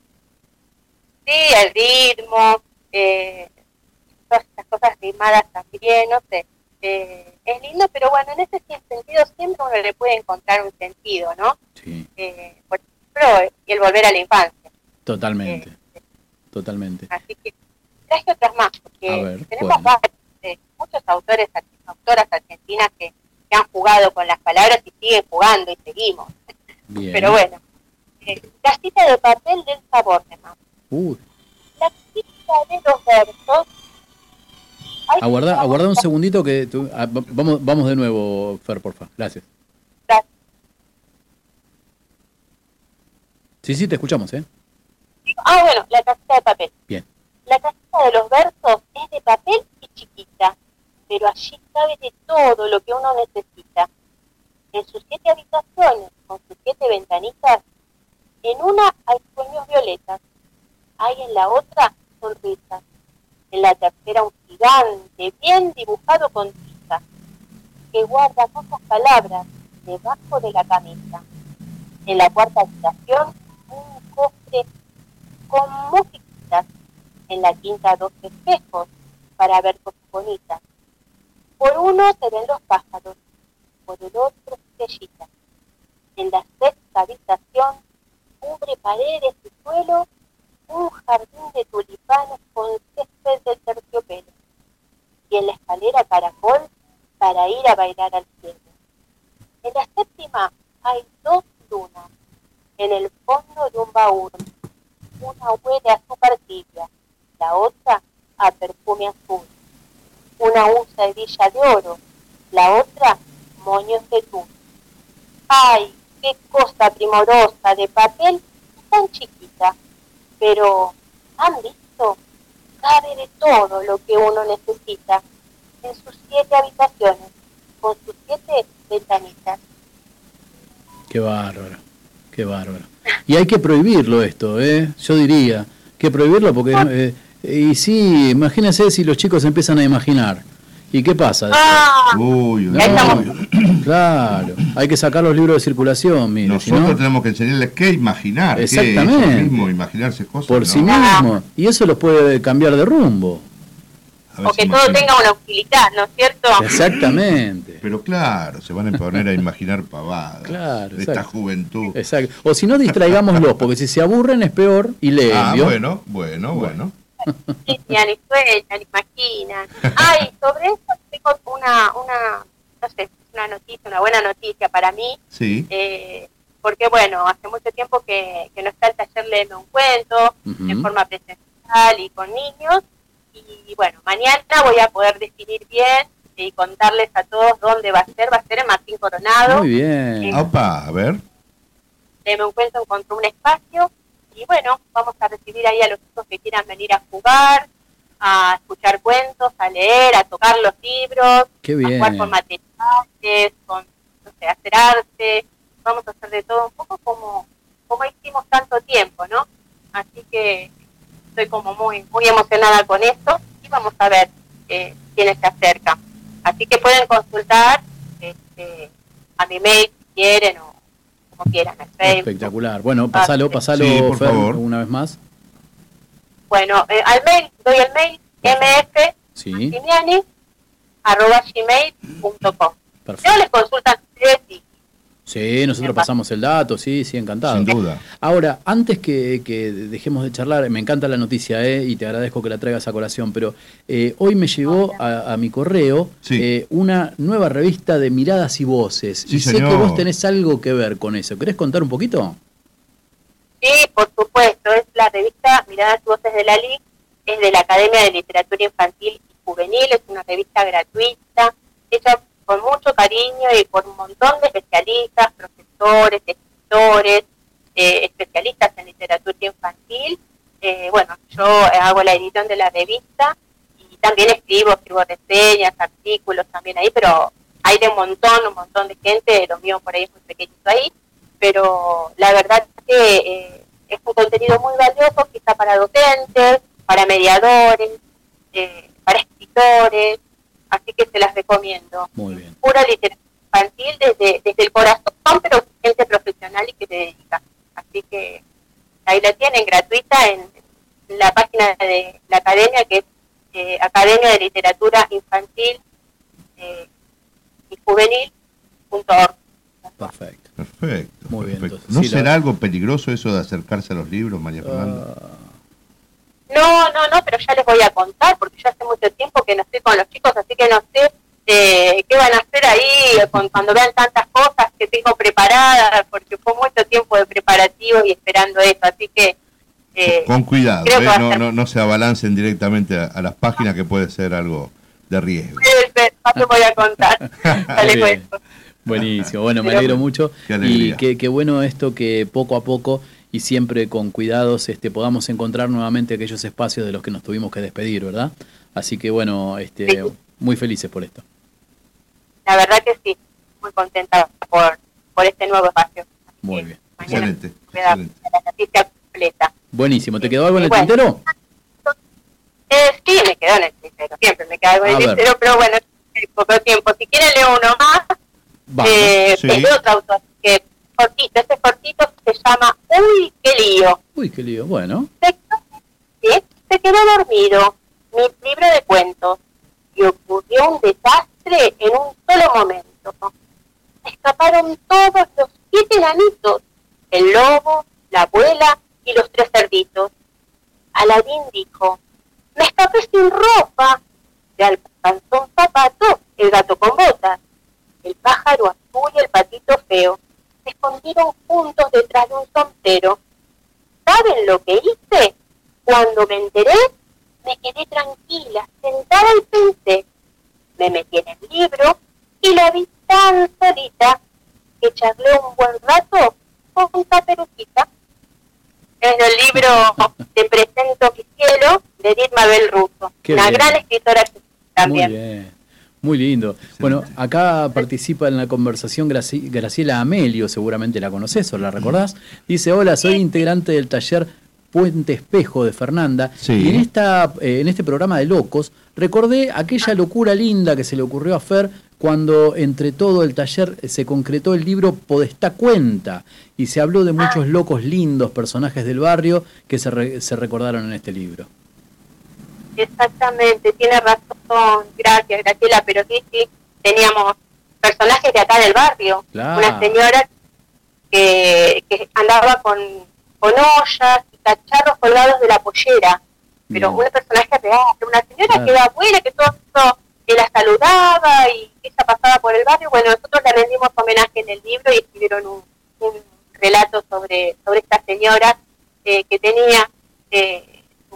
Sí, el ritmo, eh, todas estas cosas rimadas también, no sé. Eh, es lindo, pero bueno, en ese sentido siempre uno le puede encontrar un sentido, ¿no? Sí. Eh, por ejemplo, el volver a la infancia. Totalmente, Eh, totalmente. Así que traje otras más, porque A ver, tenemos bueno. varios, eh, muchos autores, autoras argentinas que, que han jugado con las palabras y siguen jugando y seguimos. Bien. Pero bueno, eh, casita de papel del sabor de más. Uy. La casita de los versos. Ay, Aguarda, aguarda un segundito que tú- ah, va- vamos, vamos de nuevo, Fer, porfa. Gracias. Gracias. Sí, sí, te escuchamos, ¿eh? Ah, bueno, la casita de papel. Bien. La casita de los versos es de papel y chiquita, pero allí cabe de todo lo que uno necesita. En sus siete habitaciones, con sus siete ventanitas, en una hay sueños violetas, hay en la otra sonrisas, en la tercera un gigante bien dibujado con tiza, que guarda muchas palabras debajo de la camisa. En la cuarta habitación un cofre con musiquitas, en la quinta dos espejos para ver cosas bonitas. Por uno se ven los pájaros, por el otro estrellitas. En la sexta habitación cubre paredes y suelo un jardín de tulipanes con césped del terciopelo. Y en la escalera caracol para ir a bailar al cielo. En la séptima hay dos lunas en el fondo de un baúl. Una huele a azúcar tibia, la otra a perfume azul. Una usa hebilla de oro, la otra moños de tul. ¡Ay, qué cosa primorosa de papel tan chiquita! Pero, ¿han visto? Cabe de todo lo que uno necesita en sus siete habitaciones, con sus siete ventanitas. Qué bárbaro, qué bárbaro. Y hay que prohibirlo esto, ¿eh? Yo diría, que prohibirlo porque... eh, y sí, imagínense si los chicos empiezan a imaginar. ¿Y qué pasa? Ah, Uy, uy, No, uy. claro, hay que sacar los libros de circulación, mire, si Nosotros no, tenemos que enseñarles qué imaginar, Exactamente. qué es eso mismo, imaginarse cosas. por ¿no? sí mismo. Y eso los puede cambiar de rumbo. A ver O si que todo imaginan. tenga una utilidad, ¿no es cierto? Exactamente. Pero claro, se van a poner a imaginar pavadas Claro, de esta exacto. juventud. Exacto. O si no, distraigámoslos, porque si se aburren es peor y leen. Ah, ¿vio? bueno, bueno, bueno. Sí, ya ni sueñan, ni imaginan. Ay, sobre eso tengo una, una, no sé, una noticia, una buena noticia para mí. Sí. Eh, porque bueno, hace mucho tiempo que, que no está el taller Léeme un cuento, Ujú. en forma presencial y con niños. Y bueno, mañana voy a poder definir bien y contarles a todos dónde va a ser. Va a ser en Martín Coronado. Muy bien. Opa, a ver. Léeme un cuento encontró un espacio. Y bueno, vamos a recibir ahí a los chicos que quieran venir a jugar, a escuchar cuentos, a leer, a tocar los libros, Qué a bien. jugar con materiales, con, no sé, hacer arte. Vamos a hacer de todo un poco como, como hicimos tanto tiempo, ¿no? Así que estoy como muy muy emocionada con esto y vamos a ver eh, quiénes se acercan. Así que pueden consultar este, a mi mail si quieren o como quieran, al Facebook. Espectacular. Bueno, pasalo, pasalo, sí, por Fer, favor. una vez más. Bueno, eh, al mail, doy el mail, mf Sí. martiniani arroba gmail punto com. Perfecto. Yo les consultan ustedes y Sí, nosotros pasamos el dato, sí, sí, encantado. Sin duda. Ahora, antes que, que dejemos de charlar, me encanta la noticia, ¿eh? Y te agradezco que la traigas a colación, pero eh, hoy me llegó a, a mi correo Sí. eh, una nueva revista de miradas y voces. Sí, y sé señor. que vos tenés algo que ver con eso. ¿Querés contar un poquito? sí, por supuesto, es la revista Miradas y Voces de la L I C, es de la Academia de Literatura Infantil y Juvenil, es una revista gratuita, hecha con mucho cariño y por un montón de especialistas, profesores, escritores, eh, especialistas en literatura infantil. Eh, bueno, yo hago la edición de la revista y también escribo, escribo reseñas, artículos también ahí, pero hay de un montón, un montón de gente, lo mío por ahí es muy pequeñito ahí, pero la verdad es que eh, es un contenido muy valioso, quizá para docentes, para mediadores, eh, para escritores, así que se las recomiendo. Muy bien. Pura literatura infantil desde, desde el corazón, pero gente profesional y que se dedica. Así que ahí la tienen gratuita en la página de la academia, que es eh, Academia de Literatura Infantil eh, y Juvenil punto org. Perfecto. Perfecto. Muy bien, perfecto. entonces, ¿No sí, la- será algo peligroso eso de acercarse a los libros, María Fernanda? No, no, no, pero ya les voy a contar, porque yo hace mucho tiempo que no estoy con los chicos, así que no sé eh, qué van a hacer ahí con, cuando vean tantas cosas que tengo preparadas, porque fue mucho tiempo de preparativos y esperando eso, así que... Eh, Con cuidado, creo que ¿eh? va a no, ser- no, no se abalancen directamente a, a las páginas, que puede ser algo de riesgo. no te voy a contar. Ya les Muy bien. cuento. Buenísimo, bueno, me Pero- alegro mucho. Qué alegría. Y qué, qué bueno esto que poco a poco y siempre con cuidados este, podamos encontrar nuevamente aquellos espacios de los que nos tuvimos que despedir, ¿verdad? Así que bueno, este, Sí. muy felices por esto. La verdad que sí, muy contenta por, por este nuevo espacio. Muy bien. Mañana Excelente, voy a dar excelente. la noticia completa. Buenísimo, ¿te quedó algo en el Bueno. tintero? Eh, sí, me quedó en el tintero, siempre me queda algo en A el ver. tintero, pero bueno, hay poco tiempo. Si quieren leo uno más, Vamos. eh, sí. es de otro autor, que cortito, este cortito se llama Uy, qué lío. Uy, qué lío. Bueno, Se, ¿sí? Se quedó dormido, mi libro de cuentos, y ocurrió un desastre en un solo momento. Escaparon todos los siete enanitos, el lobo, la abuela y los tres cerditos. Aladín dijo, me escapé sin ropa. Le alcanzó un zapato, el gato con botas, el pájaro azul y el patito feo. Se escondieron juntos detrás de un sombrero. ¿Saben lo que hice? Cuando me enteré, me quedé tranquila, sentada y pensé. Me metí en el libro y la vi tan solita que charlé un buen rato con Caperucita. Es el libro Te presento mi cielo, de Edith Mabel Russo. Qué Una bien. gran escritora también. muy bien. Muy lindo. Bueno, acá participa en la conversación Graci- Graciela Amelio, seguramente la conoces o la recordás. Dice, hola, soy integrante del taller Puente Espejo de Fernanda. Sí. Y en, esta, eh, en este programa de Locos recordé aquella locura linda que se le ocurrió a Fer cuando entre todo el taller se concretó el libro Podestá Cuenta y se habló de muchos locos lindos, personajes del barrio que se, re- se recordaron en este libro. Exactamente, tiene razón, gracias Graciela, pero sí, sí, teníamos personajes de acá del barrio, Claro. una señora que, que andaba con, con ollas y cacharros colgados de la pollera, pero Bien. un personaje real, una señora Claro. que era abuela, que todo esto, que la saludaba y que ella pasaba por el barrio. Bueno, nosotros le rendimos homenaje en el libro y escribieron un, un relato sobre, sobre esta señora eh, que tenía eh, su,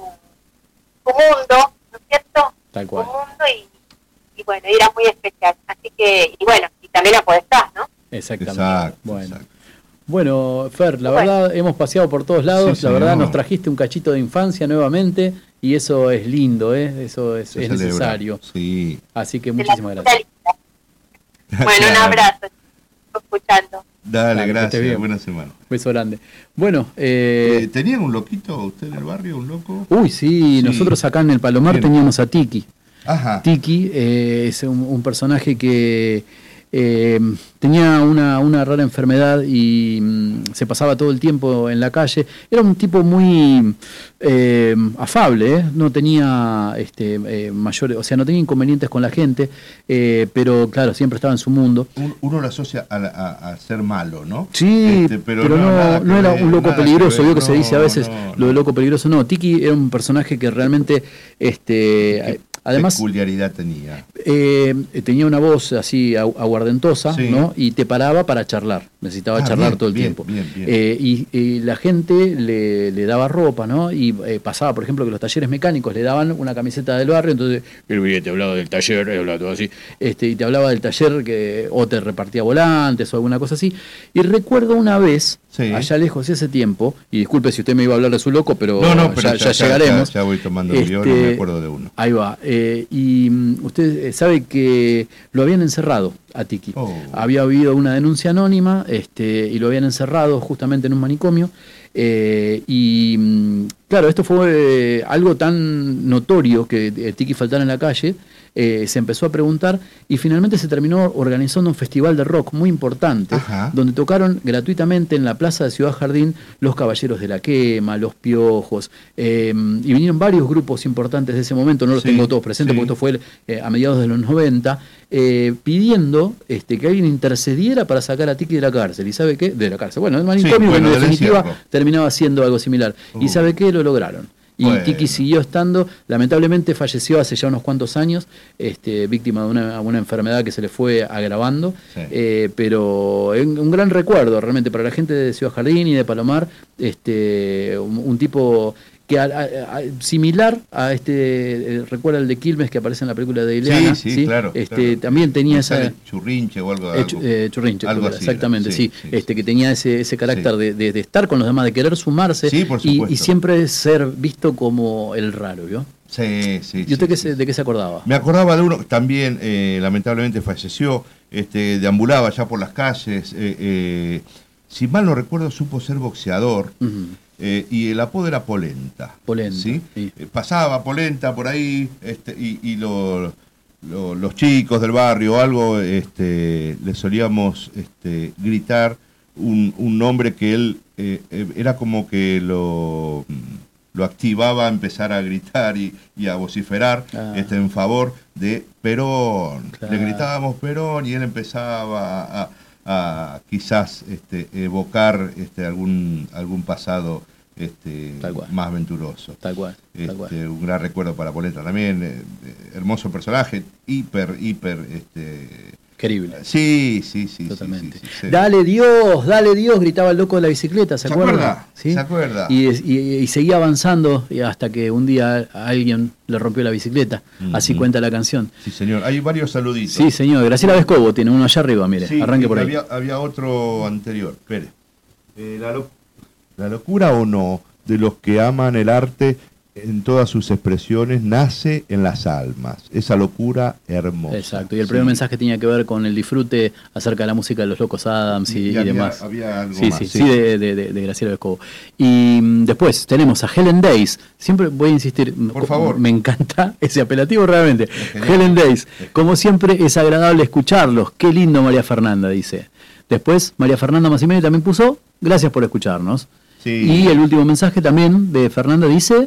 su mundo, ¿no es cierto? Tal Su cual. mundo y, y bueno, era muy especial. Así que, y bueno, y también la Podestá, ¿no? Exactamente. Exacto, bueno. exacto. Bueno, Fer, la Bueno. verdad hemos paseado por todos lados, Sí, la verdad señor. nos trajiste un cachito de infancia nuevamente y eso es lindo, ¿eh? Eso es, Se es celebra. necesario. Sí. Así que De la muchísimas linda gracias. lista. Bueno, un Claro. abrazo, escuchando. Dale, Dale, que estés gracias, bien. buena semana. Beso grande. Bueno, eh, Eh, ¿Tenían un loquito usted en el barrio, un loco? uy, sí, Sí. nosotros acá en el Palomar Bien. teníamos a Tiki. Ajá. Tiki eh, es un, un personaje que eh, tenía una, una rara enfermedad y mm, se pasaba todo el tiempo en la calle. Era un tipo muy eh, afable, ¿eh? No tenía este, eh, mayores, o sea, no tenía inconvenientes con la gente, eh, pero claro, siempre estaba en su mundo. Un- uno lo asocia a, la- a- a ser malo, ¿no? Sí, Este, pero, no, nada que no era ver, un loco nada que peligroso, ver, vio que se no, dice a veces no, lo de loco peligroso. No, Tiki era un personaje que realmente, este, además, peculiaridad tenía. eh, tenía una voz así agu- aguardentosa, Sí. ¿no? Y te paraba para charlar, necesitaba Ah, charlar bien, todo el bien, tiempo. bien, bien. Eh, y, y la gente le, le daba ropa, ¿no? Y eh, pasaba, por ejemplo, que los talleres mecánicos le daban una camiseta del barrio, entonces el te hablaba del taller, eh, hablaba todo así, este, y te hablaba del taller que o te repartía volantes o alguna cosa así. Y recuerdo una vez, Sí. allá lejos y hace tiempo, y disculpe si usted me iba a hablar de su loco, pero, No, no, pero ya, ya, ya llegaremos. Ya, ya voy tomando el guión y Este, me acuerdo de uno. Ahí va. Eh, y mm, usted eh, sabe que lo habían encerrado a Tiki. Oh. Había habido una denuncia anónima este, y lo habían encerrado justamente en un manicomio. Eh, y mm, claro, esto fue eh, algo tan notorio que eh, Tiki faltara en la calle. Eh, se empezó a preguntar y finalmente se terminó organizando un festival de rock muy importante, Ajá. donde tocaron gratuitamente en la plaza de Ciudad Jardín Los Caballeros de la Quema, Los Piojos, eh, y vinieron varios grupos importantes de ese momento, no los Sí, tengo todos presentes sí. porque esto fue eh, a mediados de los noventa, eh, pidiendo este, que alguien intercediera para sacar a Tiki de la cárcel. ¿Y sabe qué? De la cárcel. Bueno, el manicomio, Sí, bueno, en del definitiva encierro. terminaba siendo algo similar. ¿Y Uh. sabe qué? Lo lograron. Y Bueno. Tiki siguió estando, lamentablemente falleció hace ya unos cuantos años, este, víctima de una, una enfermedad que se le fue agravando, Sí. eh, pero es un gran recuerdo realmente para la gente de Ciudad Jardín y de Palomar, este, un, un tipo que a- a- a- similar a este, eh, recuerda el de Quilmes que aparece en la película de Ileana, Sí, sí, claro, este, claro. también tenía Me esa... sale Churrinche o algo. Eh, chu- algo. eh, Churrinche, Algo creo que así era, exactamente, era, sí, sí, sí, este que tenía ese, ese carácter Sí. de, de- de estar con los demás, de querer sumarse Sí, por y, supuesto. y siempre ser visto como el raro, ¿vio? Sí, sí. ¿Y usted sí, qué sí. se- de qué se acordaba? Me acordaba de uno que también eh, lamentablemente falleció, este, deambulaba ya por las calles, eh, eh, si mal no recuerdo supo ser boxeador, Ujú. eh, y el apodo era Polenta. Polenta, ¿sí? sí. Eh, pasaba Polenta por ahí, este, y, y lo- lo- los chicos del barrio o algo, este, le solíamos este, gritar un, un nombre que él eh, eh, era como que lo, lo activaba a empezar a gritar y, y a vociferar Ah. este, en favor de Perón. Claro. Le gritábamos Perón y él empezaba a, a quizás este, evocar este, algún, algún pasado este, Tal cual. más venturoso. Tal cual, tal Este, cual. un gran recuerdo para Polenta también, eh, eh, hermoso personaje, hiper, hiper, este, Querible. sí, sí, sí, Totalmente. sí, sí, sí. Dale Dios, dale Dios, gritaba el loco de la bicicleta, ¿se, ¿Se acuerda? acuerda? ¿Sí? ¿Se acuerda? Y, es- y- y seguía avanzando y hasta que un día a alguien le rompió la bicicleta. Así Ujú. cuenta la canción. Sí, señor, hay varios saluditos. Sí, señor. Graciela Vescovo tiene uno allá arriba, mire. Sí, Arranque y por ahí. Había, había otro anterior, espere. Eh, la, lo- la locura o no de los que aman el arte en todas sus expresiones nace en las almas. Esa locura hermosa. Exacto. Y el Sí. primer mensaje tenía que ver con el disfrute acerca de la música de los Locos Adams y, Y y había- demás. había algo sí, más, sí, sí. sí, de, de, de- de Graciela Vescovo. Y mm, después tenemos a Helen Days. Siempre voy a insistir. Por favor. Me encanta ese apelativo realmente. genial. Helen Days. Como siempre es agradable escucharlos. Qué lindo María Fernanda, dice. Después María Fernanda Massimeni también puso, gracias por escucharnos. Sí. Y el último mensaje también de Fernanda dice...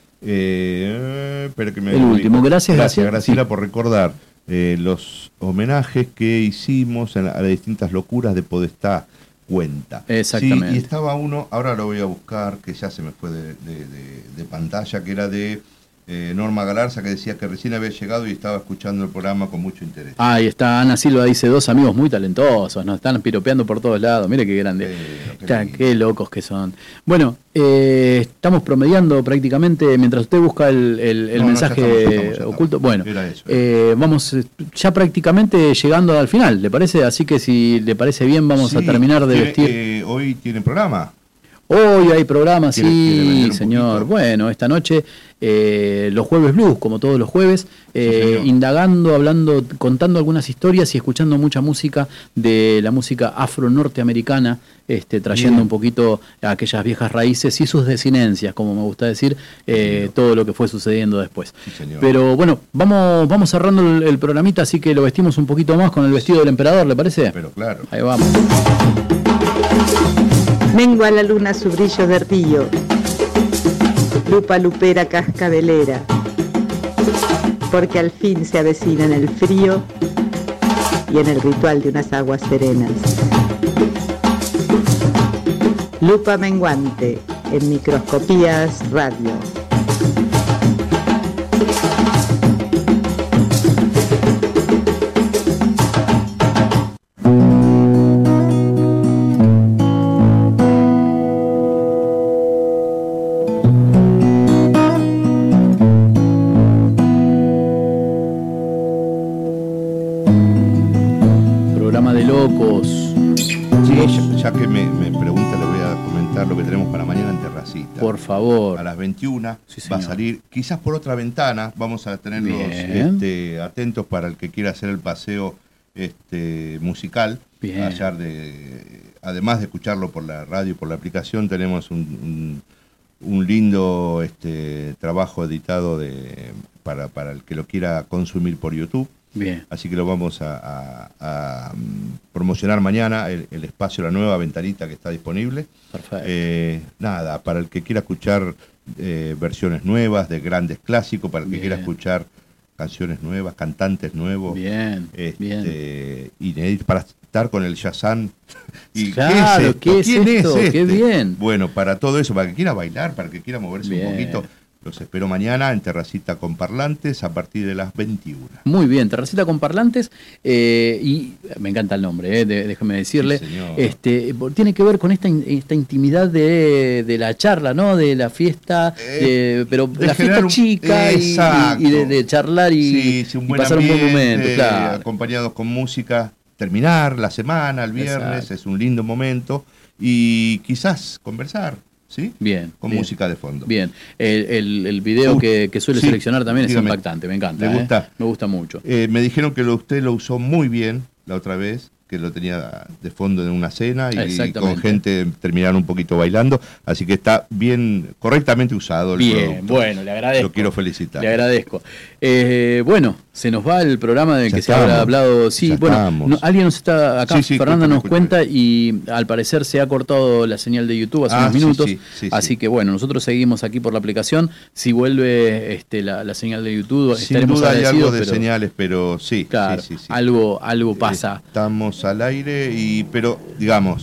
Eh, espera que me El último, gracias, gracias, gracias. Graciela, Sí. por recordar eh, los homenajes que hicimos en la- a las distintas locuras de Podestá Cuenta. Exactamente. Sí, y estaba uno, ahora lo voy a buscar, que ya se me fue de, de- de- de pantalla, que era de eh, Norma Galarza, que decía que recién había llegado y estaba escuchando el programa con mucho interés. Ahí está Ana Silva, dice dos amigos muy talentosos, nos están piropeando por todos lados, mire qué grande, Eh, qué Ya, lindo. qué locos que son. Bueno, eh, estamos promediando prácticamente, mientras usted busca el, el- el No, no, ya mensaje estamos, ya estamos, ya estamos. oculto, bueno, Era eso. eh, vamos eh, ya prácticamente llegando al final, ¿le parece? Así que si le parece bien vamos a Sí, terminar de tiene- vestir. eh, hoy tiene programa. Hoy hay programa, ¿Quiere- quiere sí, vender un señor. poquito? Bueno, esta noche, eh, los jueves blues, como todos los jueves, eh, señor. indagando, hablando, contando algunas historias y escuchando mucha música de la música afro-norteamericana, este, trayendo Bien. un poquito a aquellas viejas raíces y sus desinencias, como me gusta decir, eh, todo lo que fue sucediendo después. Sí, señor. Pero bueno, vamos, vamos cerrando el, el programita, así que lo vestimos un poquito más con el vestido del emperador, ¿le parece? Pero claro. Ahí vamos. Mengua la luna su brillo de río, lupa lupera cascabelera, porque al fin se avecina en el frío y en el ritual de unas aguas serenas. Lupa menguante en Microscopías Radio. Programa de locos. Sí, ya, ya que me, me pregunta, le voy a comentar lo que tenemos para mañana en Terracita. Por favor. A las veintiuna Sí, va a señor. salir, quizás por otra ventana, vamos a tenerlos Bien. este, atentos para el que quiera hacer el paseo este, musical. Bien. Allá de, además de escucharlo por la radio y por la aplicación, tenemos un, un, un lindo este, trabajo editado de, para, para el que lo quiera consumir por YouTube. Bien. Así que lo vamos a, a- a, mm, promocionar mañana, el, el espacio, la nueva ventanita que está disponible. Perfecto. Eh, nada, para el que quiera escuchar eh, versiones nuevas de grandes clásicos, para el que Bien. quiera escuchar canciones nuevas, cantantes nuevos. Bien, este, bien. inéditos, para estar con el Shazam. ¿Y Claro, ¿qué es ¿Quién esto? es Qué este? bien. Bueno, para todo eso, para el que quiera bailar, para el que quiera moverse Bien. un poquito, los espero mañana en Terracita con Parlantes a partir de las veintiuna. Muy bien, Terracita con Parlantes, eh, y me encanta el nombre, eh, de- déjeme decirle. Sí, señor. este, tiene que ver con esta, in- esta intimidad de, de la charla, ¿no? De la fiesta, de- pero de la generar fiesta un- chica y, Exacto. y de, de charlar y, Sí, sí, un y buen pasar un buen ambiente, momento, claro. acompañados con música, terminar la semana, el viernes, Exacto. es un lindo momento, y quizás conversar, ¿sí? Bien. Con bien. música de fondo. Bien, el, el, el video Uh, que, que suele sí, seleccionar también dígame. es impactante, me encanta. ¿Le eh. gusta? Me gusta mucho. Eh, me dijeron que lo, usted lo usó muy bien la otra vez, que lo tenía de fondo en una cena y Exactamente. con gente terminaron un poquito bailando, así que está bien, correctamente usado el Bien, producto. bueno, le agradezco. Lo quiero felicitar. Le agradezco. Eh, bueno, se nos va el programa del Ya que se estamos, habrá hablado. Sí, ya bueno, estamos. no, alguien nos está acá, Sí, sí, Fernanda escúchame, nos cuenta y al parecer se ha cortado la señal de YouTube hace Ah, unos sí, minutos. sí, sí, así sí. que bueno, nosotros seguimos aquí por la aplicación. Si vuelve este, la, la señal de YouTube, Sin estaremos duda hay agradecidos. algo de pero, señales, pero sí, claro, sí, sí, sí. algo, algo pasa. Estamos al aire, y pero digamos,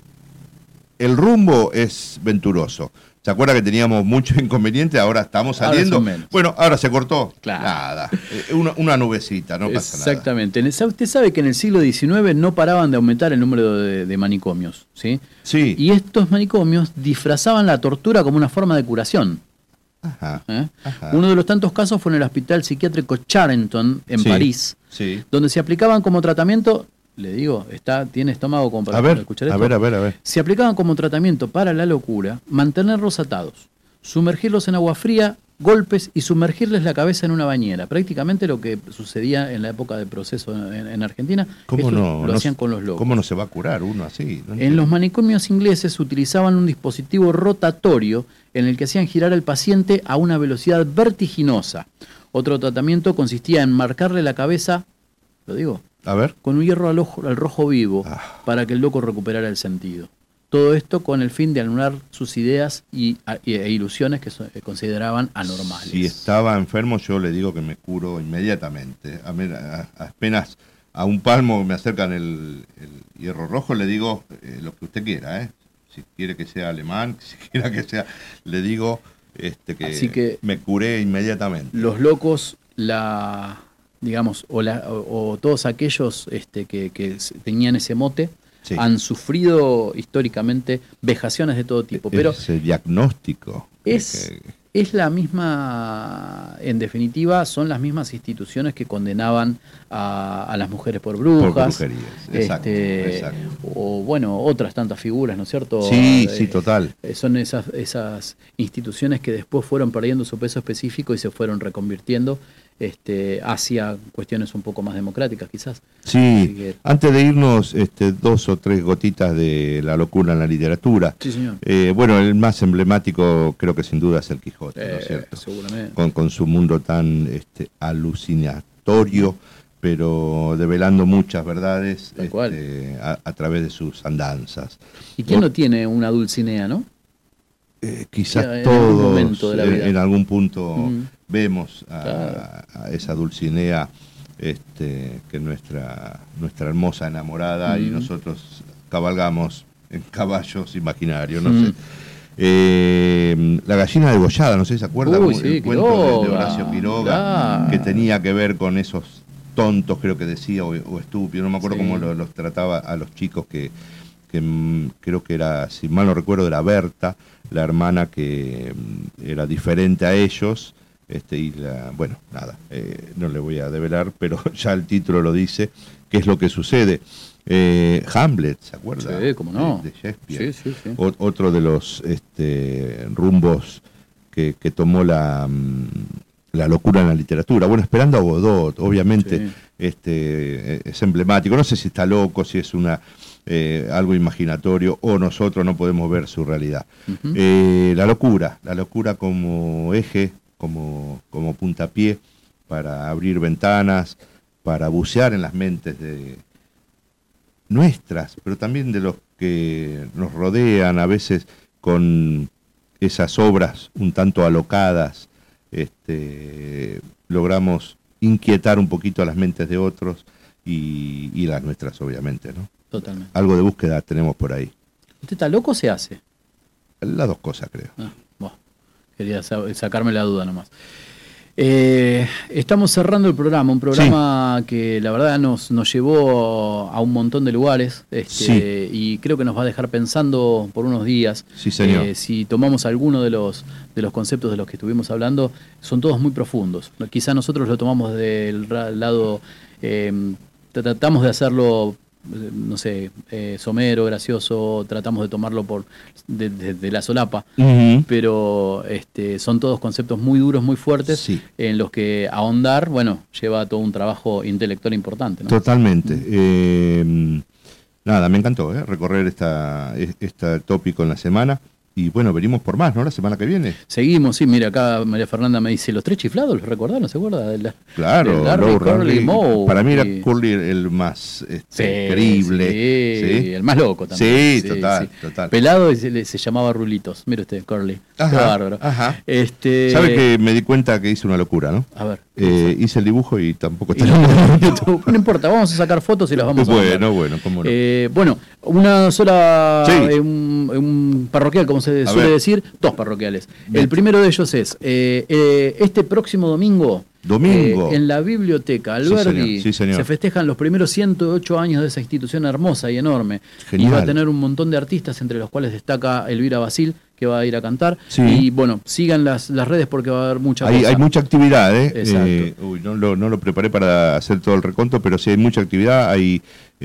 el rumbo es venturoso. ¿Se acuerda que teníamos mucho inconveniente? Ahora estamos Ahora saliendo. son menos. Bueno, ahora se cortó. Claro. Nada. Eh, Una, una nubecita, no pasa nada. Exactamente. En el- ¿sabe- Usted sabe que en el siglo diecinueve no paraban de aumentar el número de, de manicomios, ¿sí? Sí. Y estos manicomios disfrazaban la tortura como una forma de curación. Ajá. ¿eh? Ajá. Uno de los tantos casos fue en el hospital psiquiátrico Charenton, en Sí, París, Sí. donde se aplicaban como tratamiento, le digo, está, tiene estómago como para A ver, escuchar a esto. ver, a ver, a ver. Se aplicaban como tratamiento para la locura, mantenerlos atados, sumergirlos en agua fría, golpes y sumergirles la cabeza en una bañera. Prácticamente lo que sucedía en la época del proceso en, en Argentina. ¿Cómo esto no? Lo no hacían se- con los locos. ¿Cómo no se va a curar uno así? No En entiendo. los manicomios ingleses utilizaban un dispositivo rotatorio en el que hacían girar al paciente a una velocidad vertiginosa. Otro tratamiento consistía en marcarle la cabeza, lo digo, A ver. con un hierro al, ojo- al rojo vivo Ah. para que el loco recuperara el sentido. Todo esto con el fin de anular sus ideas y, a- y- e ilusiones que so- que consideraban anormales. Si estaba enfermo, yo le digo que me curo inmediatamente. A mí, a- apenas a un palmo me acercan el, el hierro rojo, le digo eh, lo que usted quiera, ¿eh? Si quiere que sea alemán, si quiera que sea, le digo este, que, Así que me curé inmediatamente. los locos, la digamos, o, la- o- o todos aquellos este, que, que s- tenían ese mote, Sí. han sufrido históricamente vejaciones de todo tipo. Pero Ese diagnóstico. es, que- es la misma, en definitiva, son las mismas instituciones que condenaban a, a las mujeres por brujas. Por brujerías, exacto, este, exacto. O bueno, otras tantas figuras, ¿no es cierto? Sí, eh, sí, total. eh, son esas, esas instituciones que después fueron perdiendo su peso específico y se fueron reconvirtiendo este, hacia cuestiones un poco más democráticas, quizás. Sí, que, antes de irnos, este, dos o tres gotitas de la locura en la literatura. Sí, señor. Eh, bueno, el más emblemático creo que sin duda es el Quijote, ¿no es eh, cierto? Seguramente. Con, con su mundo tan este, alucinatorio, pero develando muchas verdades este, a, a través de sus andanzas. ¿Y quién no tiene una Dulcinea, no? Eh, quizás en todos algún momento de la vida. En, en algún punto Mm. vemos a, Claro. a esa Dulcinea, este, que es nuestra, nuestra hermosa enamorada, y Mm. nosotros cabalgamos en caballos imaginarios, no Mm. sé. Eh, la gallina degollada, no sé si se acuerda, Uy, el sí, cuento de, de Quiroga, Horacio Quiroga, claro. que tenía que ver con esos tontos, creo que decía, o, o estúpidos, no me acuerdo Sí. cómo lo- los trataba a los chicos que, que mm, creo que era, si mal no recuerdo, era Berta, la hermana que mm, era diferente a ellos, este, y la, bueno, nada, eh, no le voy a develar, pero ya el título lo dice, qué es lo que sucede. Eh, Hamlet, ¿se acuerda? Sí, cómo no. De, de Shakespeare. Sí, sí, sí. O- otro de los este, rumbos que, que tomó la, mm, la locura en la literatura. Bueno, esperando a Godot, obviamente, Sí. este, es emblemático. No sé si está loco, si es una eh, algo imaginatorio, o nosotros no podemos ver su realidad. Ujú. Eh, la locura, la locura como eje, como, como puntapié para abrir ventanas, para bucear en las mentes de nuestras, pero también de los que nos rodean, a veces con esas obras un tanto alocadas, este, logramos inquietar un poquito a las mentes de otros y, y las nuestras, obviamente, ¿no? Totalmente. Algo de búsqueda tenemos por ahí. ¿Usted está loco o se hace? Las dos cosas, creo. Ah, bueno, quería sa- sacarme la duda nomás. Eh, estamos cerrando el programa, un programa que la verdad nos, nos llevó a un montón de lugares, este, y creo que nos va a dejar pensando por unos días. Sí, señor. Eh, si tomamos alguno de los, de los conceptos de los que estuvimos hablando, son todos muy profundos. Quizá nosotros lo tomamos del ra- lado, eh, tratamos de hacerlo, eh, no sé, eh, somero, gracioso, tratamos de tomarlo por de, de- de la solapa, Ujú. pero este, son todos conceptos muy duros, muy fuertes, Sí. en los que ahondar, bueno, lleva todo un trabajo intelectual importante, ¿no? Totalmente. Eh, nada, me encantó ¿eh? recorrer esta, este tópico en la semana. Y bueno, venimos por más, ¿no? La semana que viene. Seguimos, sí, mira, acá María Fernanda me dice, ¿los tres chiflados los recordaron? ¿Se acuerda? De la- Claro, de Larry, Low Curly, Rally. Moe, Para mí era y- Curly el más este, Sí, creíble. sí, ¿sí? el más loco también. Sí, total, sí. total. Pelado y se, le- se llamaba Rulitos. Mire usted, Curly. Qué Ajá, bárbaro. ajá. Este, ¿Sabe que me di cuenta que hice una locura, no? A ver. Eh, hice el dibujo y tampoco Y está no, YouTube, no importa, vamos a sacar fotos y las vamos a mandar. Bueno, bueno, cómo no. Eh, bueno, una sola, Sí. eh, un, un parroquial, como se A suele ver. decir, dos parroquiales. Bien. El primero de ellos es, eh, eh, este próximo domingo, Domingo. eh, en la biblioteca Sí, Alberdi, señor, sí, señor. se festejan los primeros ciento ocho años de esa institución hermosa y enorme. Genial. Y va a tener un montón de artistas, entre los cuales destaca Elvira Basil, que va a ir a cantar. Sí. Y bueno, sigan las, las redes porque va a haber mucha Hay, cosa. hay mucha actividad, ¿eh? Exacto. Eh, uy, no, lo, no lo preparé para hacer todo el reconto, pero sí hay mucha actividad, hay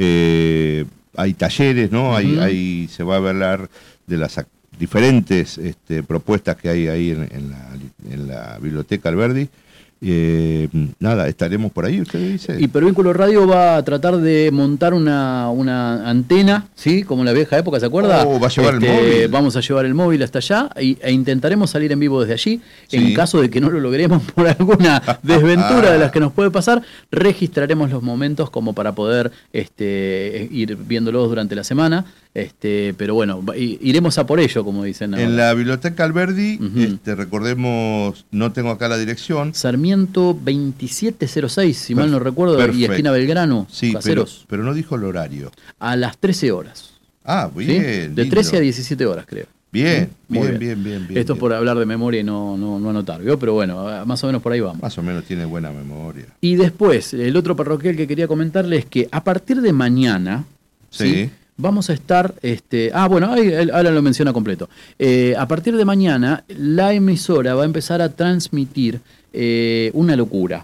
eh, hay talleres, ¿no? Hay, Ujú. hay, se va a hablar de las ac- diferentes este, propuestas que hay ahí en, en la, en la biblioteca Alberdi. Eh, nada, estaremos por ahí, usted dice. Hipervínculo Radio va a tratar de montar una, una antena, ¿sí? Como en la vieja época, ¿se acuerda? Oh, va a llevar el Este, móvil. Vamos a llevar el móvil hasta allá y- e intentaremos salir en vivo desde allí. Sí. En caso de que no lo logremos por alguna desventura de las que nos puede pasar, registraremos los momentos como para poder este, ir viéndolos durante la semana. Este, pero bueno, va- i- iremos a por ello, como dicen ahora. En la biblioteca Alberdi, Ujú. este, recordemos, no tengo acá la dirección. Sarmiento veintisiete cero seis, si mal no Perf- recuerdo, y perfecto. esquina Belgrano, Sí, pero, Caseros, pero no dijo el horario. a las trece horas. Ah, ¿sí? bien. De lindo. trece a diecisiete horas, creo. Bien, Muy bien, bien, bien, bien. Esto es bien. por hablar de memoria y no, no, no anotar, ¿vio? Pero bueno, más o menos por ahí vamos. Más o menos tiene buena memoria. Y después, el otro parroquial que quería comentarles es que a partir de mañana, ¿sí? Sí. vamos a estar, este, ah bueno, ahí, ahora lo menciona completo. Eh, a partir de mañana, la emisora va a empezar a transmitir eh, una locura.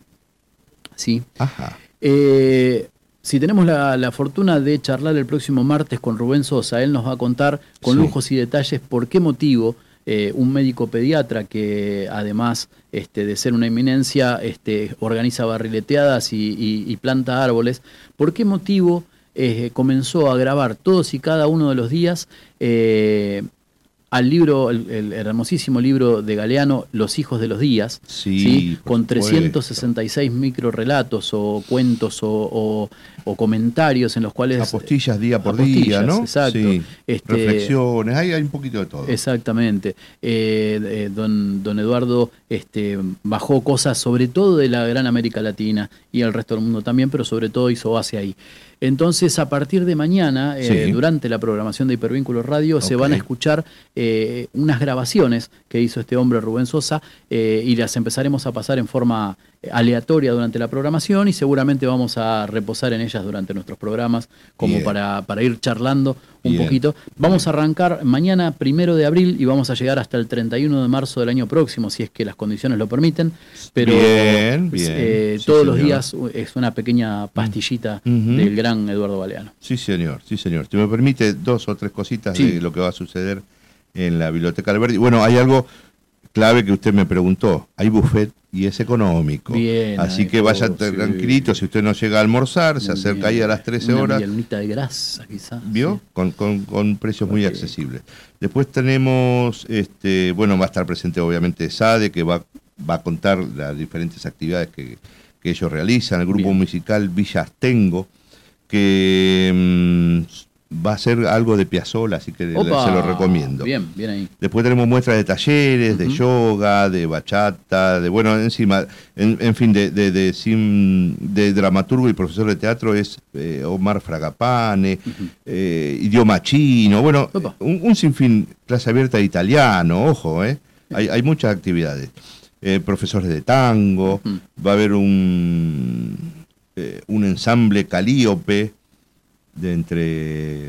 ¿Sí? Ajá. Eh, si tenemos la, la fortuna de charlar el próximo martes con Rubén Sosa, él nos va a contar con Sí. lujos y detalles por qué motivo eh, un médico pediatra que además este, de ser una eminencia este, organiza barrileteadas y, y, y planta árboles, por qué motivo eh, comenzó a grabar todos y cada uno de los días eh, al libro, el, el hermosísimo libro de Galeano, Los hijos de los días, Sí, ¿sí? por Con supuesto. trescientos sesenta y seis microrelatos o cuentos o, o, o comentarios en los cuales... Apostillas día por apostillas, día, ¿no? Exacto. Sí. Este, Reflexiones, hay, hay un poquito de todo. Exactamente. Eh, eh, don, don Eduardo este, bajó cosas sobre todo de la gran América Latina y el resto del mundo también, pero sobre todo hizo base ahí. Entonces, a partir de mañana, eh, Sí. durante la programación de Hipervínculos Radio, se Ok. van a escuchar eh, unas grabaciones que hizo este hombre, Rubén Sosa, eh, y las empezaremos a pasar en forma aleatoria durante la programación y seguramente vamos a reposar en ellas durante nuestros programas como Bien. para, para ir charlando un Bien. poquito. Vamos a arrancar mañana primero de abril y vamos a llegar hasta el treinta y uno de marzo del año próximo, si es que las condiciones lo permiten. Pero Bien, pues, bien. eh, Sí, todos los señor. días es una pequeña pastillita Ujú. del gran Eduardo Galeano. Sí, señor, sí, señor. Si me permite dos o tres cositas Sí. de lo que va a suceder en la Biblioteca Alberdi. Bueno, hay algo clave que usted me preguntó. Hay buffet y es económico. Bien, Así ahí que vaya todo, sí. tranquilito. Si usted no llega a almorzar, se acerca ahí a las trece Una horas. medialunita de grasa, quizás. ¿Vio? Con, con, con precios muy accesibles. Después tenemos, este, bueno, va a estar presente obviamente SADE, que va, va a contar las diferentes actividades que, que ellos realizan. El grupo Bien. musical Villa Astengo, que mm, va a hacer algo de Piazzolla, así que Opa, se lo recomiendo. Bien, bien ahí. Después tenemos muestras de talleres, de yoga, de bachata, de bueno, encima, en, en fin, de, de, de, sim- de dramaturgo y profesor de teatro es eh, Omar Fragapane, eh, idioma chino, bueno, un, un sinfín, clase abierta de italiano, ojo, eh, hay, hay muchas actividades. Eh, profesores de tango, va a haber un, eh, un ensamble calíope de entre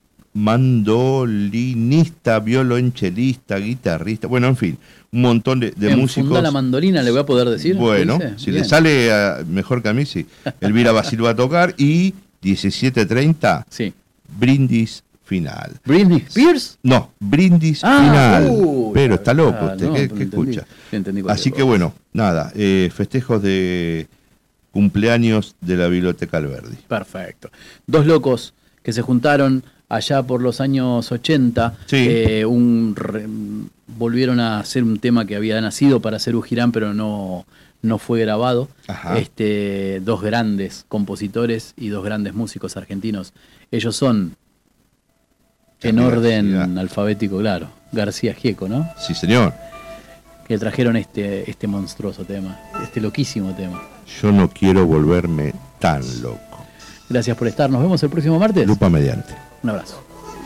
mandolinista, violonchelista, guitarrista, bueno, en fin, un montón de, de En músicos. Funda la mandolina, le voy a poder decir. Bueno, ¿Dice? si Bien. le sale a- mejor que a mí, sí. Elvira Basil va a tocar y diecisiete treinta, sí. brindis final. ¿Britney Spears? No, brindis Ah, final. uy, Pero está loco ah, usted, no, ¿qué, pero qué entendí, escucha? entendí cualquier Así que cosa. bueno, nada, eh, festejos de cumpleaños de la Biblioteca Alberdi. Perfecto. Dos locos que se juntaron allá por los años ochenta, Sí. eh, un re- volvieron a hacer un tema que había nacido para hacer Ujirán, pero no, no fue grabado. Ajá. Este, dos grandes compositores y dos grandes músicos argentinos. Ellos son, en Charly orden García. alfabético, claro, García Gieco, ¿no? Sí, señor. Que trajeron este, este monstruoso tema, este loquísimo tema. Yo no quiero volverme tan loco. Gracias por estar. Nos vemos el próximo martes. Lupa mediante. Un abrazo.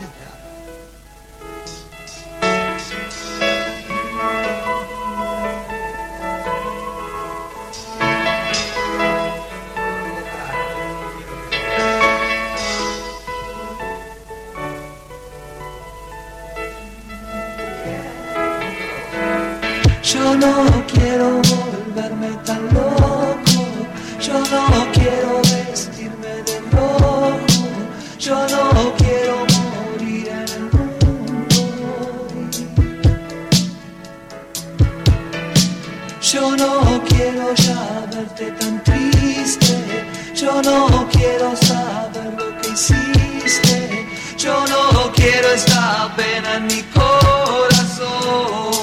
Yo no quiero volverme tan loco, yo no quiero vestirme de rojo, yo no quiero morir en el mundo. Yo no quiero ya verte tan triste, yo no quiero saber lo que hiciste, yo no quiero esta pena en mi corazón.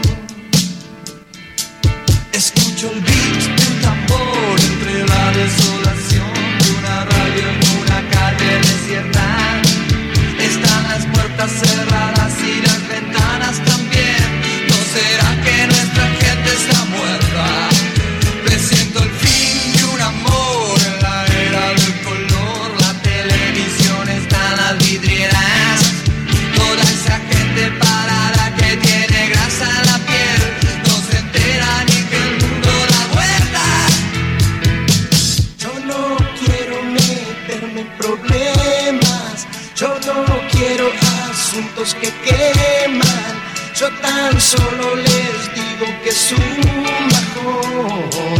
Escucho el beat de un tambor entre la desolación de una radio en una calle desierta. Están las puertas cerradas y las ventanas también. ¿No será que nuestra gente está muerta? Presiento el fin de un amor en la era del color. La televisión está en las vidrieras. Toda esa gente parada que tiene grasa en la piel no se entera ni que el mundo da vuelta. Yo ojos que queman. Yo tan solo les digo que es un bajón.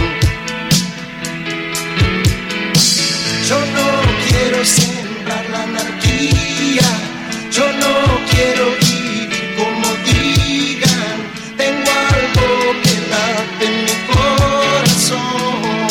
Yo no quiero sembrar la anarquía, yo no quiero vivir como digan. Tengo algo que late en mi corazón.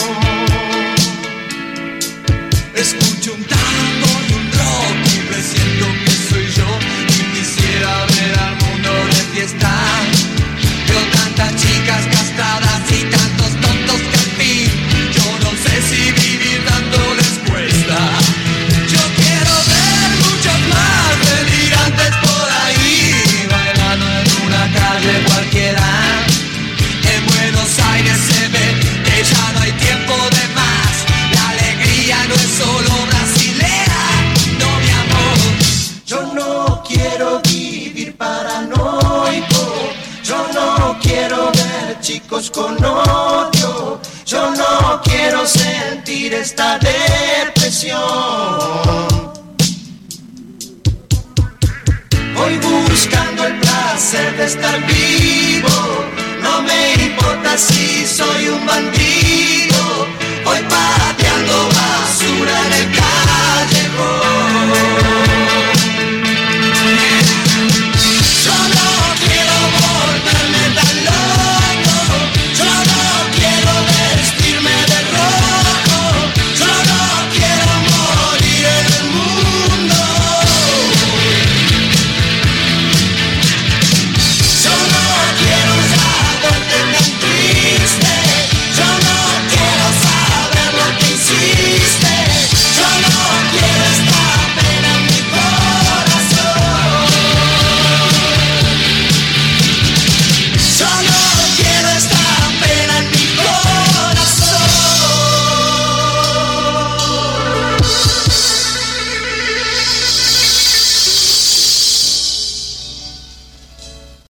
Escucho un tango y un rock y presiento que soy yo y quisiera ver al mundo de fiesta. Veo tantas chicas castradas y tantos tontos que al fin yo no sé si vivir dándoles cuesta. Yo quiero ver muchos más delirantes por ahí, bailando en una calle cualquiera. En Buenos Aires se ve que ya no hay tiempo de más. La alegría no es solo brasilera, no mi amor. Yo no quiero vivir paranoico, yo no quiero ver chicos con odio, yo no quiero sentir esta depresión. Voy buscando el placer de estar vivo, no me importa si soy un